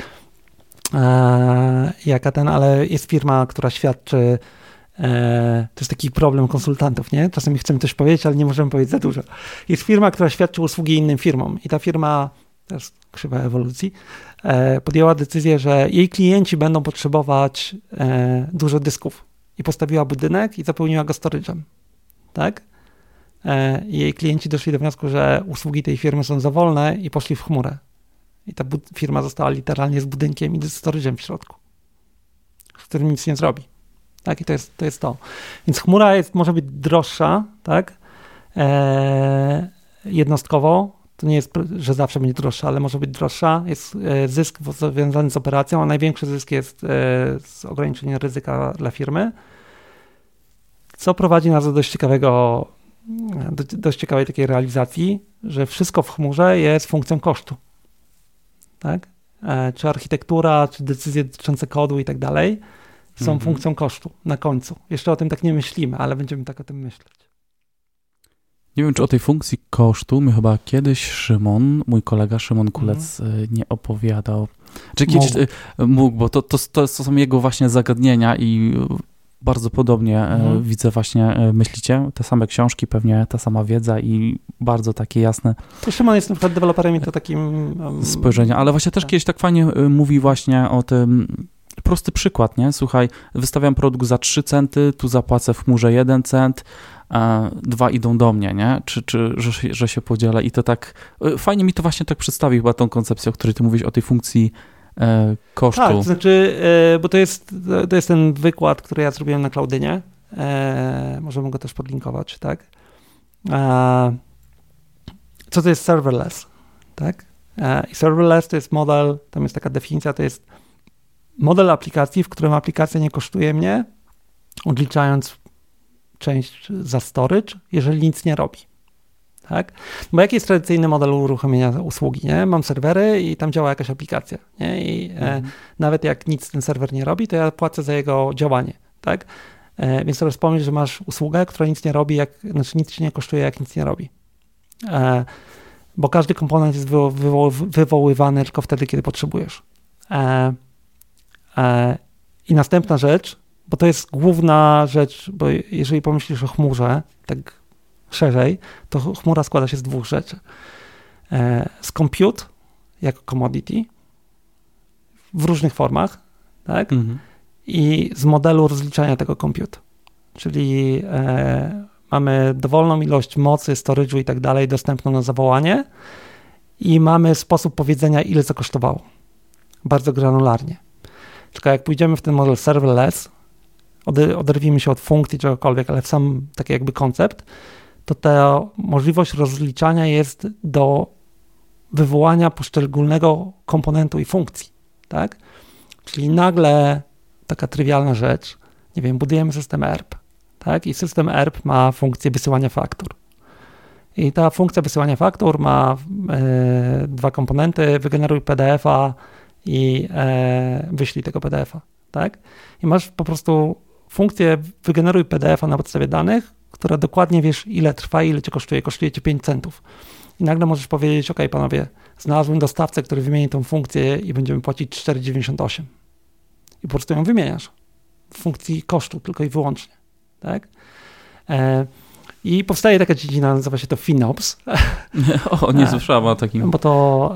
ale jest firma, która świadczy, to jest taki problem konsultantów, nie? Czasami chcemy coś powiedzieć, ale nie możemy powiedzieć za dużo. Jest firma, która świadczy usługi innym firmom i ta firma, to jest krzywa ewolucji, podjęła decyzję, że jej klienci będą potrzebować dużo dysków i postawiła budynek i zapełniła go storage'em, tak? Jej klienci doszli do wniosku, że usługi tej firmy są za wolne i poszli w chmurę. I ta firma została literalnie z budynkiem i z storage'em w środku, z którym nic nie zrobi. Tak, i to jest to. Więc chmura może być droższa, tak? Jednostkowo. To nie jest, że zawsze będzie droższa, ale może być droższa. Jest zysk związany z operacją, a największy zysk jest z ograniczeniem ryzyka dla firmy, co prowadzi nas do dość ciekawej takiej realizacji, że wszystko w chmurze jest funkcją kosztu. Tak? Czy architektura, czy decyzje dotyczące kodu i tak dalej są funkcją kosztu na końcu. Jeszcze o tym tak nie myślimy, ale będziemy tak o tym myśleć. Nie wiem, czy o tej funkcji kosztu mi chyba kiedyś mój kolega Szymon Kulec nie opowiadał. Czy kiedyś mógł, bo to są jego właśnie zagadnienia i bardzo podobnie widzę właśnie, myślicie, te same książki, pewnie ta sama wiedza i bardzo takie jasne. To Szymon jest na przykład deweloperem i to takim spojrzenia, ale właśnie też kiedyś tak fajnie mówi właśnie o tym, prosty przykład, nie? Słuchaj, wystawiam produkt za 3 centy, tu zapłacę w chmurze 1 cent, 2 idą do mnie, nie? Czy że się podzielę i to tak, fajnie mi to właśnie tak przedstawi chyba tą koncepcję, o której ty mówisz, o tej funkcji kosztu. Tak, to znaczy, bo to jest ten wykład, który ja zrobiłem na Cloudynie, możemy go też podlinkować, tak? Co to jest serverless, tak? I serverless to jest model, tam jest taka definicja, to jest model aplikacji, w którym aplikacja nie kosztuje mnie, odliczając część za storage, jeżeli nic nie robi. Tak? Bo jaki jest tradycyjny model uruchomienia usługi? Nie? Mam serwery i tam działa jakaś aplikacja. Nie? I nawet jak nic ten serwer nie robi, to ja płacę za jego działanie. Tak? Więc teraz pomyśl, że masz usługę, która nic nie robi, nic ci nie kosztuje, jak nic nie robi. Bo każdy komponent jest wywoływany tylko wtedy, kiedy potrzebujesz. I następna rzecz, bo to jest główna rzecz, bo jeżeli pomyślisz o chmurze, tak szerzej, to chmura składa się z 2 rzeczy. Z compute jako commodity w różnych formach, tak? I z modelu rozliczania tego compute. Czyli mamy dowolną ilość mocy, storage'u i tak dalej dostępną na zawołanie i mamy sposób powiedzenia, ile to kosztowało. Bardzo granularnie. Tylko jak pójdziemy w ten model serverless, oderwijmy się od funkcji czegokolwiek, ale w sam taki jakby koncept, to ta możliwość rozliczania jest do wywołania poszczególnego komponentu i funkcji, tak? Czyli nagle taka trywialna rzecz, nie wiem, budujemy system ERP, tak? I system ERP ma funkcję wysyłania faktur. I ta funkcja wysyłania faktur ma 2 komponenty, wygeneruj PDF-a i wyślij tego PDF-a, tak? I masz po prostu funkcję wygeneruj PDF-a na podstawie danych, która dokładnie wiesz, ile trwa i ile cię kosztuje cię 5 centów. I nagle możesz powiedzieć, ok, panowie, znalazłem dostawcę, który wymieni tą funkcję i będziemy płacić 4,98. I po prostu ją wymieniasz w funkcji kosztu tylko i wyłącznie, tak? I powstaje taka dziedzina, nazywa się to FinOps. Nie słyszałem o takim. Bo to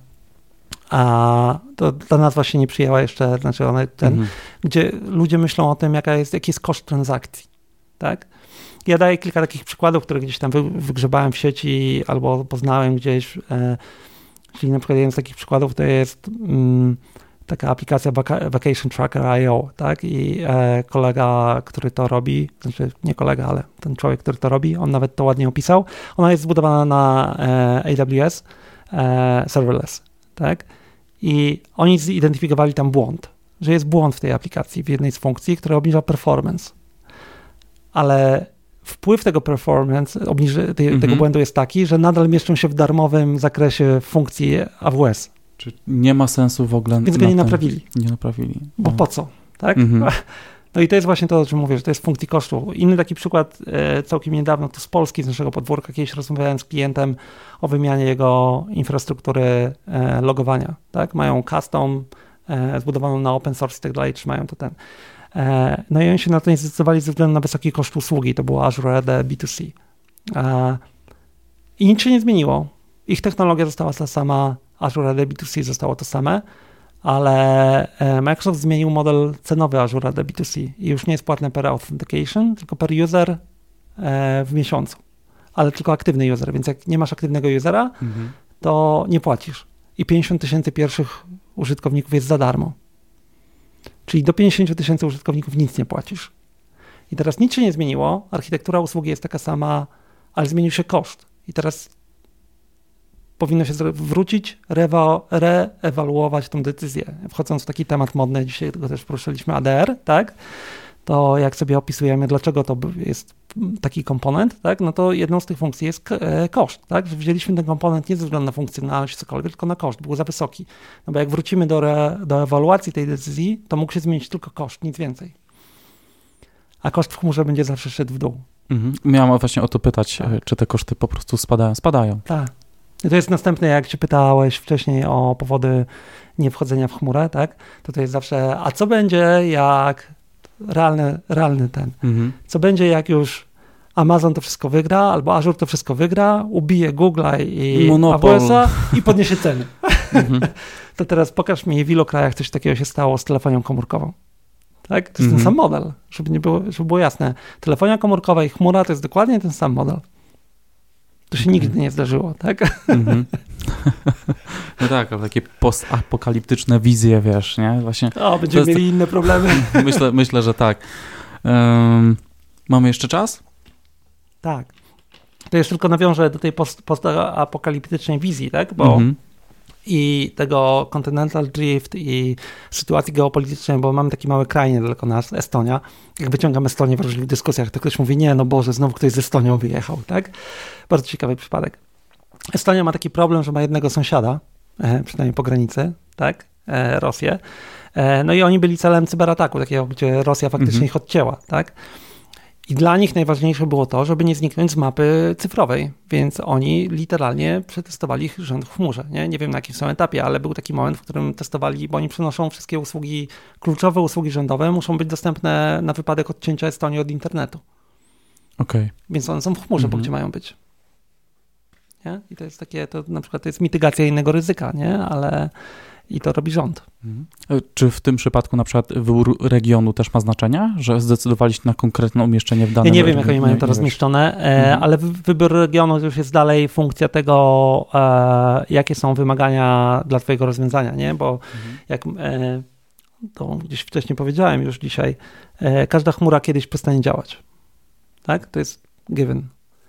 ta nazwa się nie przyjęła jeszcze, znaczy gdzie ludzie myślą o tym, jaki jest koszt transakcji, tak? Ja daję kilka takich przykładów, które gdzieś tam wygrzebałem w sieci albo poznałem gdzieś, czyli na przykład jeden z takich przykładów to jest taka aplikacja Vacation Tracker.io, tak? I kolega, który to robi, znaczy nie kolega, ale ten człowiek, który to robi, on nawet to ładnie opisał. Ona jest zbudowana na AWS serverless, tak? I oni zidentyfikowali tam błąd, że jest błąd w tej aplikacji, w jednej z funkcji, która obniża performance. Ale wpływ tego performance, tego błędu jest taki, że nadal mieszczą się w darmowym zakresie funkcji AWS. Czy nie ma sensu w ogóle... Więc go nie naprawili. Nie naprawili. Bo po co, tak? No i to jest właśnie to, o czym mówię, że to jest w funkcji kosztu. Inny taki przykład całkiem niedawno, to z Polski, z naszego podwórka, kiedyś rozmawiałem z klientem o wymianie jego infrastruktury logowania, tak? Mają custom zbudowaną na open source i tak dalej, trzymają to ten. No i oni się na to nie zdecydowali ze względu na wysoki koszt usługi, to było Azure AD B2C. I nic się nie zmieniło. Ich technologia została ta sama, Azure AD B2C zostało to same, ale Microsoft zmienił model cenowy Azure AD B2C i już nie jest płatne per authentication, tylko per user w miesiącu, ale tylko aktywny user, więc jak nie masz aktywnego usera, to nie płacisz. I 50 000 pierwszych użytkowników jest za darmo. Czyli do 50 000 użytkowników nic nie płacisz. I teraz nic się nie zmieniło, architektura usługi jest taka sama, ale zmienił się koszt. I teraz powinno się wrócić, reewaluować tą decyzję. Wchodząc w taki temat modny, dzisiaj go też poruszyliśmy, ADR, tak? To jak sobie opisujemy, dlaczego to jest taki komponent, tak? No to jedną z tych funkcji jest koszt, tak? Że wzięliśmy ten komponent nie ze względu na funkcjonalność cokolwiek, tylko na koszt, był za wysoki. No bo jak wrócimy do ewaluacji tej decyzji, to mógł się zmienić tylko koszt, nic więcej. A koszt w chmurze będzie zawsze szedł w dół. Miałam właśnie o to pytać, czy te koszty po prostu spadają? Spadają. Tak. I to jest następne, jak cię pytałeś wcześniej o powody niewchodzenia w chmurę, tak? To jest zawsze, a co będzie jak realny ten. Co będzie jak już Amazon to wszystko wygra, albo Azure to wszystko wygra, ubije Google'a i AWS-a i podniesie ceny. To teraz pokaż mi, w ilu krajach coś takiego się stało z telefonią komórkową. Tak? To jest ten sam model, żeby było jasne. Telefonia komórkowa i chmura to jest dokładnie ten sam model. To się nigdy nie zdarzyło, tak? No tak, ale takie postapokaliptyczne wizje, wiesz, nie? Właśnie. Będziemy mieli inne problemy. Myślę, że tak. Mamy jeszcze czas? Tak. To jeszcze tylko nawiążę do tej postapokaliptycznej wizji, tak? Bo i tego Continental Drift i sytuacji geopolitycznej, bo mamy taki mały kraj niedaleko nas, Estonia. Jak wyciągam Estonię w różnych dyskusjach, to ktoś mówi, nie, no Boże, znowu ktoś z Estonią wyjechał, tak? Bardzo ciekawy przypadek. Estonia ma taki problem, że ma jednego sąsiada, przynajmniej po granicy, tak? Rosję. No i oni byli celem cyberataku, takiego, gdzie Rosja faktycznie ich odcięła, tak? I dla nich najważniejsze było to, żeby nie zniknąć z mapy cyfrowej, więc oni literalnie przetestowali ich rząd w chmurze. Nie wiem na jakim są etapie, ale był taki moment, w którym testowali, bo oni przenoszą wszystkie usługi, kluczowe usługi rządowe muszą być dostępne na wypadek odcięcia Estonii od internetu. Okay. Więc one są w chmurze, bo gdzie mają być. Nie? I to jest takie, to na przykład to jest mitygacja innego ryzyka, nie? Ale i to robi rząd. Czy w tym przypadku na przykład wybór regionu też ma znaczenie, że zdecydowaliście na konkretne umieszczenie w danym Ja nie wiem, jak oni mają to rozmieszczone, ale wybór regionu już jest dalej funkcja tego, jakie są wymagania dla twojego rozwiązania, nie? Bo jak to gdzieś wcześniej powiedziałem już dzisiaj, każda chmura kiedyś przestanie działać. Tak? To jest given.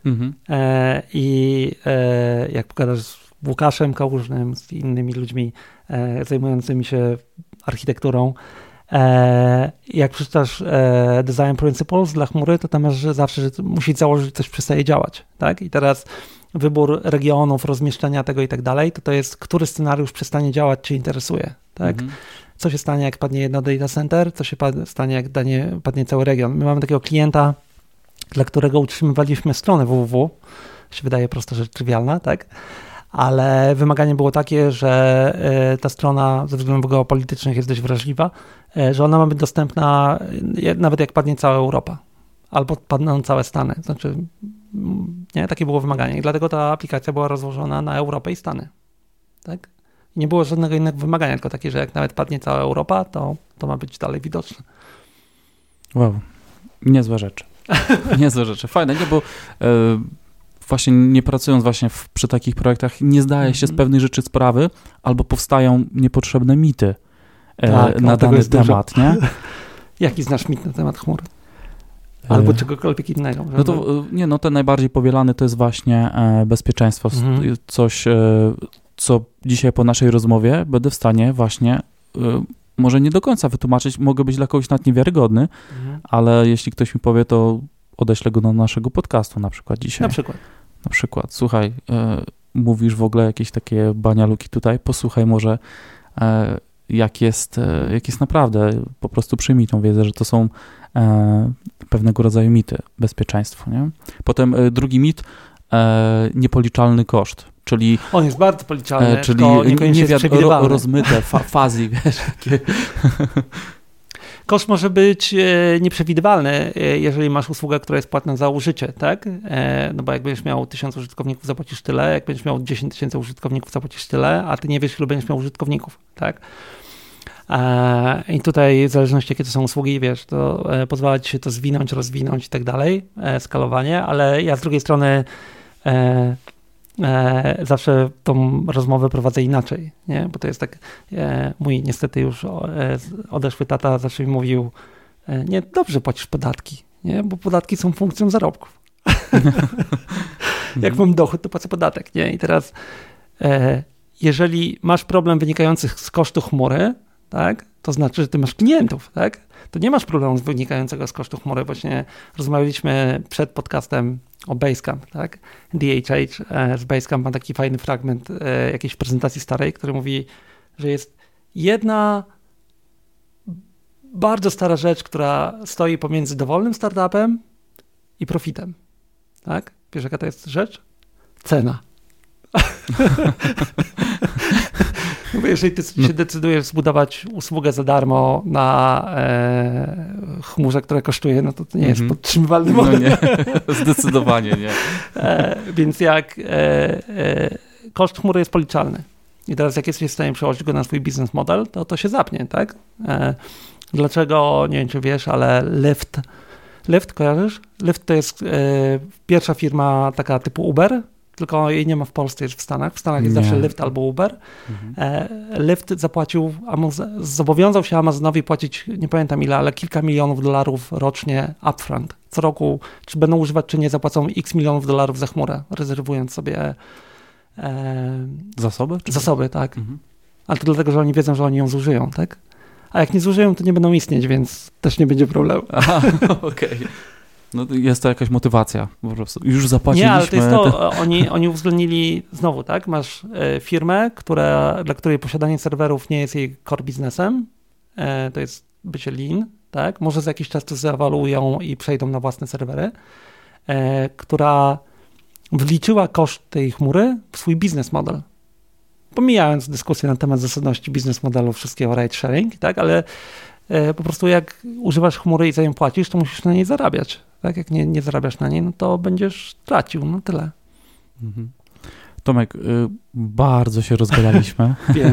I jak pogadasz z Łukaszem Kałużnym, z innymi ludźmi zajmującymi się architekturą, jak przeczytasz Design Principles dla chmury, to tam masz zawsze, że musi założyć, że coś przestaje działać. Tak? I teraz wybór regionów, rozmieszczenia tego i tak dalej, to jest, który scenariusz przestanie działać, cię interesuje. Tak? Co się stanie, jak padnie jedno data center, co się stanie, jak padnie cały region. My mamy takiego klienta, dla którego utrzymywaliśmy stronę www, się wydaje prosta rzecz, trywialna, tak? Ale wymaganie było takie, że ta strona ze względów geopolitycznych jest dość wrażliwa, że ona ma być dostępna nawet jak padnie cała Europa albo padną całe Stany. Znaczy, nie, takie było wymaganie i dlatego ta aplikacja była rozłożona na Europę i Stany. Tak? I nie było żadnego innego wymagania, tylko takie, że jak nawet padnie cała Europa, to ma być dalej widoczne. Wow, niezłe rzeczy. Niezłe rzeczy. Fajne, nie? Bo właśnie nie pracując właśnie przy takich projektach nie zdaje się z pewnych rzeczy sprawy albo powstają niepotrzebne mity. na dany temat, nie? Jaki znasz mit na temat chmur? Albo czegokolwiek innego. No to ten najbardziej powielany to jest właśnie bezpieczeństwo. Coś, co dzisiaj po naszej rozmowie będę w stanie właśnie może nie do końca wytłumaczyć, mogę być dla kogoś nawet niewiarygodny, ale jeśli ktoś mi powie, to odeślę go do naszego podcastu na przykład dzisiaj. Na przykład, słuchaj, mówisz w ogóle jakieś takie banialuki tutaj, posłuchaj może jak jest naprawdę, po prostu przyjmij tą wiedzę, że to są pewnego rodzaju mity, bezpieczeństwo, nie? Potem drugi mit, niepoliczalny koszt, czyli... On jest bardzo policzalny, czyli rozmyte fazy, wiesz, takie... Koszt może być nieprzewidywalny, jeżeli masz usługę, która jest płatna za użycie, tak? No bo jak będziesz miał 1000 użytkowników, zapłacisz tyle, jak będziesz miał 10 000 użytkowników, zapłacisz tyle, a ty nie wiesz, ilu będziesz miał użytkowników, tak? I tutaj w zależności jakie to są usługi, wiesz, to pozwala ci się to zwinąć, rozwinąć i tak dalej, skalowanie, ale ja z drugiej strony zawsze tą rozmowę prowadzę inaczej, nie? Bo to jest tak, mój niestety już odeszły tata zawsze mi mówił, nie, dobrze płacisz podatki, nie? Bo podatki są funkcją zarobków. Jak mam dochód, to płacę podatek, nie? I teraz jeżeli masz problem wynikający z kosztu chmury, tak, to znaczy, że ty masz klientów, tak? To nie masz problemu wynikającego z kosztu chmury. Właśnie rozmawialiśmy przed podcastem o Basecamp, tak? DHH z Basecamp ma taki fajny fragment jakiejś prezentacji starej, który mówi, że jest jedna bardzo stara rzecz, która stoi pomiędzy dowolnym startupem i profitem, tak? Wiesz, jaka to jest rzecz? Cena. Bo jeżeli ty się decydujesz zbudować usługę za darmo na chmurze, która kosztuje, no to nie jest podtrzymywalny model. No nie, zdecydowanie nie. Więc jak koszt chmury jest policzalny i teraz jak jesteś w stanie przełożyć go na swój biznes model, to się zapnie, tak? Dlaczego, nie wiem czy wiesz, ale Lyft kojarzysz? Lyft to jest pierwsza firma taka typu Uber, tylko jej nie ma w Polsce, jest w Stanach. W Stanach jest zawsze Lyft albo Uber. Lyft zobowiązał się Amazonowi płacić, nie pamiętam ile, ale kilka milionów dolarów rocznie upfront. Co roku, czy będą używać, czy nie, zapłacą x milionów dolarów za chmurę, rezerwując sobie zasoby? Zasoby, tak. Ale to dlatego, że oni wiedzą, że oni ją zużyją, tak? A jak nie zużyją, to nie będą istnieć, więc też nie będzie problemu. Aha, okej. No jest to jakaś motywacja, po prostu. Już zapłaciliśmy. Nie, ale to jest to, oni uwzględnili znowu, tak? Masz firmę, dla której posiadanie serwerów nie jest jej core biznesem, to jest bycie lean, tak? Może za jakiś czas to zaewaluują i przejdą na własne serwery, która wliczyła koszt tej chmury w swój biznes model. Pomijając dyskusję na temat zasadności biznes modelu wszystkiego ride sharing, tak? Ale po prostu jak używasz chmury i za nią płacisz, to musisz na niej zarabiać. Tak? Jak nie zarabiasz na niej, no to będziesz tracił, no tyle. Tomek, bardzo się rozgadaliśmy. Wiem.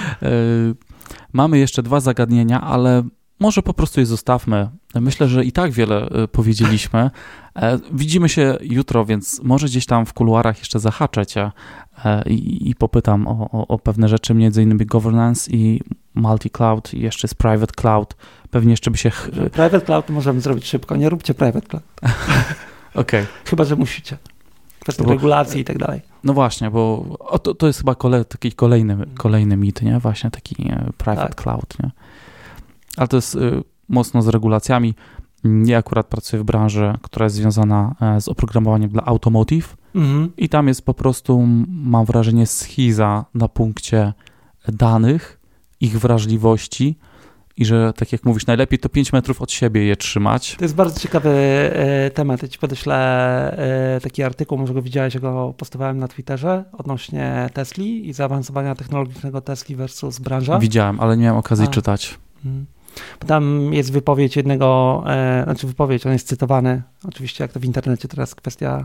Mamy jeszcze 2 zagadnienia, ale może po prostu je zostawmy. Myślę, że i tak wiele powiedzieliśmy. Widzimy się jutro, więc może gdzieś tam w kuluarach jeszcze zahaczę cię i popytam o pewne rzeczy, między innymi governance i multi-cloud i jeszcze jest private cloud. Pewnie jeszcze by się... Private cloud możemy zrobić szybko, nie róbcie private cloud. Okej. Chyba, że musicie. Kwestia regulacji i tak dalej. No właśnie, bo to jest chyba taki kolejny mit, nie? Właśnie taki private cloud, nie? Ale to jest mocno z regulacjami. Ja akurat pracuję w branży, która jest związana z oprogramowaniem dla automotive i tam jest po prostu, mam wrażenie, schiza na punkcie danych, ich wrażliwości i że, tak jak mówisz, najlepiej to 5 metrów od siebie je trzymać. To jest bardzo ciekawy temat. Ja ci podeślę taki artykuł, może go widziałeś, ja go postowałem na Twitterze odnośnie Tesli i zaawansowania technologicznego Tesli versus branża. Widziałem, ale nie miałem okazji czytać. Bo tam jest wypowiedź jednego, on jest cytowany, oczywiście jak to w internecie teraz kwestia,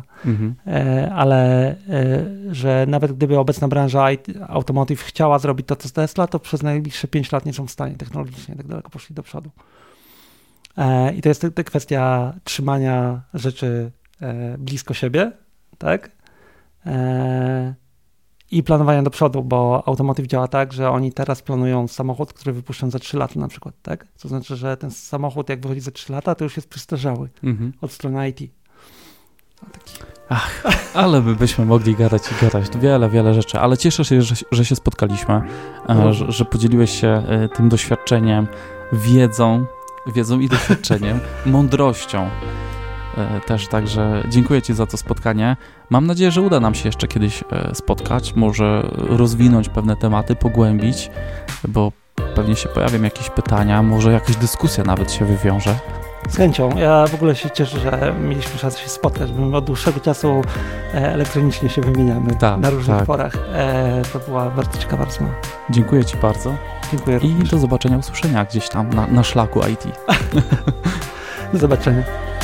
ale że nawet gdyby obecna branża automotive chciała zrobić to, co Tesla, to przez najbliższe 5 lat nie są w stanie technologicznie, tak daleko poszli do przodu. I to jest ta kwestia trzymania rzeczy blisko siebie, tak? i planowania do przodu, bo Automotive działa tak, że oni teraz planują samochód, który wypuszczą za 3 lata na przykład, tak? To znaczy, że ten samochód jak wychodzi za 3 lata, to już jest przestarzały od strony IT. Ach, ale byśmy mogli gadać i gadać. Wiele rzeczy, ale cieszę się, że się spotkaliśmy, że podzieliłeś się tym doświadczeniem, wiedzą i doświadczeniem, mądrością też, także dziękuję Ci za to spotkanie. Mam nadzieję, że uda nam się jeszcze kiedyś spotkać, może rozwinąć pewne tematy, pogłębić, bo pewnie się pojawią jakieś pytania, może jakaś dyskusja nawet się wywiąże. Z chęcią. Ja w ogóle się cieszę, że mieliśmy szansę się spotkać, bo od dłuższego czasu elektronicznie się wymieniamy na różnych forach. To była bardzo ciekawa rozmowa. Dziękuję Ci bardzo. Dziękuję również. I do zobaczenia, usłyszenia gdzieś tam na szlaku IT. Do zobaczenia.